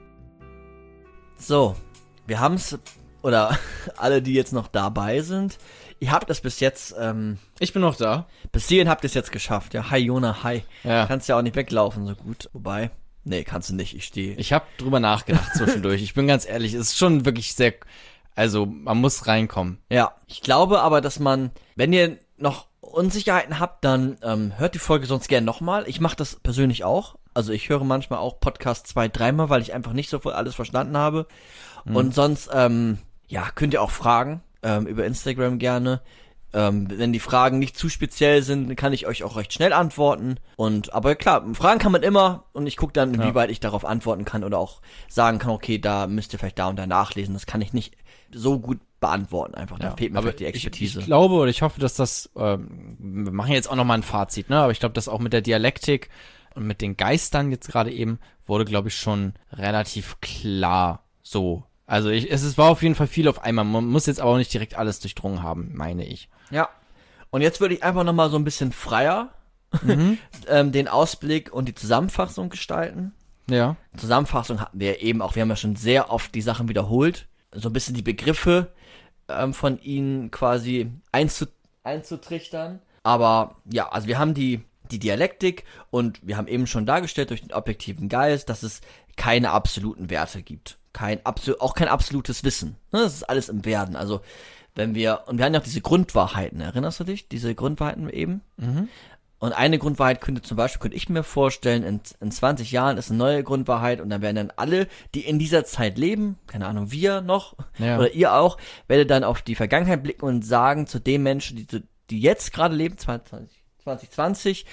So, wir haben's, oder alle, die jetzt noch dabei sind, ihr habt es bis jetzt, Ich bin noch da. bis hierhin habt ihr es jetzt geschafft. Ja, hi Jona, hi. Ja. Kannst ja auch nicht weglaufen so gut. Wobei, nee, kannst du nicht, ich stehe. Ich habe drüber nachgedacht zwischendurch. Ich bin ganz ehrlich, es ist schon wirklich sehr, also man muss reinkommen. Ja, ich glaube aber, dass man, wenn ihr noch Unsicherheiten habt, dann hört die Folge sonst gerne nochmal. Ich mache das persönlich auch. Also ich höre manchmal auch Podcasts 2-3 Mal, weil ich einfach nicht so voll alles verstanden habe. Und sonst, ja, könnt ihr auch fragen über Instagram gerne. Wenn die Fragen nicht zu speziell sind, kann ich euch auch recht schnell antworten. Aber klar, Fragen kann man immer und ich gucke dann, inwieweit ich darauf antworten kann oder auch sagen kann, okay, da müsst ihr vielleicht da und da nachlesen. Das kann ich nicht so gut beantworten einfach. Da fehlt mir vielleicht die Expertise. Ich glaube oder ich hoffe, dass das, wir machen jetzt auch nochmal ein Fazit, ne? Aber ich glaube, dass auch mit der Dialektik und mit den Geistern jetzt gerade eben wurde, glaube ich, schon relativ klar so. Also es war auf jeden Fall viel auf einmal. Man muss jetzt aber auch nicht direkt alles durchdrungen haben, meine ich. Ja. Und jetzt würde ich einfach nochmal so ein bisschen freier den Ausblick und die Zusammenfassung gestalten. Ja. Zusammenfassung hatten wir eben auch, wir haben ja schon sehr oft die Sachen wiederholt. So ein bisschen die Begriffe von ihnen quasi einzutrichtern. Aber ja, also wir haben die Dialektik und wir haben eben schon dargestellt durch den objektiven Geist, dass es keine absoluten Werte gibt. Auch kein absolutes Wissen. Ne? Das ist alles im Werden. Also und wir haben ja auch diese Grundwahrheiten, erinnerst du dich? Diese Grundwahrheiten eben? Und eine Grundwahrheit könnte ich mir vorstellen, in 20 Jahren ist eine neue Grundwahrheit und dann werden dann alle, die in dieser Zeit leben, keine Ahnung, wir noch, oder ihr auch, werdet dann auf die Vergangenheit blicken und sagen zu den Menschen, die jetzt gerade leben, 2020,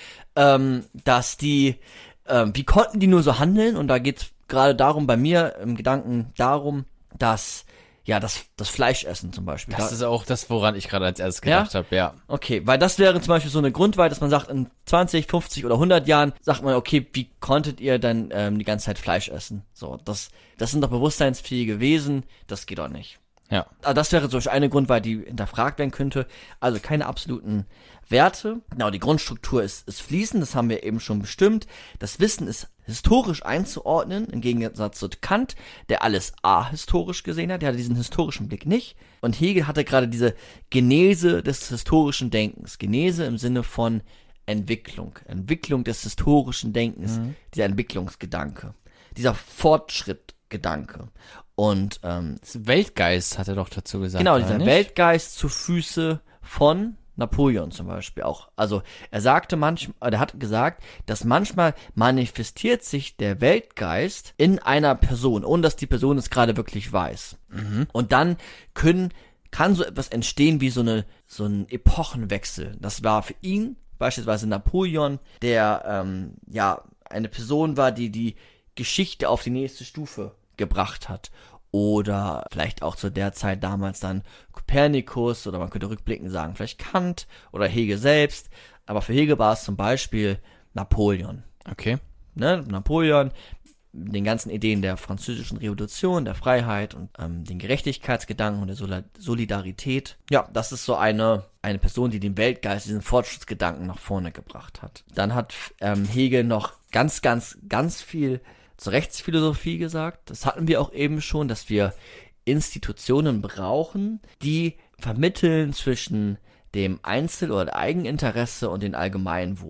dass die, wie konnten die nur so handeln? Und da geht's gerade darum, bei mir im Gedanken darum, dass ja, das Fleischessen zum Beispiel. Das ist auch das, woran ich gerade als erstes gedacht habe, ja. Okay, weil das wäre zum Beispiel so eine Grundwahrheit, dass man sagt, in 20, 50 oder 100 Jahren sagt man, okay, wie konntet ihr dann die ganze Zeit Fleisch essen? So, das sind doch bewusstseinsfähige Wesen, das geht doch nicht. Ja. Also das wäre zum Beispiel eine Grundwahrheit, die hinterfragt werden könnte. Also keine absoluten Werte. Genau, die Grundstruktur ist fließend, das haben wir eben schon bestimmt. Das Wissen ist historisch einzuordnen, im Gegensatz zu Kant, der alles ahistorisch gesehen hat. Der hatte diesen historischen Blick nicht. Und Hegel hatte gerade diese Genese des historischen Denkens. Genese im Sinne von Entwicklung. Entwicklung des historischen Denkens. Dieser Entwicklungsgedanke. Dieser Fortschrittgedanke. Und Weltgeist hat er doch dazu gesagt. genau, dieser Weltgeist zu Füße von Napoleon zum Beispiel auch. Also er hat gesagt, dass manchmal manifestiert sich der Weltgeist in einer Person, ohne dass die Person es gerade wirklich weiß. Und dann kann so etwas entstehen wie so ein Epochenwechsel. Das war für ihn beispielsweise Napoleon, der eine Person war, die Geschichte auf die nächste Stufe gebracht hat. Oder vielleicht auch zu der Zeit damals dann Kopernikus oder man könnte rückblickend sagen, vielleicht Kant oder Hegel selbst. Aber für Hegel war es zum Beispiel Napoleon. Okay. Ne? Napoleon, den ganzen Ideen der französischen Revolution, der Freiheit und den Gerechtigkeitsgedanken und der Solidarität. Ja, das ist so eine Person, die den Weltgeist, diesen Fortschrittsgedanken nach vorne gebracht hat. Dann hat Hegel noch ganz, ganz, ganz viel zur Rechtsphilosophie gesagt. Das hatten wir auch eben schon, dass wir Institutionen brauchen, die vermitteln zwischen dem Einzel- oder Eigeninteresse und dem Allgemeinwohl.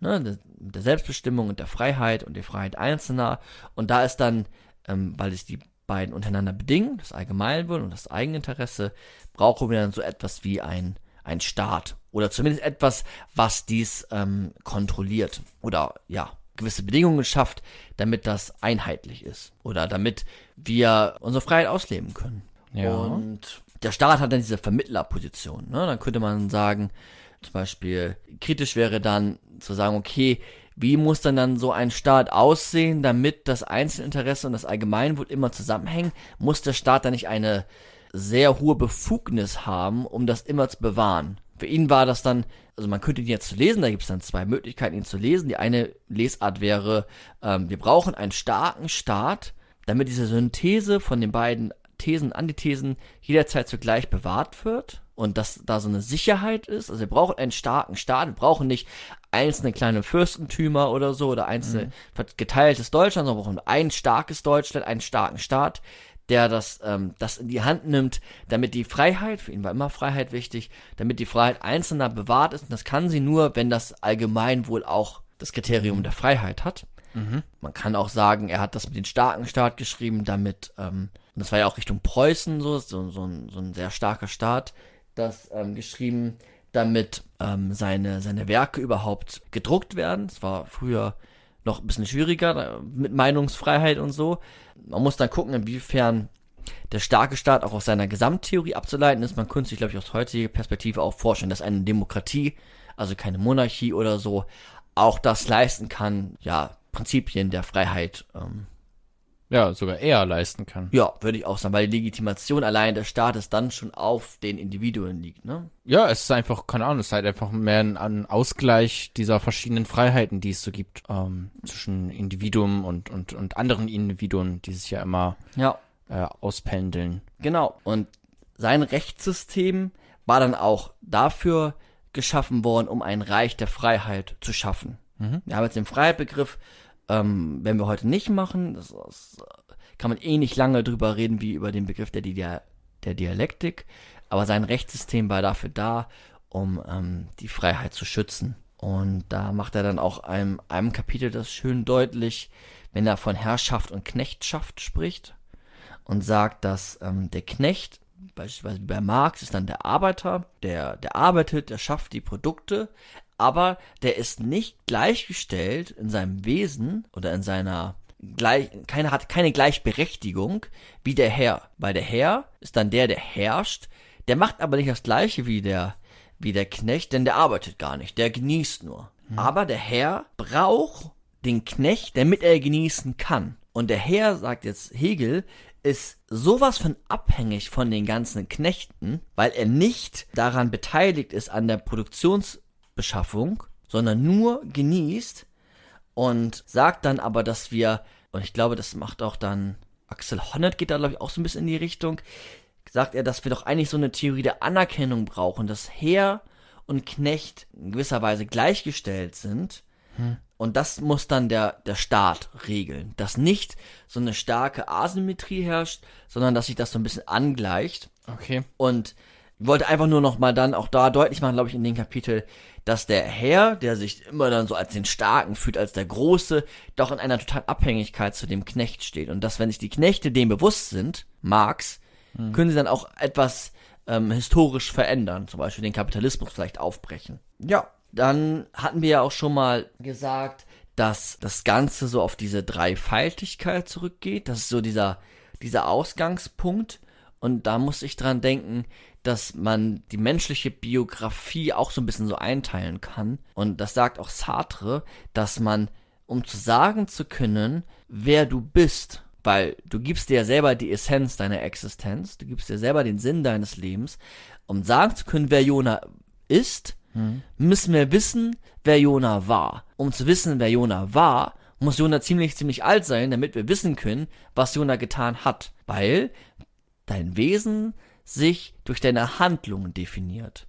ne, der Selbstbestimmung und der Freiheit und die Freiheit Einzelner. Und da ist dann, weil es die beiden untereinander bedingen, das Allgemeinwohl und das Eigeninteresse, brauchen wir dann so etwas wie ein Staat oder zumindest etwas, was dies kontrolliert oder ja, gewisse Bedingungen schafft, damit das einheitlich ist oder damit wir unsere Freiheit ausleben können. Ja. Und der Staat hat dann diese Vermittlerposition. Ne? Dann könnte man sagen, zum Beispiel kritisch wäre dann zu sagen, okay, wie muss dann so ein Staat aussehen, damit das Einzelinteresse und das Allgemeinwohl immer zusammenhängen? Muss der Staat dann nicht eine sehr hohe Befugnis haben, um das immer zu bewahren? Für ihn war das dann, also man könnte ihn jetzt zu lesen, da gibt es dann zwei Möglichkeiten, ihn zu lesen. Die eine Lesart wäre, wir brauchen einen starken Staat, damit diese Synthese von den beiden Thesen und Antithesen jederzeit zugleich bewahrt wird und dass da so eine Sicherheit ist. Also wir brauchen einen starken Staat, wir brauchen nicht einzelne kleine Fürstentümer oder so oder einzelne geteiltes Deutschland, sondern wir brauchen ein starkes Deutschland, einen starken Staat, der das in die Hand nimmt, damit die Freiheit, für ihn war immer Freiheit wichtig, damit die Freiheit Einzelner bewahrt ist. Und das kann sie nur, wenn das Allgemeinwohl auch das Kriterium der Freiheit hat. Man kann auch sagen, er hat das mit dem starken Staat geschrieben, damit, und das war ja auch Richtung Preußen so ein sehr starker Staat, das geschrieben, damit seine Werke überhaupt gedruckt werden. Es war früher noch ein bisschen schwieriger mit Meinungsfreiheit und so. Man muss dann gucken, inwiefern der starke Staat auch aus seiner Gesamttheorie abzuleiten ist. Man könnte sich, glaube ich, aus heutiger Perspektive auch vorstellen, dass eine Demokratie, also keine Monarchie oder so, auch das leisten kann, ja, Prinzipien der Freiheit. Ja, sogar eher leisten kann. Ja, würde ich auch sagen, weil die Legitimation allein des Staates dann schon auf den Individuen liegt, ne? Ja, es ist einfach, keine Ahnung, es ist halt einfach mehr ein Ausgleich dieser verschiedenen Freiheiten, die es so gibt, zwischen Individuum und anderen Individuen, die sich ja immer auspendeln. Genau. Und sein Rechtssystem war dann auch dafür geschaffen worden, um ein Reich der Freiheit zu schaffen. Wir haben jetzt den Freiheitsbegriff, werden wir heute nicht machen, das kann man nicht lange drüber reden wie über den Begriff der Dialektik, aber sein Rechtssystem war dafür da, um die Freiheit zu schützen. Und da macht er dann auch einem Kapitel das schön deutlich, wenn er von Herrschaft und Knechtschaft spricht und sagt, dass der Knecht, beispielsweise bei Marx, ist dann der Arbeiter, der arbeitet, der schafft die Produkte, aber der ist nicht gleichgestellt in seinem Wesen oder in seiner hat keine Gleichberechtigung wie der Herr. Weil der Herr ist dann der herrscht, der macht aber nicht das Gleiche wie der Knecht, denn der arbeitet gar nicht, der genießt nur. Aber der Herr braucht den Knecht, damit er genießen kann. Und der Herr, sagt jetzt Hegel, ist sowas von abhängig von den ganzen Knechten, weil er nicht daran beteiligt ist an der Produktionsbeschaffung, sondern nur genießt und sagt dann aber, dass wir, und ich glaube, das macht auch dann Axel Honneth, geht da glaube ich auch so ein bisschen in die Richtung, sagt er, dass wir doch eigentlich so eine Theorie der Anerkennung brauchen, dass Herr und Knecht in gewisser Weise gleichgestellt sind. Und das muss dann der Staat regeln, dass nicht so eine starke Asymmetrie herrscht, sondern dass sich das so ein bisschen angleicht. Okay. Und ich wollte einfach nur noch mal dann auch da deutlich machen, glaube ich, in dem Kapitel, dass der Herr, der sich immer dann so als den Starken fühlt, als der Große, doch in einer totalen Abhängigkeit zu dem Knecht steht. Und dass, wenn sich die Knechte dem bewusst sind, Marx, können sie dann auch etwas historisch verändern, zum Beispiel den Kapitalismus vielleicht aufbrechen. Ja, dann hatten wir ja auch schon mal gesagt, dass das Ganze so auf diese Dreifaltigkeit zurückgeht. Das ist so dieser Ausgangspunkt. Und da muss ich dran denken, dass man die menschliche Biografie auch so ein bisschen so einteilen kann. Und das sagt auch Sartre, dass man, um zu sagen zu können, wer du bist, weil du gibst dir ja selber die Essenz deiner Existenz, du gibst dir selber den Sinn deines Lebens, um sagen zu können, wer Jona ist, müssen wir wissen, wer Jona war. Um zu wissen, wer Jona war, muss Jona ziemlich alt sein, damit wir wissen können, was Jona getan hat. Weil dein Wesen sich durch deine Handlungen definiert.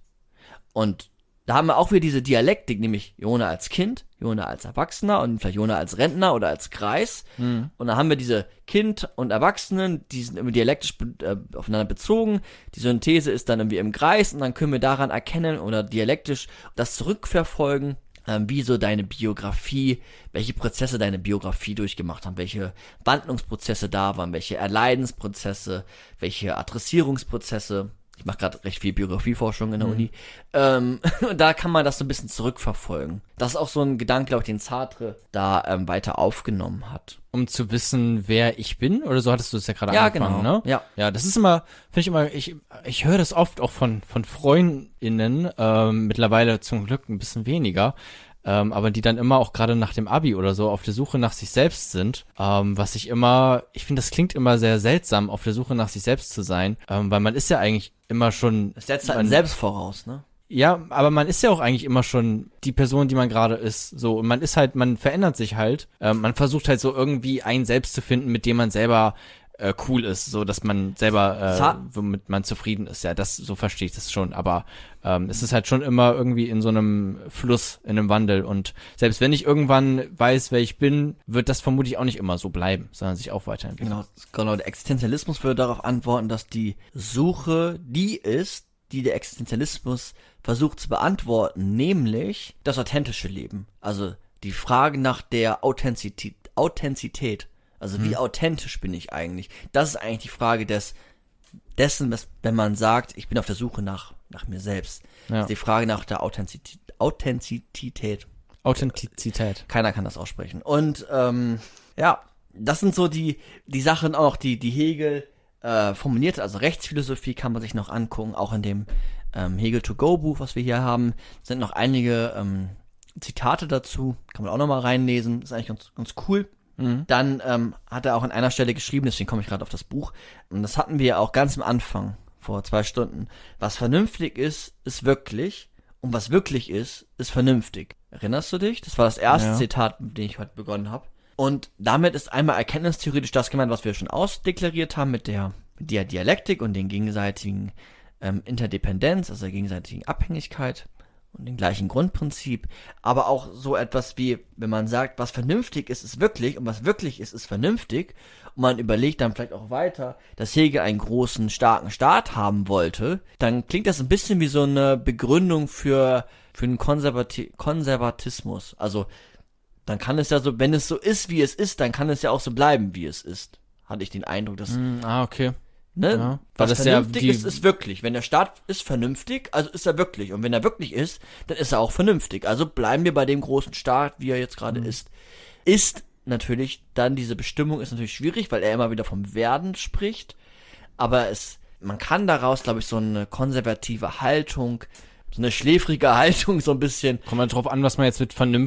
Und da haben wir auch wieder diese Dialektik, nämlich Jona als Kind, Jona als Erwachsener und vielleicht Jona als Rentner oder als Greis. Und dann haben wir diese Kind und Erwachsenen, die sind irgendwie dialektisch aufeinander bezogen. Die Synthese ist dann irgendwie im Greis und dann können wir daran erkennen oder dialektisch das zurückverfolgen, wie so deine Biografie, welche Prozesse deine Biografie durchgemacht haben, welche Wandlungsprozesse da waren, welche Erleidensprozesse, welche Adressierungsprozesse. Ich mache gerade recht viel Biografieforschung in der Uni. Und da kann man das so ein bisschen zurückverfolgen. Das ist auch so ein Gedanke, glaube ich, den Sartre da weiter aufgenommen hat. Um zu wissen, wer ich bin, oder so hattest du es ja gerade Ja, angefangen, genau. ne? Ja, das ist immer, finde ich immer, ich höre das oft auch von FreundInnen, mittlerweile zum Glück ein bisschen weniger, aber die dann immer auch gerade nach dem Abi oder so auf der Suche nach sich selbst sind, ich finde, das klingt immer sehr seltsam, auf der Suche nach sich selbst zu sein, weil man ist ja eigentlich immer schon... Das setzt halt selbst voraus, ne? Ja, aber man ist ja auch eigentlich immer schon die Person, die man gerade ist, so, und man verändert sich halt, man versucht halt so irgendwie einen selbst zu finden, mit dem man selber cool ist, so dass man selber, womit man zufrieden ist. Ja, so verstehe ich das schon, aber es ist halt schon immer irgendwie in so einem Fluss, in einem Wandel, und selbst wenn ich irgendwann weiß, wer ich bin, wird das vermutlich auch nicht immer so bleiben, sondern sich auch weiterentwickeln. Genau, der Existenzialismus würde darauf antworten, dass die Suche die ist, die der Existenzialismus versucht zu beantworten, nämlich das authentische Leben. Also die Frage nach der Authentizität. Also wie authentisch bin ich eigentlich? Das ist eigentlich die Frage dessen, wenn man sagt, ich bin auf der Suche nach mir selbst. Ja. Das ist die Frage nach der Authentizität. Keiner kann das aussprechen. Und das sind so die Sachen auch, die Hegel formuliert. Also Rechtsphilosophie kann man sich noch angucken, auch in dem Hegel-to-go-Buch, was wir hier haben, sind noch einige Zitate dazu, kann man auch nochmal reinlesen, ist eigentlich ganz cool. Dann hat er auch an einer Stelle geschrieben, deswegen komme ich gerade auf das Buch, und das hatten wir auch ganz am Anfang, vor 2 Stunden. Was vernünftig ist, ist wirklich, und was wirklich ist vernünftig. Erinnerst du dich? Das war das erste Zitat, mit dem ich heute begonnen habe. Und damit ist einmal erkenntnistheoretisch das gemeint, was wir schon ausdeklariert haben mit der Dialektik und den gegenseitigen Interdependenz, also der gegenseitigen Abhängigkeit und dem gleichen Grundprinzip, aber auch so etwas wie, wenn man sagt, was vernünftig ist wirklich, und was wirklich ist vernünftig, und man überlegt dann vielleicht auch weiter, dass Hegel einen großen, starken Staat haben wollte, dann klingt das ein bisschen wie so eine Begründung für einen Konservatismus. Also, dann kann es ja so, wenn es so ist, wie es ist, dann kann es ja auch so bleiben, wie es ist. Hatte ich den Eindruck, dass... Okay. Ne? Ja, was das vernünftig ist wirklich. Wenn der Staat ist vernünftig, also ist er wirklich. Und wenn er wirklich ist, dann ist er auch vernünftig. Also bleiben wir bei dem großen Staat, wie er jetzt gerade ist. Ist natürlich dann, diese Bestimmung ist natürlich schwierig, weil er immer wieder vom Werden spricht. Aber man kann daraus, glaube ich, so eine konservative Haltung, so eine schläfrige Haltung so ein bisschen... Kommt mal drauf an, was man jetzt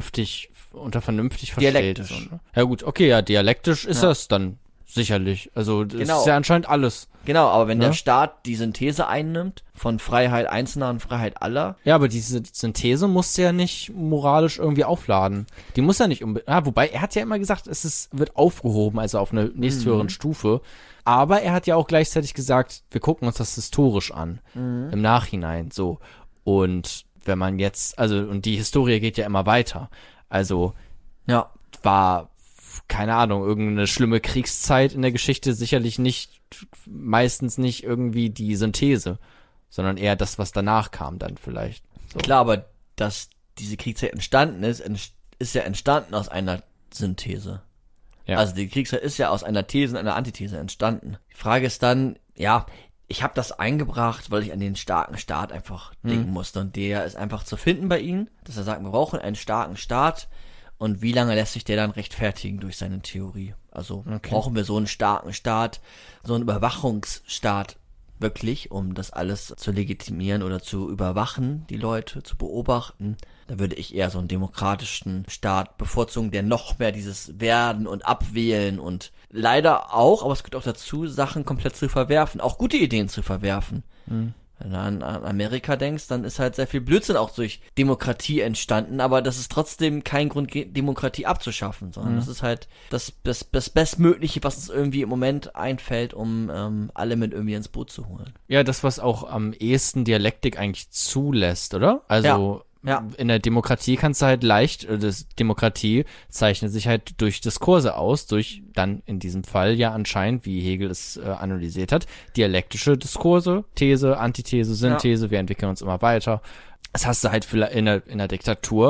unter vernünftig versteht. Dialektisch. So, ne? Ja gut, okay, ja, dialektisch ist das dann sicherlich. Also das Genau. ist ja anscheinend alles. Genau, aber wenn Ne? der Staat die Synthese einnimmt von Freiheit Einzelner und Freiheit aller. Ja, aber diese Synthese muss ja nicht moralisch irgendwie aufladen. Die muss ja nicht wobei, er hat ja immer gesagt, wird aufgehoben, also auf einer nächsthöheren Stufe. Aber er hat ja auch gleichzeitig gesagt, wir gucken uns das historisch an. Im Nachhinein, so. Und wenn man jetzt, und die Historie geht ja immer weiter. Also, Ja. war, keine Ahnung, irgendeine schlimme Kriegszeit in der Geschichte sicherlich meistens nicht irgendwie die Synthese, sondern eher das, was danach kam dann vielleicht. So. Klar, aber dass diese Kriegszeit entstanden ist ja entstanden aus einer Synthese. Ja. Also die Kriegszeit ist ja aus einer These und einer Antithese entstanden. Die Frage ist dann, ich habe das eingebracht, weil ich an den starken Staat einfach denken musste. Und der ist einfach zu finden bei ihnen, dass er sagt, wir brauchen einen starken Staat. Und wie lange lässt sich der dann rechtfertigen durch seine Theorie? Also brauchen wir so einen starken Staat, so einen Überwachungsstaat wirklich, um das alles zu legitimieren oder zu überwachen, die Leute zu beobachten. Da würde ich eher so einen demokratischen Staat bevorzugen, der noch mehr dieses Werden und Abwählen und leider auch, aber es gehört auch dazu, Sachen komplett zu verwerfen, auch gute Ideen zu verwerfen. Wenn du an Amerika denkst, dann ist halt sehr viel Blödsinn auch durch Demokratie entstanden, aber das ist trotzdem kein Grund, Demokratie abzuschaffen, sondern das ist halt das Bestmögliche, was uns irgendwie im Moment einfällt, um alle mit irgendwie ins Boot zu holen. Ja, das, was auch am ehesten Dialektik eigentlich zulässt, oder? Also Ja. in der Demokratie kannst du halt Demokratie zeichnet sich halt durch Diskurse aus, durch dann in diesem Fall ja anscheinend, wie Hegel es analysiert hat, dialektische Diskurse, These, Antithese, Synthese, wir entwickeln uns immer weiter. Das hast du halt in der Diktatur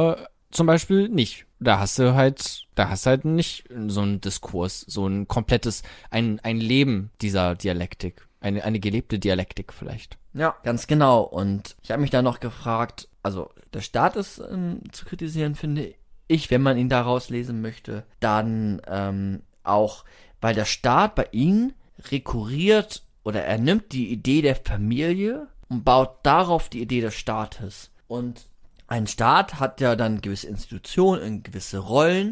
zum Beispiel nicht. Da hast du halt nicht so einen Diskurs, so ein komplettes, ein Leben dieser Dialektik. Eine gelebte Dialektik vielleicht. Ja, ganz genau. Und ich habe mich da noch gefragt, also der Staat ist zu kritisieren, finde ich, wenn man ihn daraus lesen möchte, dann auch, weil der Staat bei ihnen rekurriert oder er nimmt die Idee der Familie und baut darauf die Idee des Staates. Und ein Staat hat ja dann gewisse Institutionen, gewisse Rollen,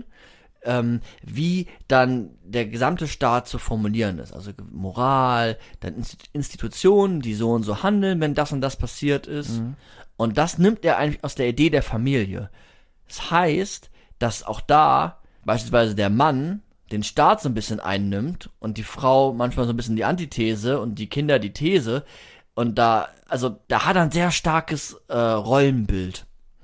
wie dann der gesamte Staat zu formulieren ist. Also Moral, dann Institutionen, die so und so handeln, wenn das und das passiert ist. Mhm. Und das nimmt er eigentlich aus der Idee der Familie. Das heißt, dass auch da beispielsweise der Mann den Staat so ein bisschen einnimmt und die Frau manchmal so ein bisschen die Antithese und die Kinder die These. Und da hat er ein sehr starkes Rollenbild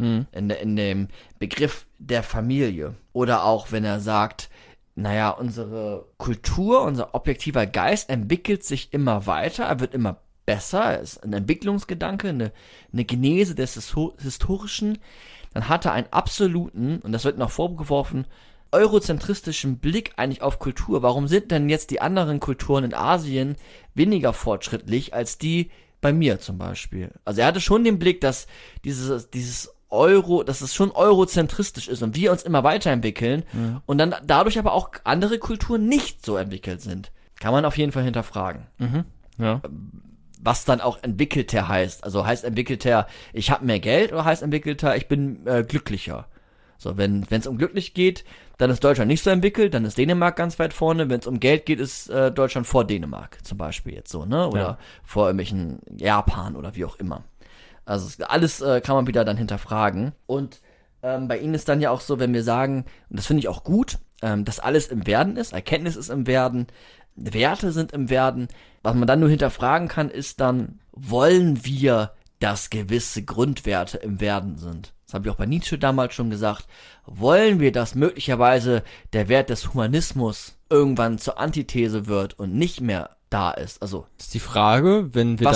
in dem Begriff der Familie. Oder auch, wenn er sagt, naja, unsere Kultur, unser objektiver Geist entwickelt sich immer weiter, er wird immer besser, er ist ein Entwicklungsgedanke, eine Genese des Historischen, dann hat er einen absoluten, und das wird noch vorgeworfen, eurozentristischen Blick eigentlich auf Kultur. Warum sind denn jetzt die anderen Kulturen in Asien weniger fortschrittlich als die bei mir zum Beispiel? Also er hatte schon den Blick, dass dieses dass es schon eurozentristisch ist und wir uns immer weiterentwickeln und dann dadurch aber auch andere Kulturen nicht so entwickelt sind. Kann man auf jeden Fall hinterfragen. Mhm. Ja. Was dann auch entwickelter heißt. Also heißt entwickelter, ich habe mehr Geld oder heißt entwickelter, ich bin glücklicher. So, wenn es um glücklich geht, dann ist Deutschland nicht so entwickelt, dann ist Dänemark ganz weit vorne. Wenn es um Geld geht, ist Deutschland vor Dänemark zum Beispiel jetzt so, ne? Oder vor irgendwelchen Japan oder wie auch immer. Also alles kann man wieder dann hinterfragen. Und bei ihnen ist dann ja auch so, wenn wir sagen, und das finde ich auch gut, dass alles im Werden ist, Erkenntnis ist im Werden, Werte sind im Werden. Was man dann nur hinterfragen kann, ist dann, wollen wir, dass gewisse Grundwerte im Werden sind? Das habe ich auch bei Nietzsche damals schon gesagt. Wollen wir, dass möglicherweise der Wert des Humanismus irgendwann zur Antithese wird und nicht mehr da ist? Also das ist die Frage, wenn wir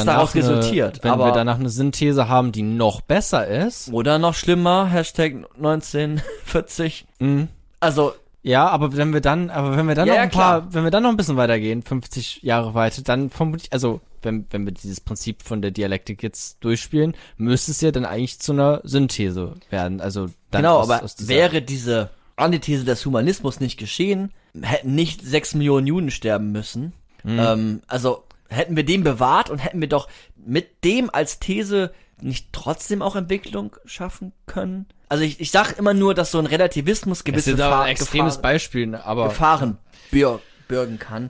wir danach eine Synthese haben, die noch besser ist. Oder noch schlimmer, Hashtag 1940. Also ja, aber wenn wir dann noch ein bisschen weitergehen, 50 Jahre weiter, dann vermutlich, also wenn wir dieses Prinzip von der Dialektik jetzt durchspielen, müsste es ja dann eigentlich zu einer Synthese werden. Also dann genau, aber wäre diese Antithese des Humanismus nicht geschehen, hätten nicht 6 Millionen Juden sterben müssen. Also hätten wir den bewahrt und hätten wir doch mit dem als These nicht trotzdem auch Entwicklung schaffen können? Also ich sag immer nur, dass so ein Relativismus gewisse Beispiel, aber Gefahren bürgen kann.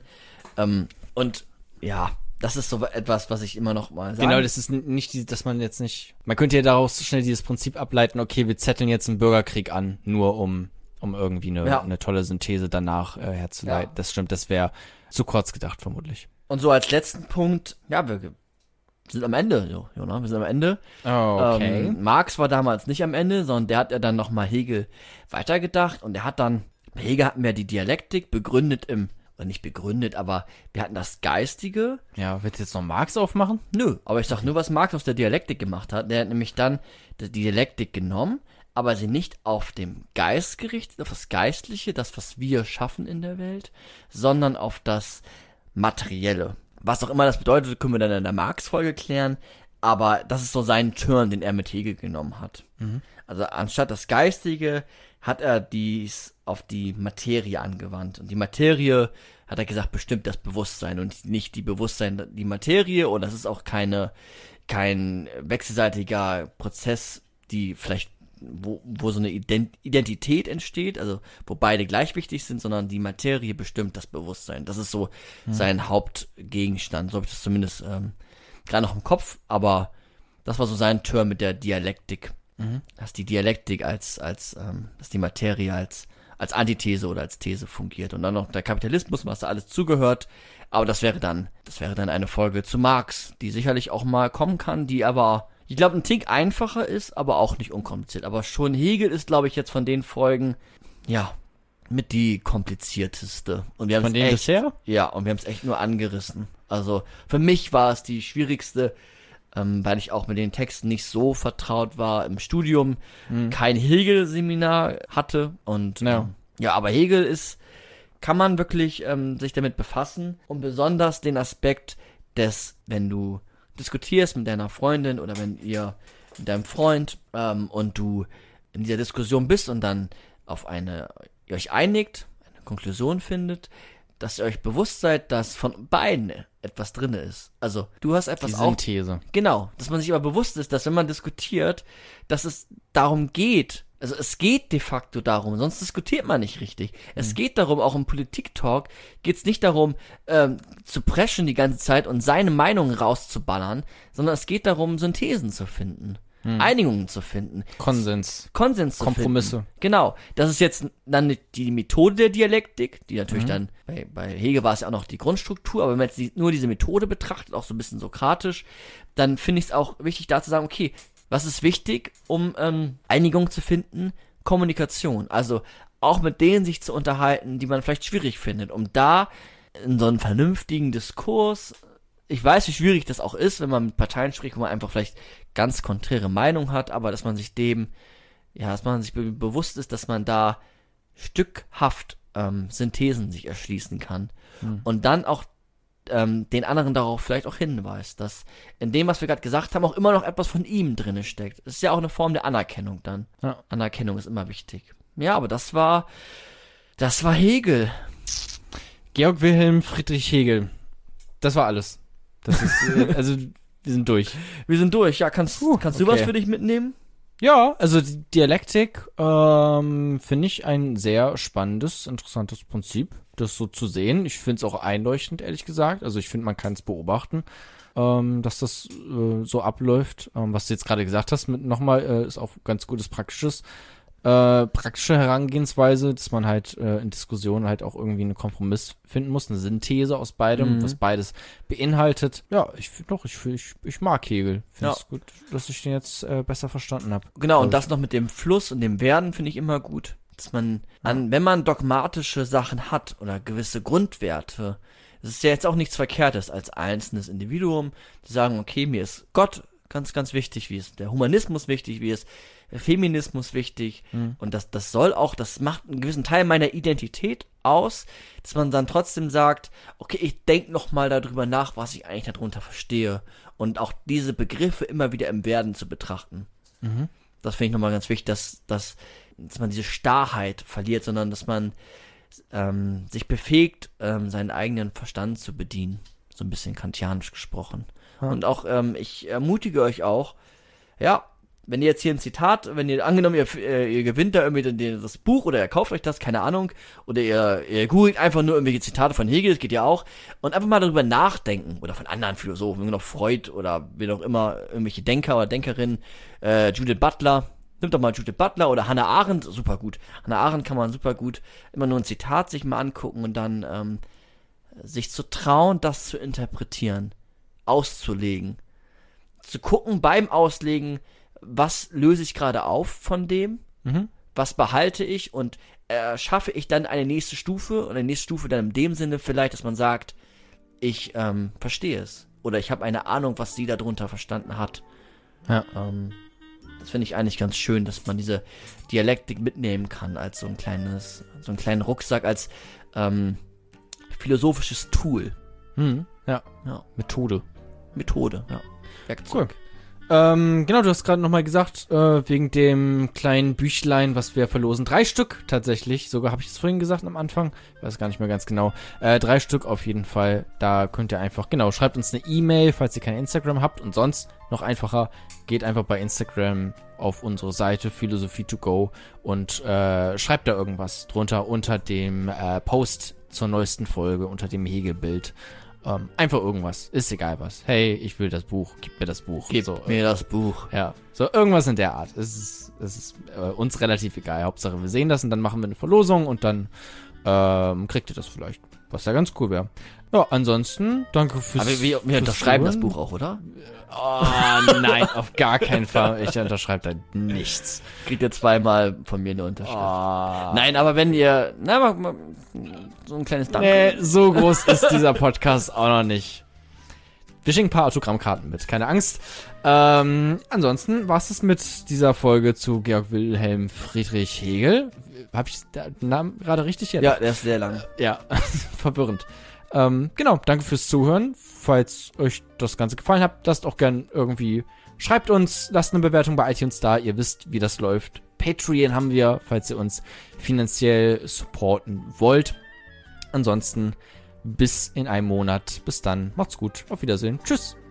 Und ja, das ist so etwas, was ich immer noch mal sage. Genau, das ist nicht, dass man jetzt nicht, man könnte ja daraus schnell dieses Prinzip ableiten, okay, wir zetteln jetzt einen Bürgerkrieg an, nur um irgendwie eine tolle Synthese danach herzuleiten. Ja. Das stimmt, das wäre zu kurz gedacht vermutlich. Und so als letzten Punkt, ja, wir sind am Ende, Jona, wir sind am Ende. Oh, okay. Marx war damals nicht am Ende, sondern der hat ja dann nochmal Hegel weitergedacht und Hegel hatten wir die Dialektik nicht begründet, aber wir hatten das Geistige. Ja, willst du jetzt noch Marx aufmachen? Nö, aber ich sag nur, was Marx aus der Dialektik gemacht hat. Der hat nämlich dann die Dialektik genommen, aber sie nicht auf dem Geist gerichtet, auf das Geistliche, das, was wir schaffen in der Welt, sondern auf das Materielle. Was auch immer das bedeutet, können wir dann in der Marx-Folge klären, aber das ist so sein Turn, den er mit Hegel genommen hat. Also anstatt das Geistige hat er dies auf die Materie angewandt. Und die Materie, hat er gesagt, bestimmt das Bewusstsein und nicht die Bewusstsein, die Materie. Und das ist auch kein wechselseitiger Prozess, die vielleicht wo so eine Identität entsteht, also wo beide gleich wichtig sind, sondern die Materie bestimmt das Bewusstsein. Das ist so sein Hauptgegenstand. So habe ich das zumindest gerade noch im Kopf, aber das war so sein Turn mit der Dialektik. Dass die Dialektik dass die Materie als Antithese oder als These fungiert. Und dann noch der Kapitalismus, was da alles zugehört. Aber das wäre dann eine Folge zu Marx, die sicherlich auch mal kommen kann, die aber, ich glaube, ein Tick einfacher ist, aber auch nicht unkompliziert. Aber schon Hegel ist, glaube ich, jetzt von den Folgen, ja, mit die komplizierteste. Und wir haben bisher? Ja, und wir haben es echt nur angerissen. Also, für mich war es die schwierigste, weil ich auch mit den Texten nicht so vertraut war im Studium, kein Hegel-Seminar hatte und aber Hegel kann man wirklich sich damit befassen und besonders den Aspekt wenn du diskutierst mit deiner Freundin oder wenn ihr mit deinem Freund und du in dieser Diskussion bist und dann ihr euch einigt, eine Konklusion findet, dass ihr euch bewusst seid, dass von beiden etwas drin ist. Also, du hast etwas Die Synthese. Genau, dass man sich aber bewusst ist, dass wenn man diskutiert, dass es darum geht, also es geht de facto darum, sonst diskutiert man nicht richtig. Es geht darum, auch im Politik-Talk geht es nicht darum, zu preschen die ganze Zeit und seine Meinung rauszuballern, sondern es geht darum, Synthesen zu finden. Einigungen zu finden. Konsens zu Kompromisse. Finden. Genau. Das ist jetzt dann die Methode der Dialektik, die natürlich dann, bei Hegel war es ja auch noch die Grundstruktur, aber wenn man jetzt nur diese Methode betrachtet, auch so ein bisschen sokratisch, dann finde ich es auch wichtig, da zu sagen, okay, was ist wichtig, um Einigung zu finden? Kommunikation. Also auch mit denen sich zu unterhalten, die man vielleicht schwierig findet, um da in so einen vernünftigen Diskurs, ich weiß, wie schwierig das auch ist, wenn man mit Parteien spricht, wo man einfach vielleicht ganz konträre Meinung hat, aber dass man sich dass man sich bewusst ist, dass man da stückhaft Synthesen sich erschließen kann und dann auch den anderen darauf vielleicht auch hinweist, dass in dem, was wir gerade gesagt haben, auch immer noch etwas von ihm drinne steckt. Das ist ja auch eine Form der Anerkennung dann. Ja. Anerkennung ist immer wichtig. Ja, aber das war Hegel. Georg Wilhelm Friedrich Hegel. Das war alles. Das ist, also, wir sind durch. Wir sind durch, ja. Kannst du was für dich mitnehmen? Ja, also die Dialektik finde ich ein sehr spannendes, interessantes Prinzip, das so zu sehen. Ich finde es auch einleuchtend, ehrlich gesagt. Also ich finde, man kann es beobachten, dass das so abläuft. Was du jetzt gerade gesagt hast, ist auch ganz gutes praktische Herangehensweise, dass man halt in Diskussionen halt auch irgendwie einen Kompromiss finden muss, eine Synthese aus beidem, was beides beinhaltet. Ja, ich mag Hegel. Finde es gut, dass ich den jetzt besser verstanden habe. Genau, und das noch mit dem Fluss und dem Werden finde ich immer gut, dass man wenn man dogmatische Sachen hat oder gewisse Grundwerte, es ist ja jetzt auch nichts Verkehrtes als einzelnes Individuum, zu sagen, okay, mir ist Gott ganz, ganz wichtig, wie ist der Humanismus wichtig, wie ist der Feminismus wichtig und das macht einen gewissen Teil meiner Identität aus, dass man dann trotzdem sagt, okay, ich denke noch mal darüber nach, was ich eigentlich darunter verstehe und auch diese Begriffe immer wieder im Werden zu betrachten. Das finde ich nochmal ganz wichtig, dass man diese Starrheit verliert, sondern dass man sich befähigt, seinen eigenen Verstand zu bedienen. So ein bisschen kantianisch gesprochen. Und auch, ich ermutige euch auch, ja, wenn ihr jetzt hier ein Zitat, wenn ihr angenommen, ihr gewinnt da irgendwie das Buch oder ihr kauft euch das, keine Ahnung, oder ihr googelt einfach nur irgendwelche Zitate von Hegel, das geht ja auch, und einfach mal darüber nachdenken, oder von anderen Philosophen, wie noch Freud oder wie auch immer, irgendwelche Denker oder Denkerinnen, Judith Butler, nimmt doch mal Judith Butler oder Hannah Arendt, super gut. Hannah Arendt kann man super gut immer nur ein Zitat sich mal angucken und dann sich zu trauen, das zu interpretieren, auszulegen, zu gucken beim Auslegen, was löse ich gerade auf von dem, was behalte ich und schaffe ich dann eine nächste Stufe und eine nächste Stufe dann in dem Sinne vielleicht, dass man sagt, ich verstehe es oder ich habe eine Ahnung, was sie darunter verstanden hat. Ja. Das finde ich eigentlich ganz schön, dass man diese Dialektik mitnehmen kann als so einen kleinen Rucksack, als philosophisches Tool. Ja. Methode, ja. Werkzeug. Cool. Genau, du hast gerade nochmal gesagt, wegen dem kleinen Büchlein, was wir verlosen. 3 Stück tatsächlich, sogar habe ich es vorhin gesagt am Anfang, ich weiß gar nicht mehr ganz genau. 3 Stück auf jeden Fall, da könnt ihr einfach, schreibt uns eine E-Mail, falls ihr kein Instagram habt und sonst noch einfacher, geht einfach bei Instagram auf unsere Seite Philosophie2Go und schreibt da irgendwas drunter unter dem Post zur neuesten Folge, unter dem Hegel-Bild. Einfach irgendwas. Ist egal was. Hey, ich will das Buch. Gib mir das Buch. Gib mir das Buch. Ja, so irgendwas in der Art. Es ist uns relativ egal. Hauptsache wir sehen das und dann machen wir eine Verlosung und dann kriegt ihr das vielleicht. Was ja ganz cool wäre. Ja, ansonsten, danke fürs Aber wir unterschreiben das Buch auch, oder? Oh, nein, auf gar keinen Fall. Ich unterschreibe da nichts. Kriegt ihr 2-mal von mir eine Unterschrift. Oh. Nein, aber wenn ihr, so ein kleines Danke. Nee, so groß ist dieser Podcast auch noch nicht. Wir schicken ein paar Autogrammkarten mit, keine Angst. Ansonsten war es mit dieser Folge zu Georg Wilhelm Friedrich Hegel. Habe ich den Namen gerade richtig jetzt? Ja, der ist sehr lang. Ja, verwirrend. Genau, danke fürs Zuhören. Falls euch das Ganze gefallen hat, lasst auch gern irgendwie, schreibt uns, lasst eine Bewertung bei iTunes da. Ihr wisst, wie das läuft. Patreon haben wir, falls ihr uns finanziell supporten wollt. Ansonsten bis in einem Monat. Bis dann. Macht's gut. Auf Wiedersehen. Tschüss.